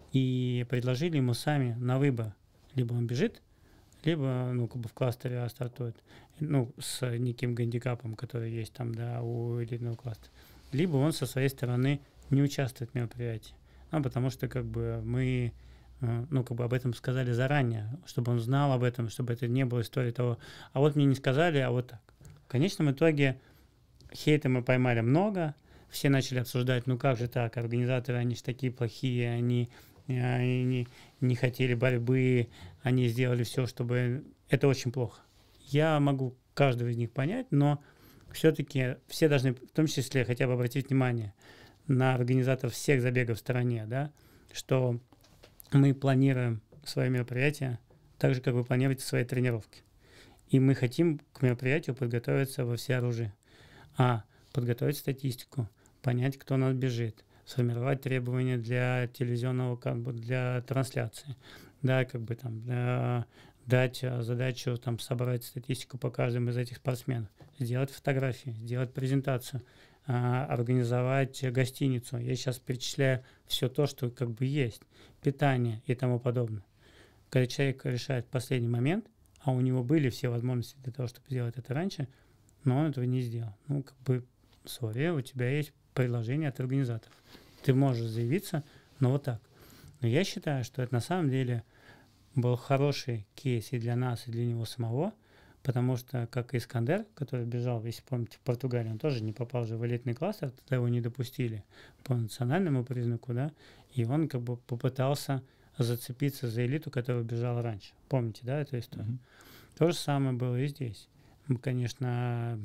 и предложили ему сами на выбор. Либо он бежит, либо, ну, как бы в кластере А стартует, ну, с неким гандикапом, который есть там, да, у элитного кластера. Либо он со своей стороны не участвует в мероприятии. Ну, потому что, как бы, мы, ну, как бы об этом сказали заранее, чтобы он знал об этом, чтобы это не было истории того, а вот мне не сказали, а вот так. В конечном итоге хейта мы поймали много, все начали обсуждать, ну, как же так, организаторы, они же такие плохие, они... Они не, не хотели борьбы, они сделали все, чтобы... Это очень плохо. Я могу каждого из них понять, но все-таки все должны, в том числе, хотя бы обратить внимание на организаторов всех забегов в стране, да, что мы планируем свои мероприятия так же, как вы планируете свои тренировки. И мы хотим к мероприятию подготовиться во всеоружии. А, подготовить статистику, понять, кто у нас бежит, сформировать требования для телевизионного, как бы, для трансляции, да, как бы там, для, дать задачу там собрать статистику по каждому из этих спортсменов, сделать фотографии, сделать презентацию, а, организовать гостиницу. Я сейчас перечисляю все то, что как бы есть, питание и тому подобное. Когда человек решает в последний момент, а у него были все возможности для того, чтобы сделать это раньше, но он этого не сделал. Ну, как бы, сори, у тебя есть предложение от организаторов. Ты можешь заявиться, но вот так. Но я считаю, что это на самом деле был хороший кейс и для нас, и для него самого, потому что, как и Искандер, который бежал, если помните, в Португалии, он тоже не попал же в элитный кластер, тогда его не допустили по национальному признаку, да, и он как бы попытался зацепиться за элиту, которая бежала раньше. Помните, да, эту историю? Mm-hmm. То же самое было и здесь. Конечно,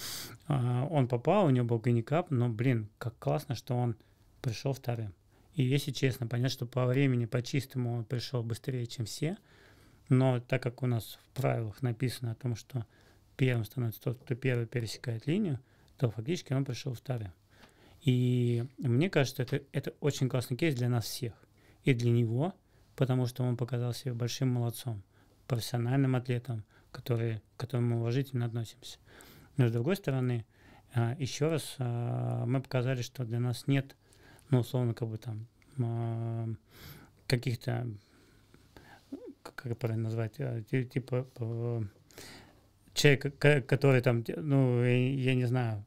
он попал, у него был гандикап, но, блин, как классно, что он пришел вторым. И, если честно, понятно, что по времени, по чистому он пришел быстрее, чем все, но так как у нас в правилах написано о том, что первым становится тот, кто первый пересекает линию, то фактически он пришел вторым. И мне кажется, это, это очень классный кейс для нас всех. И для него, потому что он показал себя большим молодцом, профессиональным атлетом, который, к которому мы уважительно относимся. Но с другой стороны, еще раз мы показали, что для нас нет, ну, условно, как бы там каких-то, как это правильно назвать, типа человек, который там, ну, я не знаю,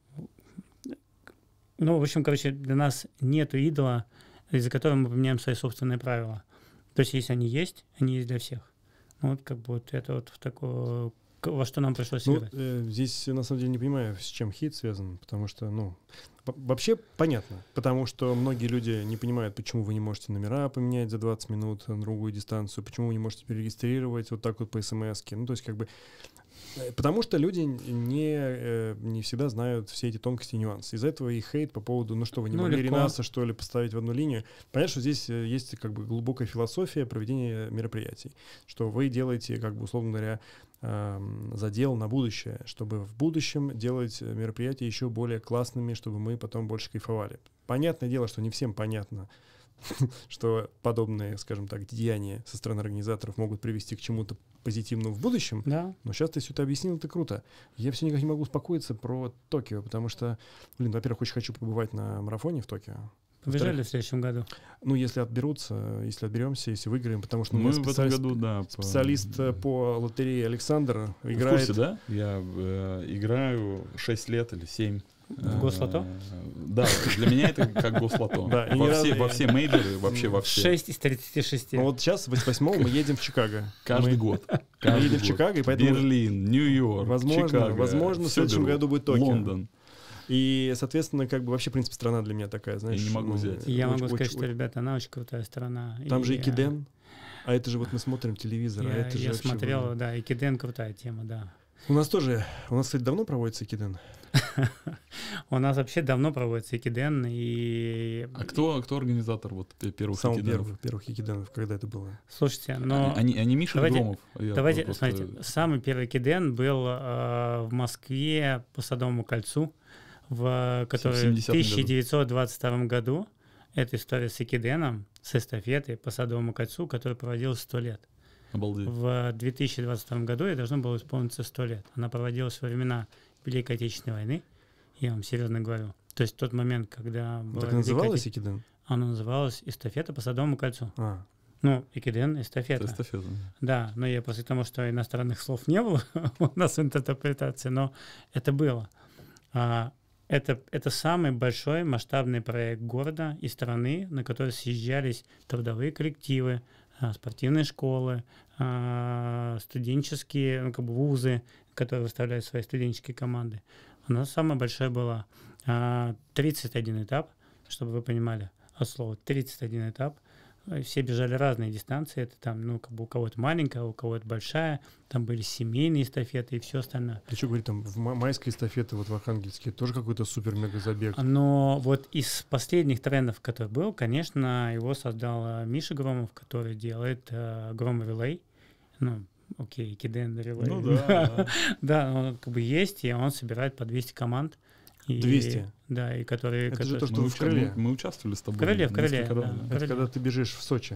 ну, в общем, короче, для нас нету идола, из-за которого мы поменяем свои собственные правила. То есть, если они есть, они есть для всех. Ну, вот как бы вот это вот в такое, во что нам пришлось ну, играть. Э, здесь, на самом деле, не понимаю, с чем хит связан, потому что, ну, вообще понятно, потому что многие люди не понимают, почему вы не можете номера поменять за двадцать минут на другую дистанцию, почему вы не можете перерегистрировать вот так вот по смс-ке. Ну, то есть, как бы, потому что люди не, не всегда знают все эти тонкости и нюансы. Из-за этого и хейт по поводу, ну что, вы не ну, могли легко. Ренаса, что ли, поставить в одну линию. Понятно, что здесь есть как бы глубокая философия проведения мероприятий, что вы делаете, как бы, условно говоря, задел на будущее, чтобы в будущем делать мероприятия еще более классными, чтобы мы потом больше кайфовали. Понятное дело, что не всем понятно, что подобные, скажем так, деяния со стороны организаторов могут привести к чему-то позитивному в будущем, да. Но сейчас ты все это объяснил, это круто. Я все никак не могу успокоиться про Токио, потому что, блин, во-первых, очень хочу побывать на марафоне в Токио. Побежали в следующем году? Ну, если отберутся, если отберемся, если выиграем, потому что мы в этом году, да, специалист по, по лотерее Александр играет. В курсе, да? Я э, играю шесть лет или семь. В Гослото? Да, для меня это как Гослото. Во все мейджоры, вообще во все. шесть из тридцати шести. Ну вот сейчас, восьмого мы едем в Чикаго. Каждый год. Мы едем в Чикаго, и поэтому... Берлин, Нью-Йорк, Возможно, возможно, в следующем году будет Токио. Лондон. И, соответственно, как бы вообще, в принципе, страна для меня такая, знаешь... Я не могу взять. Я могу сказать, что, ребята, она очень крутая страна. Там же Экиден, а это же вот мы смотрим телевизор, а это же... Я смотрел, да, Экиден крутая тема, да. У нас тоже, у нас, кстати, давно проводится Экиден? У нас вообще давно проводится Экиден, и... А кто, кто организатор вот первых Самых Экиденов? первых, первых Экиденов, когда это было? Слушайте, но... Они, они Миша давайте, Громов. Давайте, просто... смотрите, самый первый Экиден был э, в Москве по Садовому кольцу, в, который в тысяча девятьсот двадцать втором году. Это история с Экиденом, с эстафетой по Садовому кольцу, которая проводилась сто лет. Обалдеть. В две тысячи двадцать втором году ей должно было исполниться сто лет. Она проводилась во времена Великой Отечественной войны, я вам серьезно говорю. То есть в тот момент, когда... Ну, была так Великая называлась Оте- Экиден? Она называлась «Эстафета по Садовому кольцу». А, Ну, Экиден, эстафета. Это эстафета. Да, но я после того, что иностранных слов не было у нас в интерпретации, но это было. А, это, это самый большой масштабный проект города и страны, на который съезжались трудовые коллективы, а, спортивные школы, а, студенческие, ну, как бы вузы, которые выставляют свои студенческие команды. У нас самая большая была. А, тридцать один этап, чтобы вы понимали, от слова тридцать один этап. Все бежали разные дистанции. Это там, ну, как бы у кого-то маленькая, у кого-то большая. Там были семейные эстафеты и все остальное. ты что говоришь, там в ма- майской эстафеты вот в Архангельске тоже какой-то супер-мега забег? Но вот из последних трендов, который был, конечно, его создал э, Миша Громов, который делает э, Громов Релей. Ну, окей, Экиден Релей. Ну да, да. Да, он как бы есть, и он собирает по двести команд. И- двести? Да, и которые... Это же которые- то, что Мы, вы в уча- крыле. мы- мы участвовали с тобой. В крыле, в крыле, несколько раз, да. да. Это Крылья. когда ты бежишь в Сочи.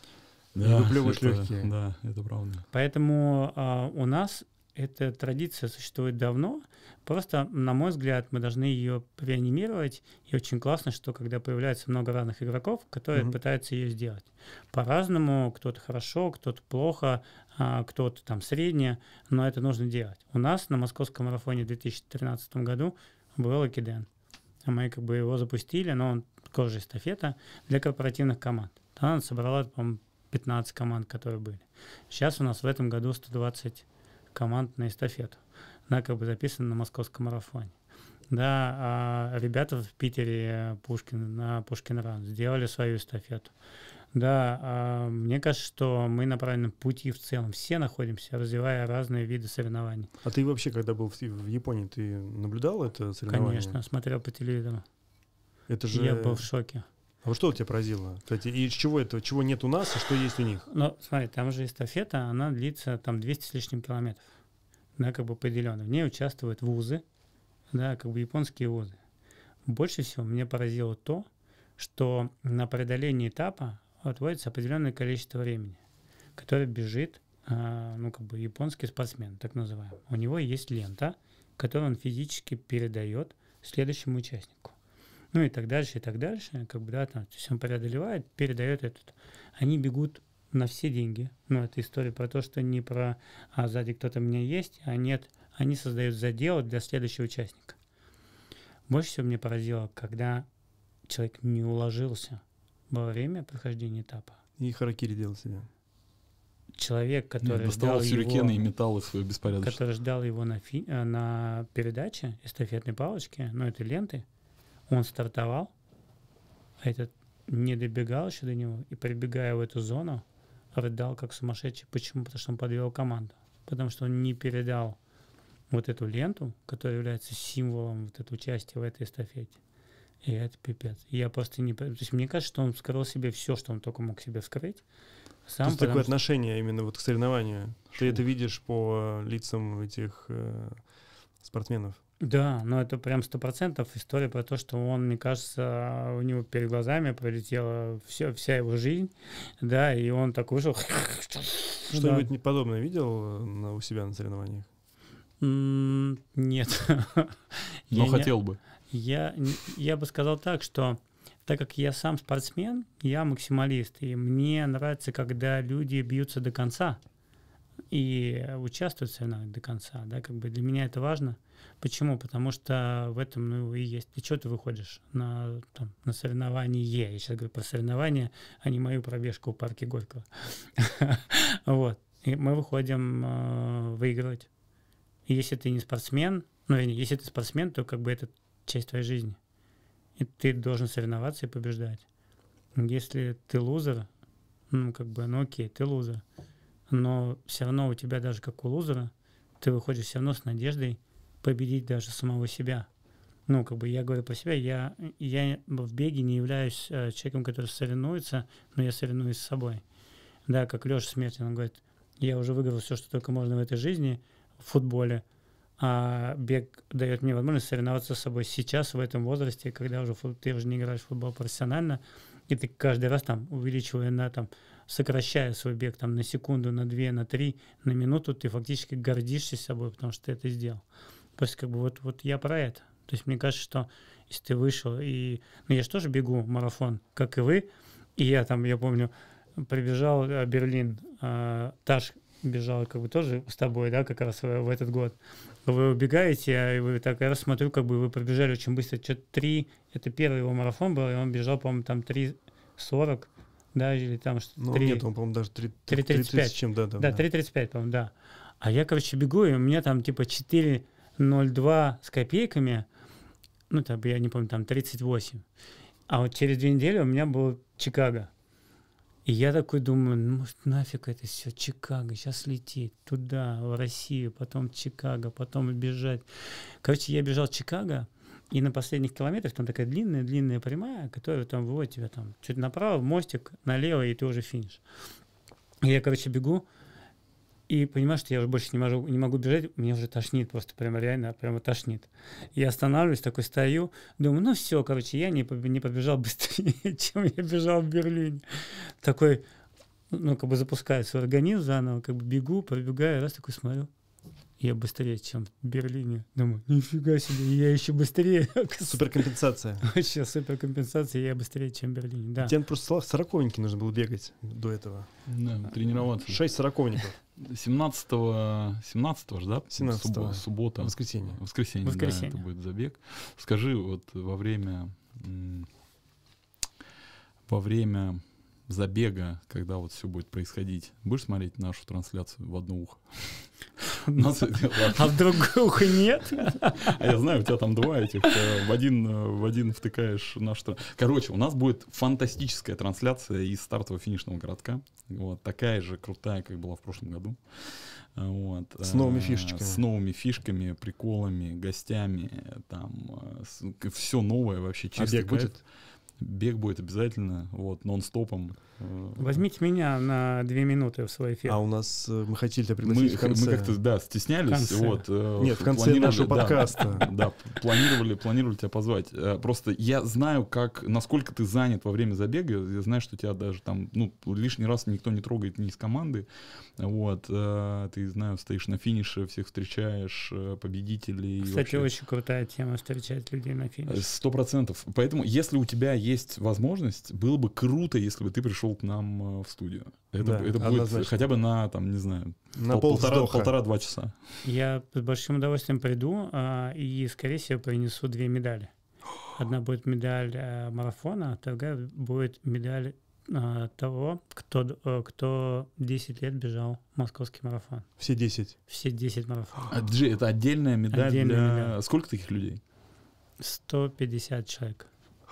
Да, выплевываешь это- легкие. Да, это правда. Поэтому а, у нас эта традиция существует давно. Просто, на мой взгляд, мы должны ее реанимировать. И очень классно, что когда появляется много разных игроков, которые Мгм. пытаются ее сделать. По-разному, кто-то хорошо, кто-то плохо, а, кто-то там среднее, но это нужно делать. У нас на московском марафоне в две тысячи тринадцатом году был Экиден. А мы как бы его запустили, но он тоже эстафета для корпоративных команд. Она собрала, по-моему, пятнадцать команд, которые были. Сейчас у нас в этом году сто двадцать команд на эстафету. Она как бы записана на московском марафоне. Да, а ребята в Питере Пушкин, на Пушкин Ран сделали свою эстафету. Да, а мне кажется, что мы на правильном пути в целом. Все находимся, развивая разные виды соревнований. А ты вообще, когда был в, в Японии, ты наблюдал это соревнование? Конечно, смотрел по телевизору. Это же... Я был в шоке. А вот что тебя поразило? Кстати, и из чего это, чего нет у нас, и что есть у них? Но смотри, там же эстафета, она длится там двести с лишним километров. Да, как бы поделено. В ней участвуют вузы, да, как бы японские вузы. Больше всего меня поразило то, что на преодоление этапа отводится определенное количество времени, которое бежит, а, ну, как бы японский спортсмен, так называемый. У него есть лента, которую он физически передает следующему участнику. Ну и так дальше, и так дальше. Как бы, да, там, то есть он преодолевает, передает этот. Они бегут на все деньги. Ну, это история про то, что не про «а сзади кто-то у меня есть», а нет, они создают задел для следующего участника. Больше всего меня поразило, когда человек не уложился во время прохождения этапа. И харакири делал себе. Человек, который Доставал ждал сюрикены и его, металл их свой беспорядочно. который ждал его на, фи- э, на передаче эстафетной палочки, ну, этой ленты, он стартовал, а этот не добегал еще до него, и прибегая в эту зону, рыдал как сумасшедший. Почему? Потому что он подвел команду. Потому что он не передал вот эту ленту, которая является символом вот этого участия в этой эстафете. И это пипец. Я просто не... То есть мне кажется, что он вскрыл себе все, что он только мог себе вскрыть. Сам, То есть потому такое что- отношение именно вот к соревнованию. Ты Шо? это видишь по э, лицам этих э, спортсменов. Да, но это прям сто процентов история про то, что он, мне кажется, у него перед глазами пролетела все, вся его жизнь, да, и он так вышел. Что-нибудь не подобное видел э, на- у себя на соревнованиях? М, Нет. Но Я не- хотел бы. Я, н- я бы сказал так, что так как я сам спортсмен, я максималист, и мне нравится, когда люди бьются до конца и участвуют в соревнованиях до конца, да, как бы для меня это важно. Почему? Потому что в этом, ну, и есть. И что ты выходишь на, там, на соревнование? Я сейчас говорю про соревнования, а не мою пробежку в парке Горького. Вот. И мы выходим э, выигрывать. И если ты не спортсмен, ну, вернее, если ты спортсмен, то как бы это часть твоей жизни. И ты должен соревноваться и побеждать. Если ты лузер, ну, как бы, ну, окей, ты лузер. Но все равно у тебя даже как у лузера, ты выходишь все равно с надеждой победить даже самого себя. Ну, как бы я говорю про себя, я, я в беге не являюсь э, человеком, который соревнуется, но я соревнуюсь с собой. Да, как Леша Смертин, он говорит, я уже выиграл все, что только можно в этой жизни, в футболе, А бег дает мне возможность соревноваться с собой сейчас, в этом возрасте, когда уже фут- ты уже не играешь в футбол профессионально, и ты каждый раз там, увеличивая на там, сокращая свой бег там на секунду, на две, на три, на минуту, ты фактически гордишься собой, потому что ты это сделал. То есть как бы вот, вот я про это. То есть мне кажется, что если ты вышел и... Ну я же тоже бегу марафон, как и вы, и я там, я помню, прибежал в Берлин, э, Таш бежал как бы тоже с тобой, да, как раз в, в этот год. Вы убегаете, а вы так, я раз смотрю, как бы вы пробежали очень быстро, что-то три, это первый его марафон был, и он бежал, по-моему, там три сорок, да, или там что-то. Ну, три... нет, он, по-моему, даже три три тридцать пять. с чем, да, да. Да, да. три тридцать пять, по-моему, да. А я, короче, бегу, и у меня там типа четыре ноль два с копейками, ну, там, я не помню, там тридцать восемь. А вот через две недели у меня был Чикаго. И я такой думаю, ну, может, нафиг это все, Чикаго, сейчас лететь туда, в Россию, потом Чикаго, потом бежать. Короче, я бежал в Чикаго, и на последних километрах там такая длинная-длинная прямая, которая там выводит тебя там чуть направо, мостик, налево, и ты уже финиш. И я, короче, бегу, и понимаю, что я уже больше не могу, не могу бежать, меня уже тошнит, просто прямо реально, прямо тошнит. Я останавливаюсь, такой стою, думаю, ну все, короче, я не, не побежал быстрее, чем я бежал в Берлине. Такой, ну, как бы запускаю свой организм заново, как бы бегу, пробегаю, раз такой смотрю, я быстрее, чем в Берлине. Думаю, нифига себе, я еще быстрее. Суперкомпенсация. Вообще суперкомпенсация, я быстрее, чем в Берлине, да. Тебе просто сороковники нужно было бегать до этого. Да, тренироваться. Шесть сороковников. семнадцатого, семнадцатого же, да? семнадцатого. Суббо- Суббота. Воскресенье. Воскресенье, Воскресенье. да, это будет забег. Скажи, вот во время, м, во время забега, когда вот все будет происходить, будешь смотреть нашу трансляцию в одно ухо? Нас- А в другое ухо нет? А я знаю, у тебя там два этих, э, в один, э, в один втыкаешь наш... тр- Короче, у нас будет фантастическая трансляция из стартового финишного городка. Вот, такая же крутая, как была в прошлом году. Вот, С новыми э, фишечками. С новыми фишками, приколами, гостями. Там все новое вообще. А Чистый бег кайф. будет? Бег будет обязательно, вот, нон-стопом. Э, Возьмите меня на две минуты в свой эфир. А у нас э, мы хотели тебя Мы, пригласить в конце. мы как-то, да, стеснялись. В конце. Вот, э, Нет, в конце планировали, нашего да, подкаста. Да, планировали, планировали тебя позвать. Э, Просто я знаю, как, насколько ты занят во время забега. Я знаю, что тебя даже там, ну, лишний раз никто не трогает ни из команды. Вот, э, ты, знаю, стоишь на финише, всех встречаешь, э, победителей. Кстати, вообще. очень крутая тема встречать людей на финише. Сто процентов. Поэтому, если у тебя есть возможность, было бы круто, если бы ты пришел к нам э, в студию. Это, Да, это будет однозначно. хотя бы на, там, не знаю, На пол- полтора, полвздоха. полтора-два часа. Я с большим удовольствием приду а, и, скорее всего, принесу две медали. Одна будет медаль а, марафона, а другая будет медаль а, того, кто, а, кто десять лет бежал московский марафон. Все десять. Все десять марафонов. А, Джей, это отдельная медаль Отдельная для... медаль. Сколько таких людей? сто пятьдесят человек.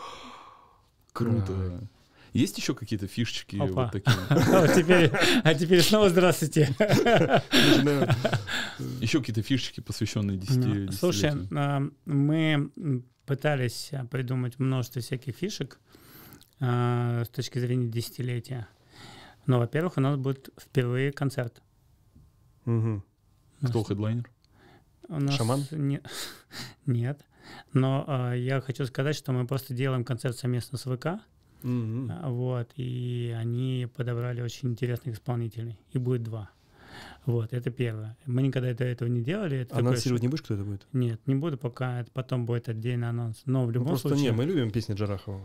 Круто. Есть еще какие-то фишечки Опа. вот такие? А теперь, а теперь снова здравствуйте. Начинаем. Еще какие-то фишечки, посвященные Ну, десяти Слушай, а, мы м, пытались а, придумать множество всяких фишек а, с точки зрения десятилетия. Но, во-первых, у нас будет впервые концерт. Мгм. Кто хедлайнер? У нас Шаман? не- Нет. Но а, я хочу сказать, что мы просто делаем концерт совместно с ВК. Мгм. а, Вот, и они подобрали очень интересных исполнителей. И будет два. Вот, это первое. Мы никогда до этого не делали. Это такое, Анонсировать что- не будешь, кто это будет? Нет, не буду, пока это потом будет отдельный анонс. Но в Ну, любом просто случае... не, мы любим песни Джарахова.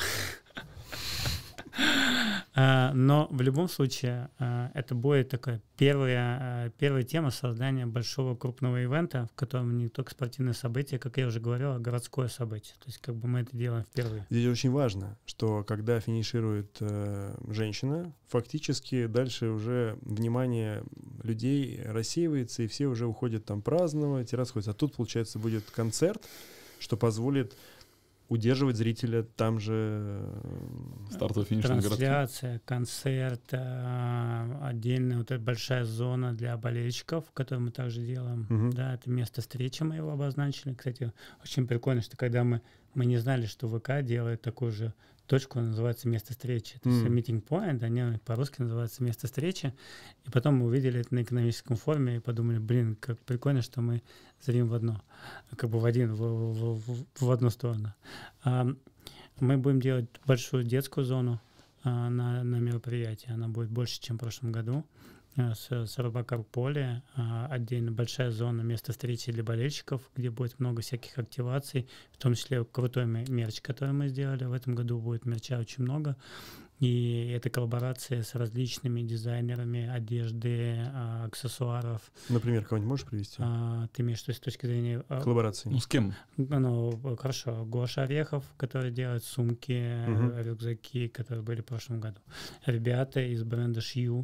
А, Но в любом случае а, это будет такая первая, а, первая тема создания большого крупного ивента, в котором не только спортивные события, как я уже говорил, а городское событие. То есть как бы мы это делаем впервые. Здесь очень важно, что когда финиширует э, женщина, фактически дальше уже внимание людей рассеивается, и все уже уходят там праздновать и расходятся. А тут, получается, будет концерт, что позволит удерживать зрителя там же. э, Стартово-финишный городок. Трансляция, концерт, а, отдельная вот эта большая зона для болельщиков, которую мы также делаем. Мгм. Да, это место встречи мы его обозначили. Кстати, очень прикольно, что когда мы, мы не знали, что ВК делает такую же точку, называется место встречи. То есть М. meeting point, они по-русски называются место встречи. И потом мы увидели это на экономическом форуме и подумали, блин, как прикольно, что мы зрим в одно, как бы в один, в, в- в- в одну сторону. А, Мы будем делать большую детскую зону а, на, на мероприятии. Она будет больше, чем в прошлом году. А, С, с Робокар поле, а, отдельно большая зона, место встречи для болельщиков, где будет много всяких активаций, в том числе крутой ме- мерч, который мы сделали. В этом году будет мерча очень много. И это коллаборация с различными дизайнерами одежды, а, аксессуаров. Например, кого-нибудь можешь привести? А, Ты имеешь в виду с точки зрения... а, Коллаборации. Ну, с кем? Ну, хорошо. Гоша Орехов, который делает сумки, Мгм. э, рюкзаки, которые были в прошлом году. Ребята из бренда Шью,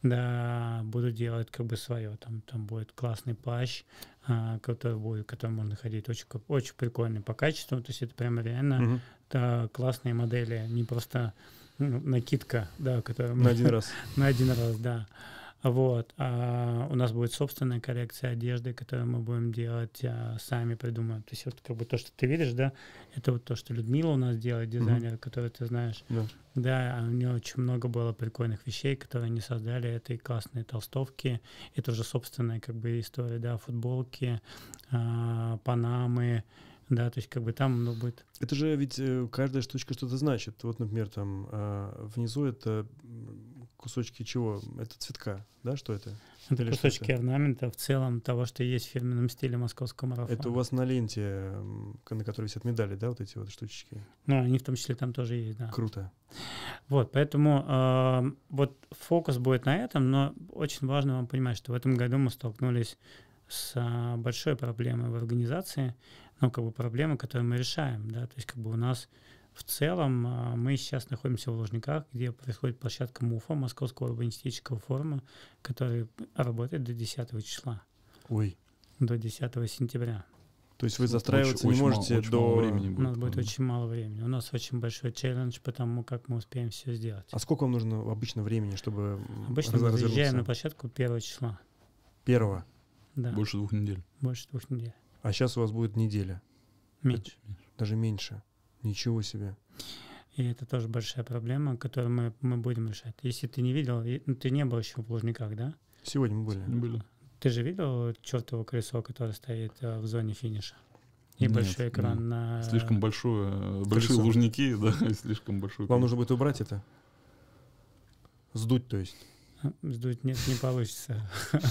да, будут делать как бы свое. Там, там будет классный плащ, а, который будет, в котором можно ходить. Очень, ка- очень прикольный по качеству. То есть это прямо реально Мгм. да, классные модели. Не просто ну, накидка, да, которая На один раз. на один раз, да. Вот. А у нас будет собственная коллекция одежды, которую мы будем делать, а, сами придумаем. То есть вот как бы то, что ты видишь, да, это вот то, что Людмила у нас делает, дизайнер, который ты знаешь. Да. Да, а у нее очень много было прикольных вещей, которые они создали. Это и классные толстовки, это уже собственная как бы история, да, футболки, а, панамы, да, то есть как бы там ну, будет... Это же ведь э, каждая штучка что-то значит. Вот, например, там а, внизу это м, кусочки чего? Это цветка, да? Что это? Это Или что кусочки это? орнамента в целом того, что есть в фирменном стиле московского марафона. Это у вас на ленте, м, к- на которой висят медали, да, вот эти вот штучки? Ну, они в том числе там тоже есть, да. Круто. Вот, поэтому э, вот фокус будет на этом, но очень важно вам понимать, что в этом году мы столкнулись с а, большой проблемой в организации, ну, как бы проблемы, которые мы решаем, да, то есть как бы у нас в целом а, мы сейчас находимся в Лужниках, где происходит площадка МУФа, Московского урбанистического форума, который работает до десятого числа, Ой. до десятого сентября. То есть вы Очень- застраиваться не очень мало- можете очень до... мало времени У нас будет, будет правда. очень мало времени. У нас очень большой челлендж, потому как мы успеем все сделать. А сколько вам нужно обычно времени, чтобы м, Обычно раз- мы заезжаем развернуться? на площадку первого числа. Первого. Да, больше, Больше двух недель. двух недель. А сейчас у вас будет неделя. Меньше. Даже меньше. Ничего себе. И это тоже большая проблема, которую мы, мы будем решать. Если ты не видел, и- ну, ты не был еще в Лужниках, да? Сегодня мы были. Не были. Ты же видел чертово колесо, которое стоит э, в зоне финиша? И Нет, большой экран нет. на... Слишком большое, э, большие колесо. лужники, да, и слишком большой. Вам колесо. нужно будет убрать это? Сдуть, то есть. Сдуть нет, не получится.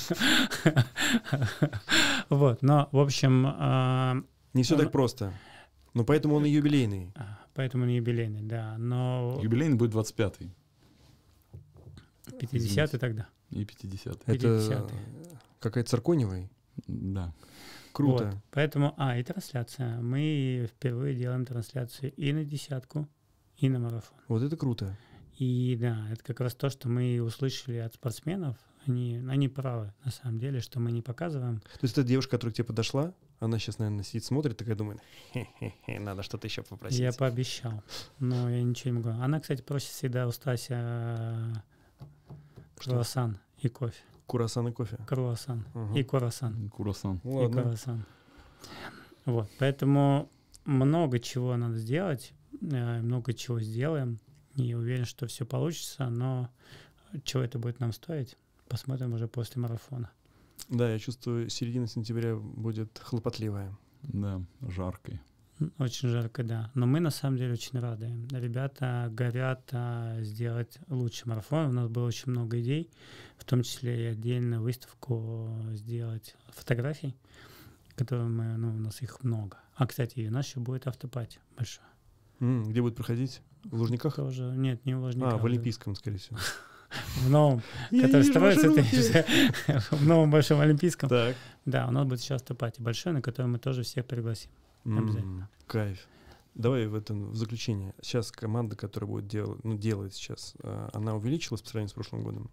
Вот, но, в общем, а, Не все Ну, так просто. Но поэтому он и юбилейный. поэтому не юбилейный, да. Но Юбилейный будет двадцать пятый пятидесятый тогда. и пятидесятый. Это пятидесятый. какая-то цирконевая. Да. Круто. Вот, поэтому, а, и трансляция. Мы впервые делаем трансляцию и на десятку, и на марафон. Вот это круто. И да, это как раз то, что мы услышали от спортсменов. Они, они правы, на самом деле, что мы не показываем. То есть эта девушка, которая к тебе подошла, она сейчас, наверное, сидит, смотрит, такая думает, хе-хе-хе, надо что-то еще попросить. Я пообещал, но я ничего не могу. Она, кстати, просит всегда у Стася э, Что? круассан и кофе. Курасан и кофе. Круассан Ага. и круассан. Курасан. Ну И ладно. круассан. Вот, поэтому много чего надо сделать, э, много чего сделаем. И уверен, что все получится, но чего это будет нам стоить, посмотрим уже после марафона. Да, я чувствую, середина сентября будет хлопотливая. Да, жаркой. Очень жарко, да. Но мы на самом деле очень рады. Ребята горят а, сделать лучший марафон. У нас было очень много идей, в том числе и отдельную выставку сделать фотографий, которые мы, ну, у нас их много. А, кстати, и у нас еще будет автопати большой. М, где будет проходить? В Лужниках? Тоже, нет, не в Лужниках. А, в Олимпийском, скорее всего. В новом, Я который вижу ваши строится, руки. ты- в новом большом Олимпийском. Так. Да, у нас будет сейчас автопати большой, на который мы тоже всех пригласим. Обязательно. М, Кайф. Давай в этом в заключение. Сейчас команда, которая будет делать, ну, делает сейчас, а, она увеличилась по сравнению с прошлым годом?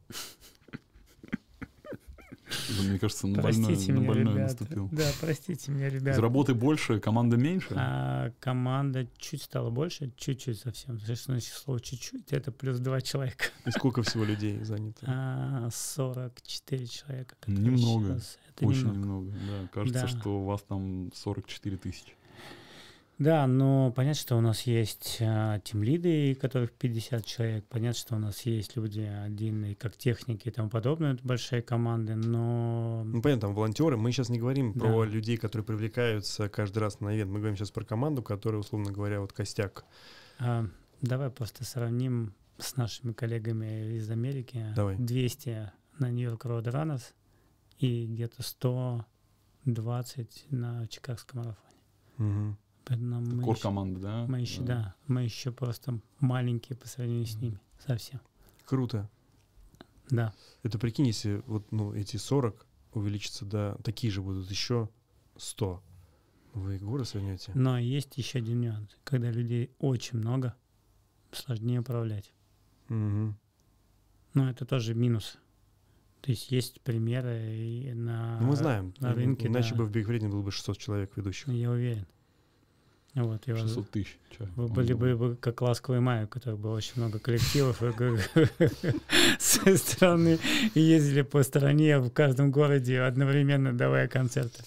Мне кажется, на больное, Простите на меня, больное ребята. наступил. Да, простите меня, Из ребята. работы больше, команда меньше. А, команда чуть стала больше, чуть-чуть совсем. Что значит слово чуть-чуть? Это плюс два человека. И сколько всего людей занято? А, сорок четыре человека. которые Немного. сейчас- Это Очень немного. немного. Да, кажется, Да. что у вас там сорок четыре тысячи. Да, но понятно, что у нас есть а, тимлиды, которых пятьдесят человек. Понятно, что у нас есть люди отдельные, как техники и тому подобное, это большие команды, но... Ну, понятно, там волонтеры. Мы сейчас не говорим Да. про людей, которые привлекаются каждый раз на ивент. Мы говорим сейчас про команду, которая, условно говоря, вот костяк. а, давай просто сравним с нашими коллегами из Америки. Давай. двести на Нью-Йорк Road Runners и где-то сто двадцать на Чикагском марафоне. Мгм. Поэтому мы Кор еще- команды, да? Мы еще, да, мы еще просто маленькие по сравнению с ними. Совсем. Круто. Да. Это прикинь, если вот ну, эти сорок увеличатся до... Такие же будут еще сто. Вы горы свернете? Но есть еще один нюанс. Когда людей очень много, сложнее управлять. Мгм. Но это тоже минус. То есть есть примеры и на, Ну, мы знаем. на рынке. Иначе да. бы в Big Вредне было бы шестьсот человек ведущих. Я уверен. Вот, и вот шестьсот тысяч. чё, вы он были был. бы бы как «Ласковый май», у которых было очень много коллективов и как- со стороны и ездили по стране в каждом городе, одновременно давая концерты.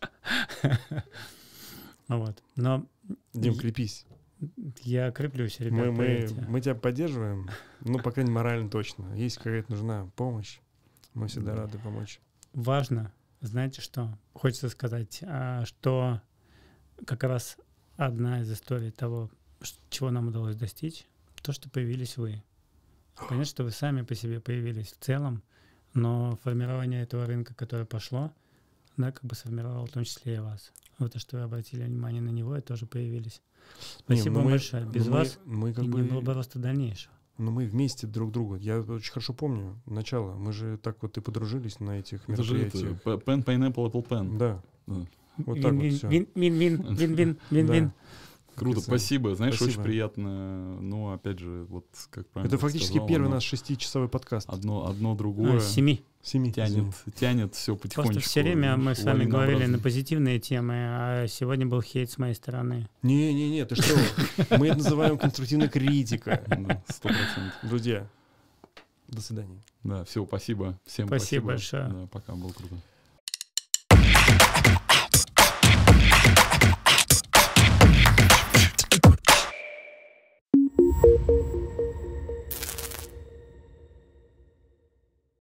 Вот. Но Дим, И- крепись. я креплюсь, ребят, Мы, мы, поверьте. мы тебя поддерживаем. Ну, по крайней мере, морально точно. Если какая-то нужна помощь, мы всегда рады помочь. Важно, знаете что, хочется сказать, а, что как раз одна из историй того, ш- чего нам удалось достичь, то, что появились вы. Понятно, что вы сами по себе появились в целом, но формирование этого рынка, которое пошло, да, как бы сформировало в том числе и вас. Вот то, что вы обратили внимание на него, и тоже появились. Не, Спасибо ну вам мы- большое. Без ну мы- вас мы как и бы, не было бы роста дальнейшего. ну, мы вместе друг другу. Я очень хорошо помню начало. Мы же так вот и подружились на этих Это же это, мероприятиях. п- Pen, Pineapple, Apple Pen. Да. Да. Вот так вот Вин-вин, всё. вин- вин-вин, вин-вин, вин-вин. Круто, Спасибо. спасибо. Знаешь, Спасибо. очень приятно. Ну, опять же, вот как правильно Это ты фактически сказал, первый оно наш шестичасовой подкаст. Одно, одно другое А, Семи. Семи. тянет, тянет все потихонечку. Просто все время мы с вами говорили на лавинообразно. позитивные темы, а сегодня был хейт с моей стороны. Не-не-не, ты что? Мы это называем конструктивная критика. Да, сто процентов. Друзья, до свидания. Да, все, спасибо. Всем Спасибо спасибо. большое. Да, пока, было круто.